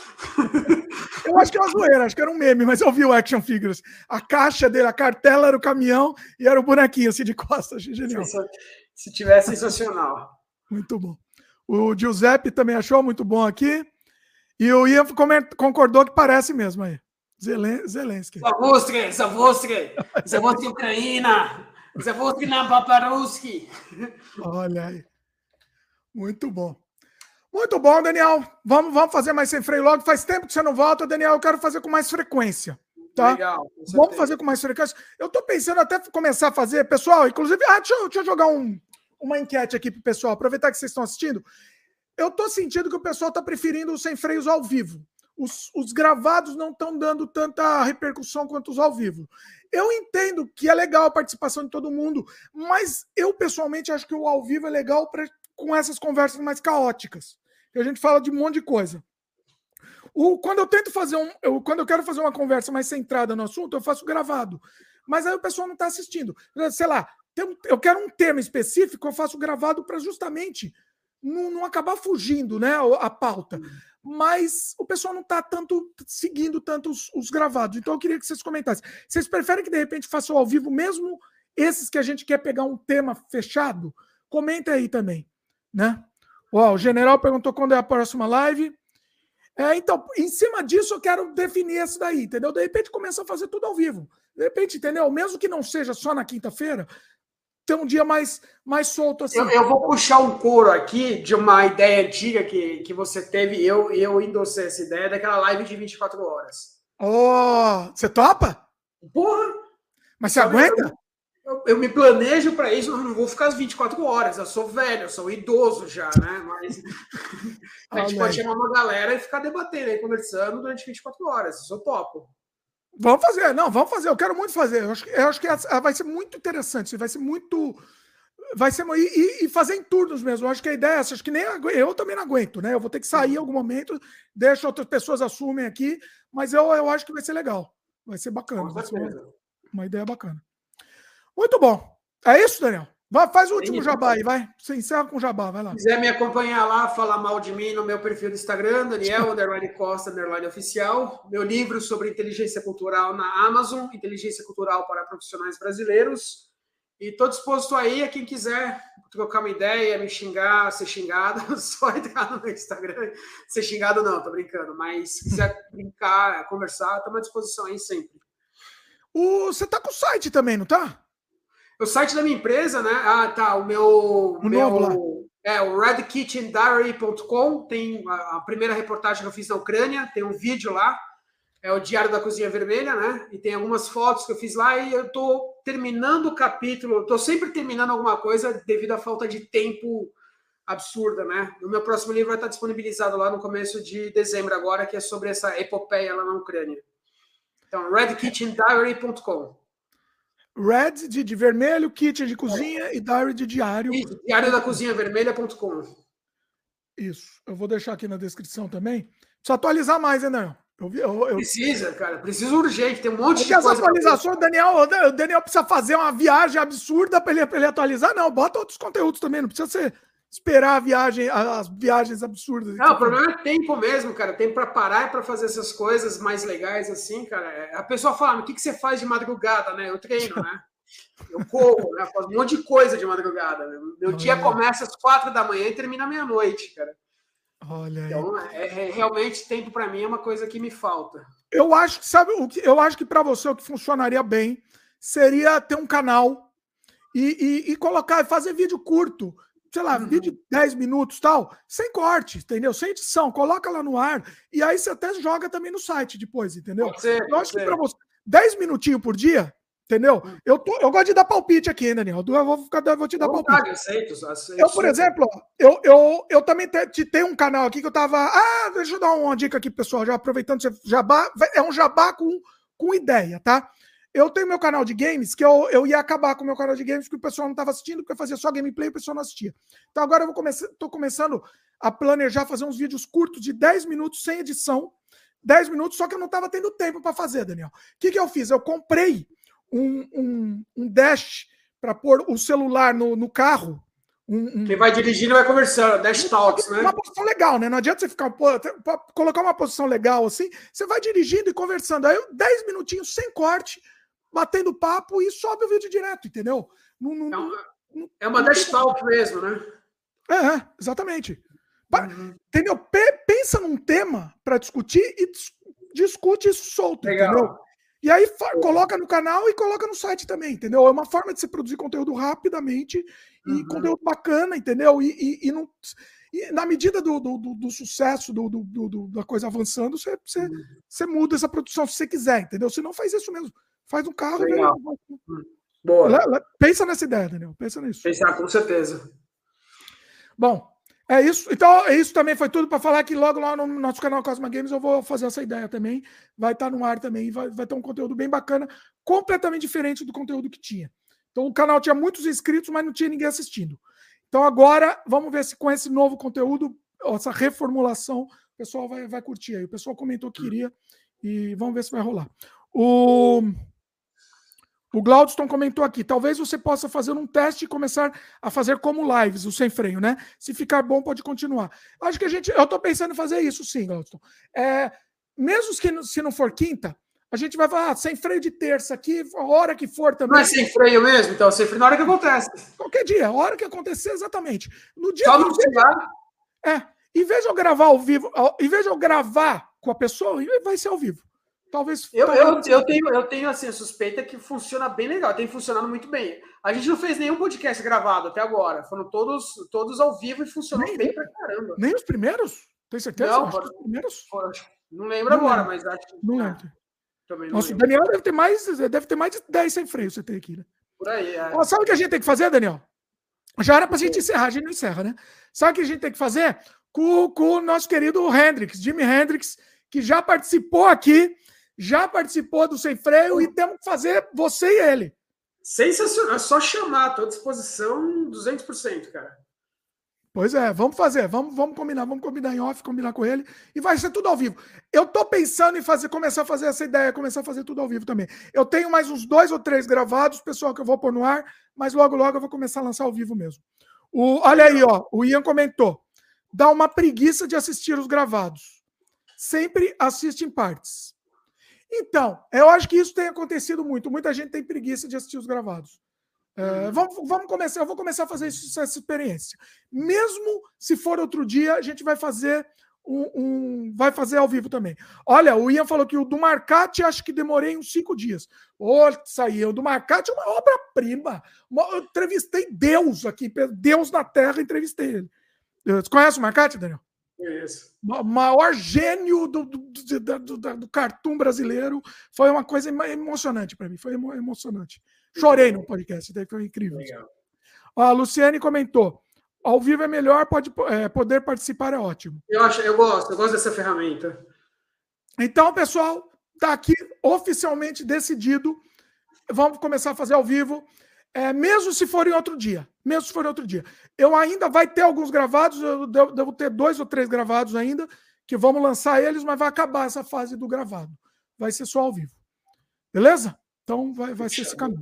Eu acho que é uma zoeira, acho que era um meme, mas eu vi o action figures. A caixa dele, a cartela era o caminhão e era o bonequinho assim de costas. Genial. Se, se tivesse, sensacional. Muito bom. O Giuseppe também achou muito bom aqui. E o Ian concordou que parece mesmo aí. Zelen Zelensky. Zavostri, Zavostri, Zavostri Ucrânia, Zavostri na Paparuski. Olha aí. Muito bom. Muito bom, Daniel. Vamos, vamos fazer mais sem freio logo. Faz tempo que você não volta, Daniel. Eu quero fazer com mais frequência. Tá? Legal. Vamos fazer com mais frequência. Eu estou pensando até começar a fazer, pessoal, inclusive, ah, deixa, eu, deixa eu jogar um, uma enquete aqui pro pessoal, aproveitar que vocês estão assistindo. Eu estou sentindo que o pessoal está preferindo os sem freios ao vivo. Os, os gravados não estão dando tanta repercussão quanto os ao vivo. Eu entendo que é legal a participação de todo mundo, mas eu, pessoalmente, acho que o ao vivo é legal pra, com essas conversas mais caóticas. Que a gente fala de um monte de coisa. O, quando eu tento fazer um. Eu, quando eu quero fazer uma conversa mais centrada no assunto, eu faço gravado. Mas aí o pessoal não está assistindo. Sei lá, tem, eu quero um tema específico, eu faço gravado para justamente não, não acabar fugindo, né, a pauta. Mas o pessoal não está tanto seguindo tanto os, os gravados. Então eu queria que vocês comentassem. Vocês preferem que de repente façam ao vivo, mesmo esses que a gente quer pegar um tema fechado? Comenta aí também, né? Ó, o general perguntou quando é a próxima live. É, então, em cima disso, eu quero definir isso daí, entendeu? De repente, começa a fazer tudo ao vivo. De repente, entendeu? Mesmo que não seja só na quinta-feira, ter um dia mais, mais solto assim. Eu, eu vou puxar um couro aqui de uma ideia antiga que, que você teve, e eu, eu endossei essa ideia daquela live de vinte e quatro horas. Oh, você topa? Porra! Mas você aguenta? Eu, eu me planejo para isso, mas não vou ficar as vinte e quatro horas. Eu sou velho, eu sou idoso já, né? Mas a gente pode chamar uma galera e ficar debatendo aí, conversando durante vinte e quatro horas. Eu sou topo. Vamos fazer, não, vamos fazer. Eu quero muito fazer. Eu acho, eu acho que vai ser muito interessante. Vai ser muito. Vai ser. E, e fazer em turnos mesmo. Eu acho que a ideia é essa. Acho que nem eu também não aguento, né? Eu vou ter que sair em algum momento, deixa outras pessoas assumem aqui, mas eu, eu acho que vai ser legal. Vai ser bacana. Vai ser uma, uma ideia bacana. Muito bom. É isso, Daniel? Vai, faz o último jabá aí, vai. Você encerra com o jabá, vai lá. Se quiser me acompanhar lá, falar mal de mim no meu perfil do Instagram, Daniel, underline Costa, underline oficial. Meu livro sobre inteligência cultural na Amazon, Inteligência Cultural para Profissionais Brasileiros. E estou disposto aí a quem quiser trocar uma ideia, me xingar, ser xingado, só entrar no meu Instagram. Ser xingado não, tô brincando. Mas se quiser brincar, conversar, estou à disposição aí sempre. O, você tá com o site também, não tá? O site da minha empresa, né? Ah, tá. O meu. O meu novo lá. É o red kitchen diary ponto com. Tem a, a primeira reportagem que eu fiz na Ucrânia. Tem um vídeo lá. É o Diário da Cozinha Vermelha, né? E tem algumas fotos que eu fiz lá. E eu tô terminando o capítulo. Tô sempre terminando alguma coisa devido à falta de tempo absurda, né? O meu próximo livro vai estar disponibilizado lá no começo de dezembro agora, que é sobre essa epopeia lá na Ucrânia. Então, red kitchen diary ponto com. Red de, de vermelho, kitchen de cozinha é. E diary de diário. Isso, diário da cozinha vermelha ponto com. Isso. Eu vou deixar aqui na descrição também. Precisa atualizar mais, né, Daniel? Eu, eu, eu... Precisa, cara. Precisa urgente. Tem um monte Porque de coisa. As atualizações, o Daniel, o Daniel precisa fazer uma viagem absurda para ele, ele atualizar. Não, bota outros conteúdos também. Não precisa ser esperar a viagem, as viagens absurdas. Não, o problema é tempo mesmo, cara. Tempo para parar e para fazer essas coisas mais legais assim, cara. A pessoa fala, o que, que você faz de madrugada, né? Eu treino, né? Eu corro, né? Faço um monte de coisa de madrugada. Né? Meu dia começa às quatro da manhã e termina meia-noite, cara. Olha aí. Então, é, é, realmente, tempo para mim é uma coisa que me falta. Eu acho que, sabe, o que eu acho que para você o que funcionaria bem seria ter um canal e, e, e colocar, fazer vídeo curto. Sei lá, uhum. vídeo de dez minutos tal, sem corte, entendeu? Sem edição, coloca lá no ar e aí você até joga também no site depois, entendeu? Pode ser, eu acho pode que para você, dez minutinhos por dia, entendeu? Uhum. Eu, tô, eu gosto de dar palpite aqui, hein, Daniel? Eu vou, ficar, eu vou te dar Vontade, palpite. Aceito, aceito, eu, por exemplo, eu, eu, eu também te, te tenho um canal aqui que eu tava. Ah, deixa eu dar uma dica aqui, pessoal, já aproveitando, jabá, é um jabá com, com ideia, tá? Eu tenho meu canal de games, que eu, eu ia acabar com o meu canal de games, porque o pessoal não estava assistindo, porque eu fazia só gameplay e o pessoal não assistia. Então agora eu vou começar, tô começando a planejar fazer uns vídeos curtos de dez minutos, sem edição, dez minutos, só que eu não estava tendo tempo para fazer, Daniel. O que, que eu fiz? Eu comprei um, um, um dash para pôr o celular no, no carro. Um, um... Quem vai dirigindo vai conversando, dash talks, né? Uma posição legal, né? Não adianta você ficar, pô, colocar uma posição legal assim, você vai dirigindo e conversando. Aí dez minutinhos sem corte, batendo papo e sobe o vídeo direto, entendeu? Não, não, é uma, não, é uma dash talk mesmo, né? É, exatamente. Uhum. Entendeu? P pensa num tema para discutir e dis discute isso solto, Legal. Entendeu? E aí coloca no canal e coloca no site também, entendeu? É uma forma de você produzir conteúdo rapidamente e uhum. conteúdo bacana, entendeu? E, e, e, não, e na medida do, do, do, do sucesso, do, do, do, da coisa avançando, você, você, uhum. você muda essa produção se você quiser, entendeu? Se não, faz isso mesmo. Faz um carro. Legal. Velho, boa. Pensa nessa ideia, Daniel. Pensa nisso. Pensar, com certeza. Bom, é isso. Então, isso também foi tudo para falar que logo lá no nosso canal Cosma Games eu vou fazer essa ideia também. Vai estar no ar também. Vai, vai ter um conteúdo bem bacana, completamente diferente do conteúdo que tinha. Então, o canal tinha muitos inscritos, mas não tinha ninguém assistindo. Então, agora, vamos ver se com esse novo conteúdo, essa reformulação, o pessoal vai, vai curtir aí. O pessoal comentou que queria e vamos ver se vai rolar. O... O Glaudston comentou aqui, talvez você possa fazer um teste e começar a fazer como lives, o sem freio, né? Se ficar bom, pode continuar. Acho que a gente, eu estou pensando em fazer isso sim, Glaudston. É, mesmo que se não for quinta, a gente vai falar ah, sem freio de terça aqui, a hora que for também. Não é sem freio mesmo? Então, sem freio na hora que acontece. Qualquer dia, a hora que acontecer, exatamente. No dia Só que no celular. É, em vez de eu gravar ao vivo, em vez de eu gravar com a pessoa, vai ser ao vivo. Talvez. Eu, talvez... eu, eu, tenho, eu tenho assim, a suspeita que funciona bem legal, tem funcionado muito bem. A gente não fez nenhum podcast gravado até agora. Foram todos, todos ao vivo e funcionou nem, bem pra caramba. Nem os primeiros? Tem certeza? Não, acho que os primeiros? Foram, não lembro não agora, lembro. mas acho que. Não lembro. Ah, também não Nossa, lembro. o Daniel deve ter mais, deve ter mais de dez sem freio você tem aqui, né? Por aí, é. Ó, sabe o que a gente tem que fazer, Daniel? Já era pra gente encerrar, a gente não encerra, né? Sabe o que a gente tem que fazer? Com, com o nosso querido Hendrix, Jimi Hendrix, que já participou aqui. Já participou do Sem Freio e temos que fazer você e ele. Sensacional, é só chamar, estou à disposição duzentos por cento, cara. Pois é, vamos fazer, vamos, vamos combinar, vamos combinar em off, combinar com ele e vai ser tudo ao vivo. Eu tô pensando em fazer, começar a fazer essa ideia, começar a fazer tudo ao vivo também. Eu tenho mais uns dois ou três gravados, pessoal, que eu vou pôr no ar, mas logo, logo eu vou começar a lançar ao vivo mesmo. O, olha aí, ó, o Ian comentou, dá uma preguiça de assistir os gravados. Sempre assiste em partes. Então, eu acho que isso tem acontecido muito. Muita gente tem preguiça de assistir os gravados. É, vamos, vamos começar, eu vou começar a fazer isso, essa experiência. Mesmo se for outro dia, a gente vai fazer um, um vai fazer ao vivo também. Olha, o Ian falou que o do Marcati acho que demorei uns cinco dias. Ô, saiu. O do Marcati é uma obra-prima. Eu entrevistei Deus aqui, Deus na Terra, entrevistei ele. Você conhece o Marcati, Daniel? Isso. O maior gênio do, do, do, do, do, do cartoon brasileiro. Foi uma coisa emocionante para mim. Foi emocionante. Chorei no podcast, foi incrível. Ó, a Luciane comentou: ao vivo é melhor, pode, é, poder participar é ótimo. Eu, acho, eu gosto, eu gosto dessa ferramenta. Então, pessoal, está aqui oficialmente decidido. Vamos começar a fazer ao vivo. É, mesmo se for em outro dia. Mesmo se for em outro dia. Eu ainda vai ter alguns gravados, eu devo, devo ter dois ou três gravados ainda, que vamos lançar eles, mas vai acabar essa fase do gravado. Vai ser só ao vivo. Beleza? Então vai, vai ser esse caminho.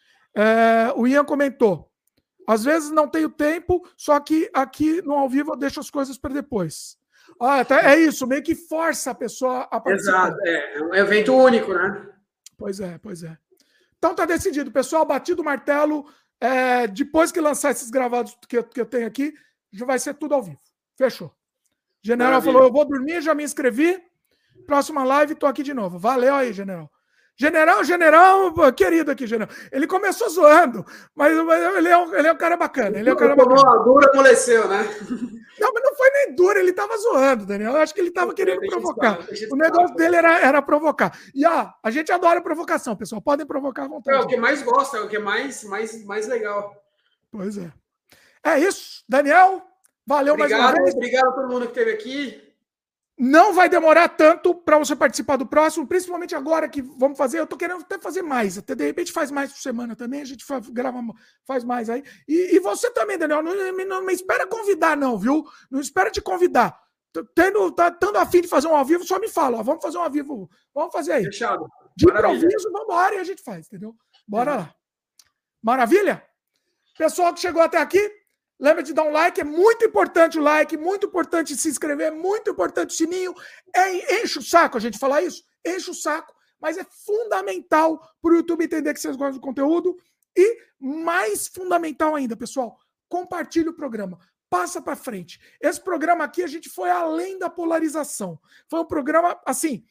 É, o Ian comentou: às vezes não tenho tempo, só que aqui no ao vivo eu deixo as coisas para depois. Ah, tá, é isso, meio que força a pessoa a participar. Exato, é, é um evento único, né? Pois é, pois é. Então tá decidido, pessoal, batido o martelo, é, depois que lançar esses gravados que eu, que eu tenho aqui, já vai ser tudo ao vivo. Fechou. General Maravilha. Falou, eu vou dormir, já me inscrevi, próxima live, tô aqui de novo. Valeu aí, General. General, General, querido aqui, General. Ele começou zoando, mas, mas ele, é um, ele é um cara bacana. Ele é um cara bacana. A dura amoleceu, né? Não, mas não foi nem duro, ele estava zoando, Daniel. Eu acho que ele estava querendo deixa provocar. Estar, o negócio dele era, era provocar. E ah, a gente adora provocação, pessoal. Podem provocar à vontade. É o que mais gosta, é o que é mais, mais, mais legal. Pois é. É isso, Daniel. Valeu obrigado, mais uma vez. Obrigado a todo mundo que esteve aqui. Não vai demorar tanto para você participar do próximo, principalmente agora que vamos fazer. Eu tô querendo até fazer mais, até de repente faz mais por semana também, a gente faz, grava, faz mais aí. E, e você também, Daniel, não, não, não me espera convidar, não, viu? Não espera te convidar. Tendo, tá, tendo a fim de fazer um ao vivo, só me fala, ó, vamos fazer um ao vivo, vamos fazer aí. Fechado. De improviso, vamos embora e a gente faz, entendeu? Bora uhum. lá. Maravilha? Pessoal que chegou até aqui, lembra de dar um like, é muito importante o like, muito importante se inscrever, muito importante o sininho. É, enche o saco a gente falar isso, enche o saco, mas é fundamental para o YouTube entender que vocês gostam do conteúdo. E mais fundamental ainda, pessoal, compartilhe o programa, passa para frente. Esse programa aqui a gente foi além da polarização. Foi um programa, assim,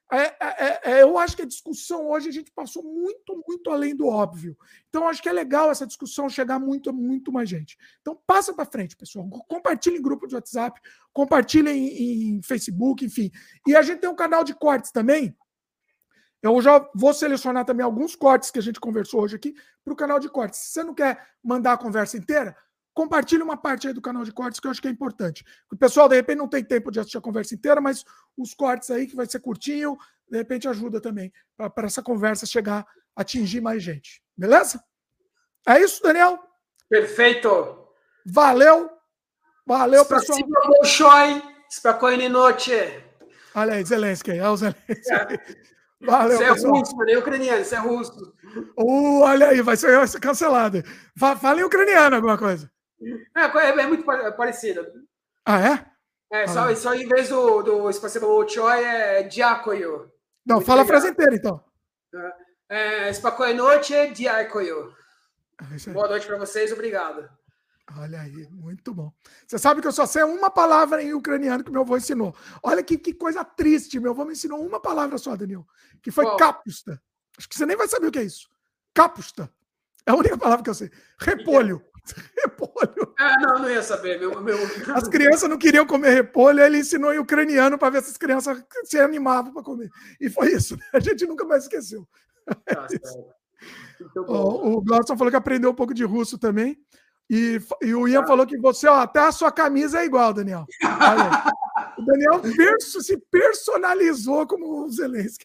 É, é, é, eu acho que a discussão hoje a gente passou muito, muito além do óbvio. Então, acho que é legal essa discussão chegar muito, muito mais gente. Então, passa para frente, pessoal. Compartilhe em grupo de WhatsApp, compartilhe em, em Facebook, enfim. E a gente tem um canal de cortes também. Eu já vou selecionar também alguns cortes que a gente conversou hoje aqui para o canal de cortes. Se você não quer mandar a conversa inteira, compartilhe uma parte aí do canal de cortes que eu acho que é importante. O pessoal, de repente, não tem tempo de assistir a conversa inteira, mas os cortes aí, que vai ser curtinho, de repente ajuda também para essa conversa chegar, atingir mais gente. Beleza? É isso, Daniel? Perfeito. Valeu. Valeu, pessoal. Spokojnej noite. Olha aí, Zelensky. Olha o Zelensky. É. Valeu, isso é pessoal. russo, não é ucraniano, isso é russo. Uh, olha aí, vai ser, vai ser cancelado. Fala em ucraniano alguma coisa. É, é muito parecido. Ah, é? É, só, ah. só em vez do, do Spasibo Bolshoi é Diakoyo. Não, muito fala legal. A frase inteira, então. É, Spokojnej noite, Diakoyo. Boa noite para vocês, obrigado. Olha aí, muito bom. Você sabe que eu só sei uma palavra em ucraniano que meu avô ensinou. Olha que, que coisa triste. Meu avô me ensinou uma palavra só, Daniel, que foi kapusta. Acho que você nem vai saber o que é isso. Kapusta. É a única palavra que eu sei. Repolho. Repolho. É, não, não ia saber. Meu, meu... As crianças não queriam comer repolho, ele ensinou em ucraniano para ver se as crianças se animavam para comer. E foi isso. A gente nunca mais esqueceu. Tá, é o o Glauson falou que aprendeu um pouco de russo também. E, e o Ian ah. falou que você, ó, até a sua camisa é igual, Daniel. Olha, o Daniel perso, se personalizou como o Zelensky.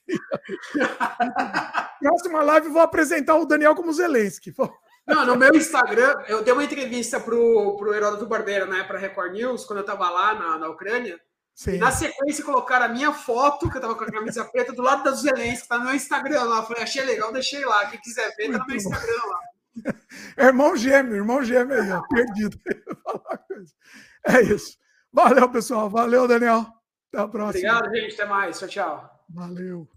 Próxima live vou apresentar o Daniel como Zelensky. Não, no meu Instagram, eu dei uma entrevista pro, pro Heródoto Barbeiro, né, para Record News, quando eu estava lá na, na Ucrânia. Sim. E na sequência colocaram a minha foto, que eu estava com a camisa preta, do lado da Zelensky, que tá no meu Instagram lá. Eu falei, achei legal, deixei lá. Quem quiser ver, tá no meu Instagram lá. É irmão gêmeo, irmão gêmeo aí, ó, perdido. É isso. Valeu, pessoal. Valeu, Daniel. Até a próxima. Obrigado, gente. Até mais. Tchau, tchau. Valeu.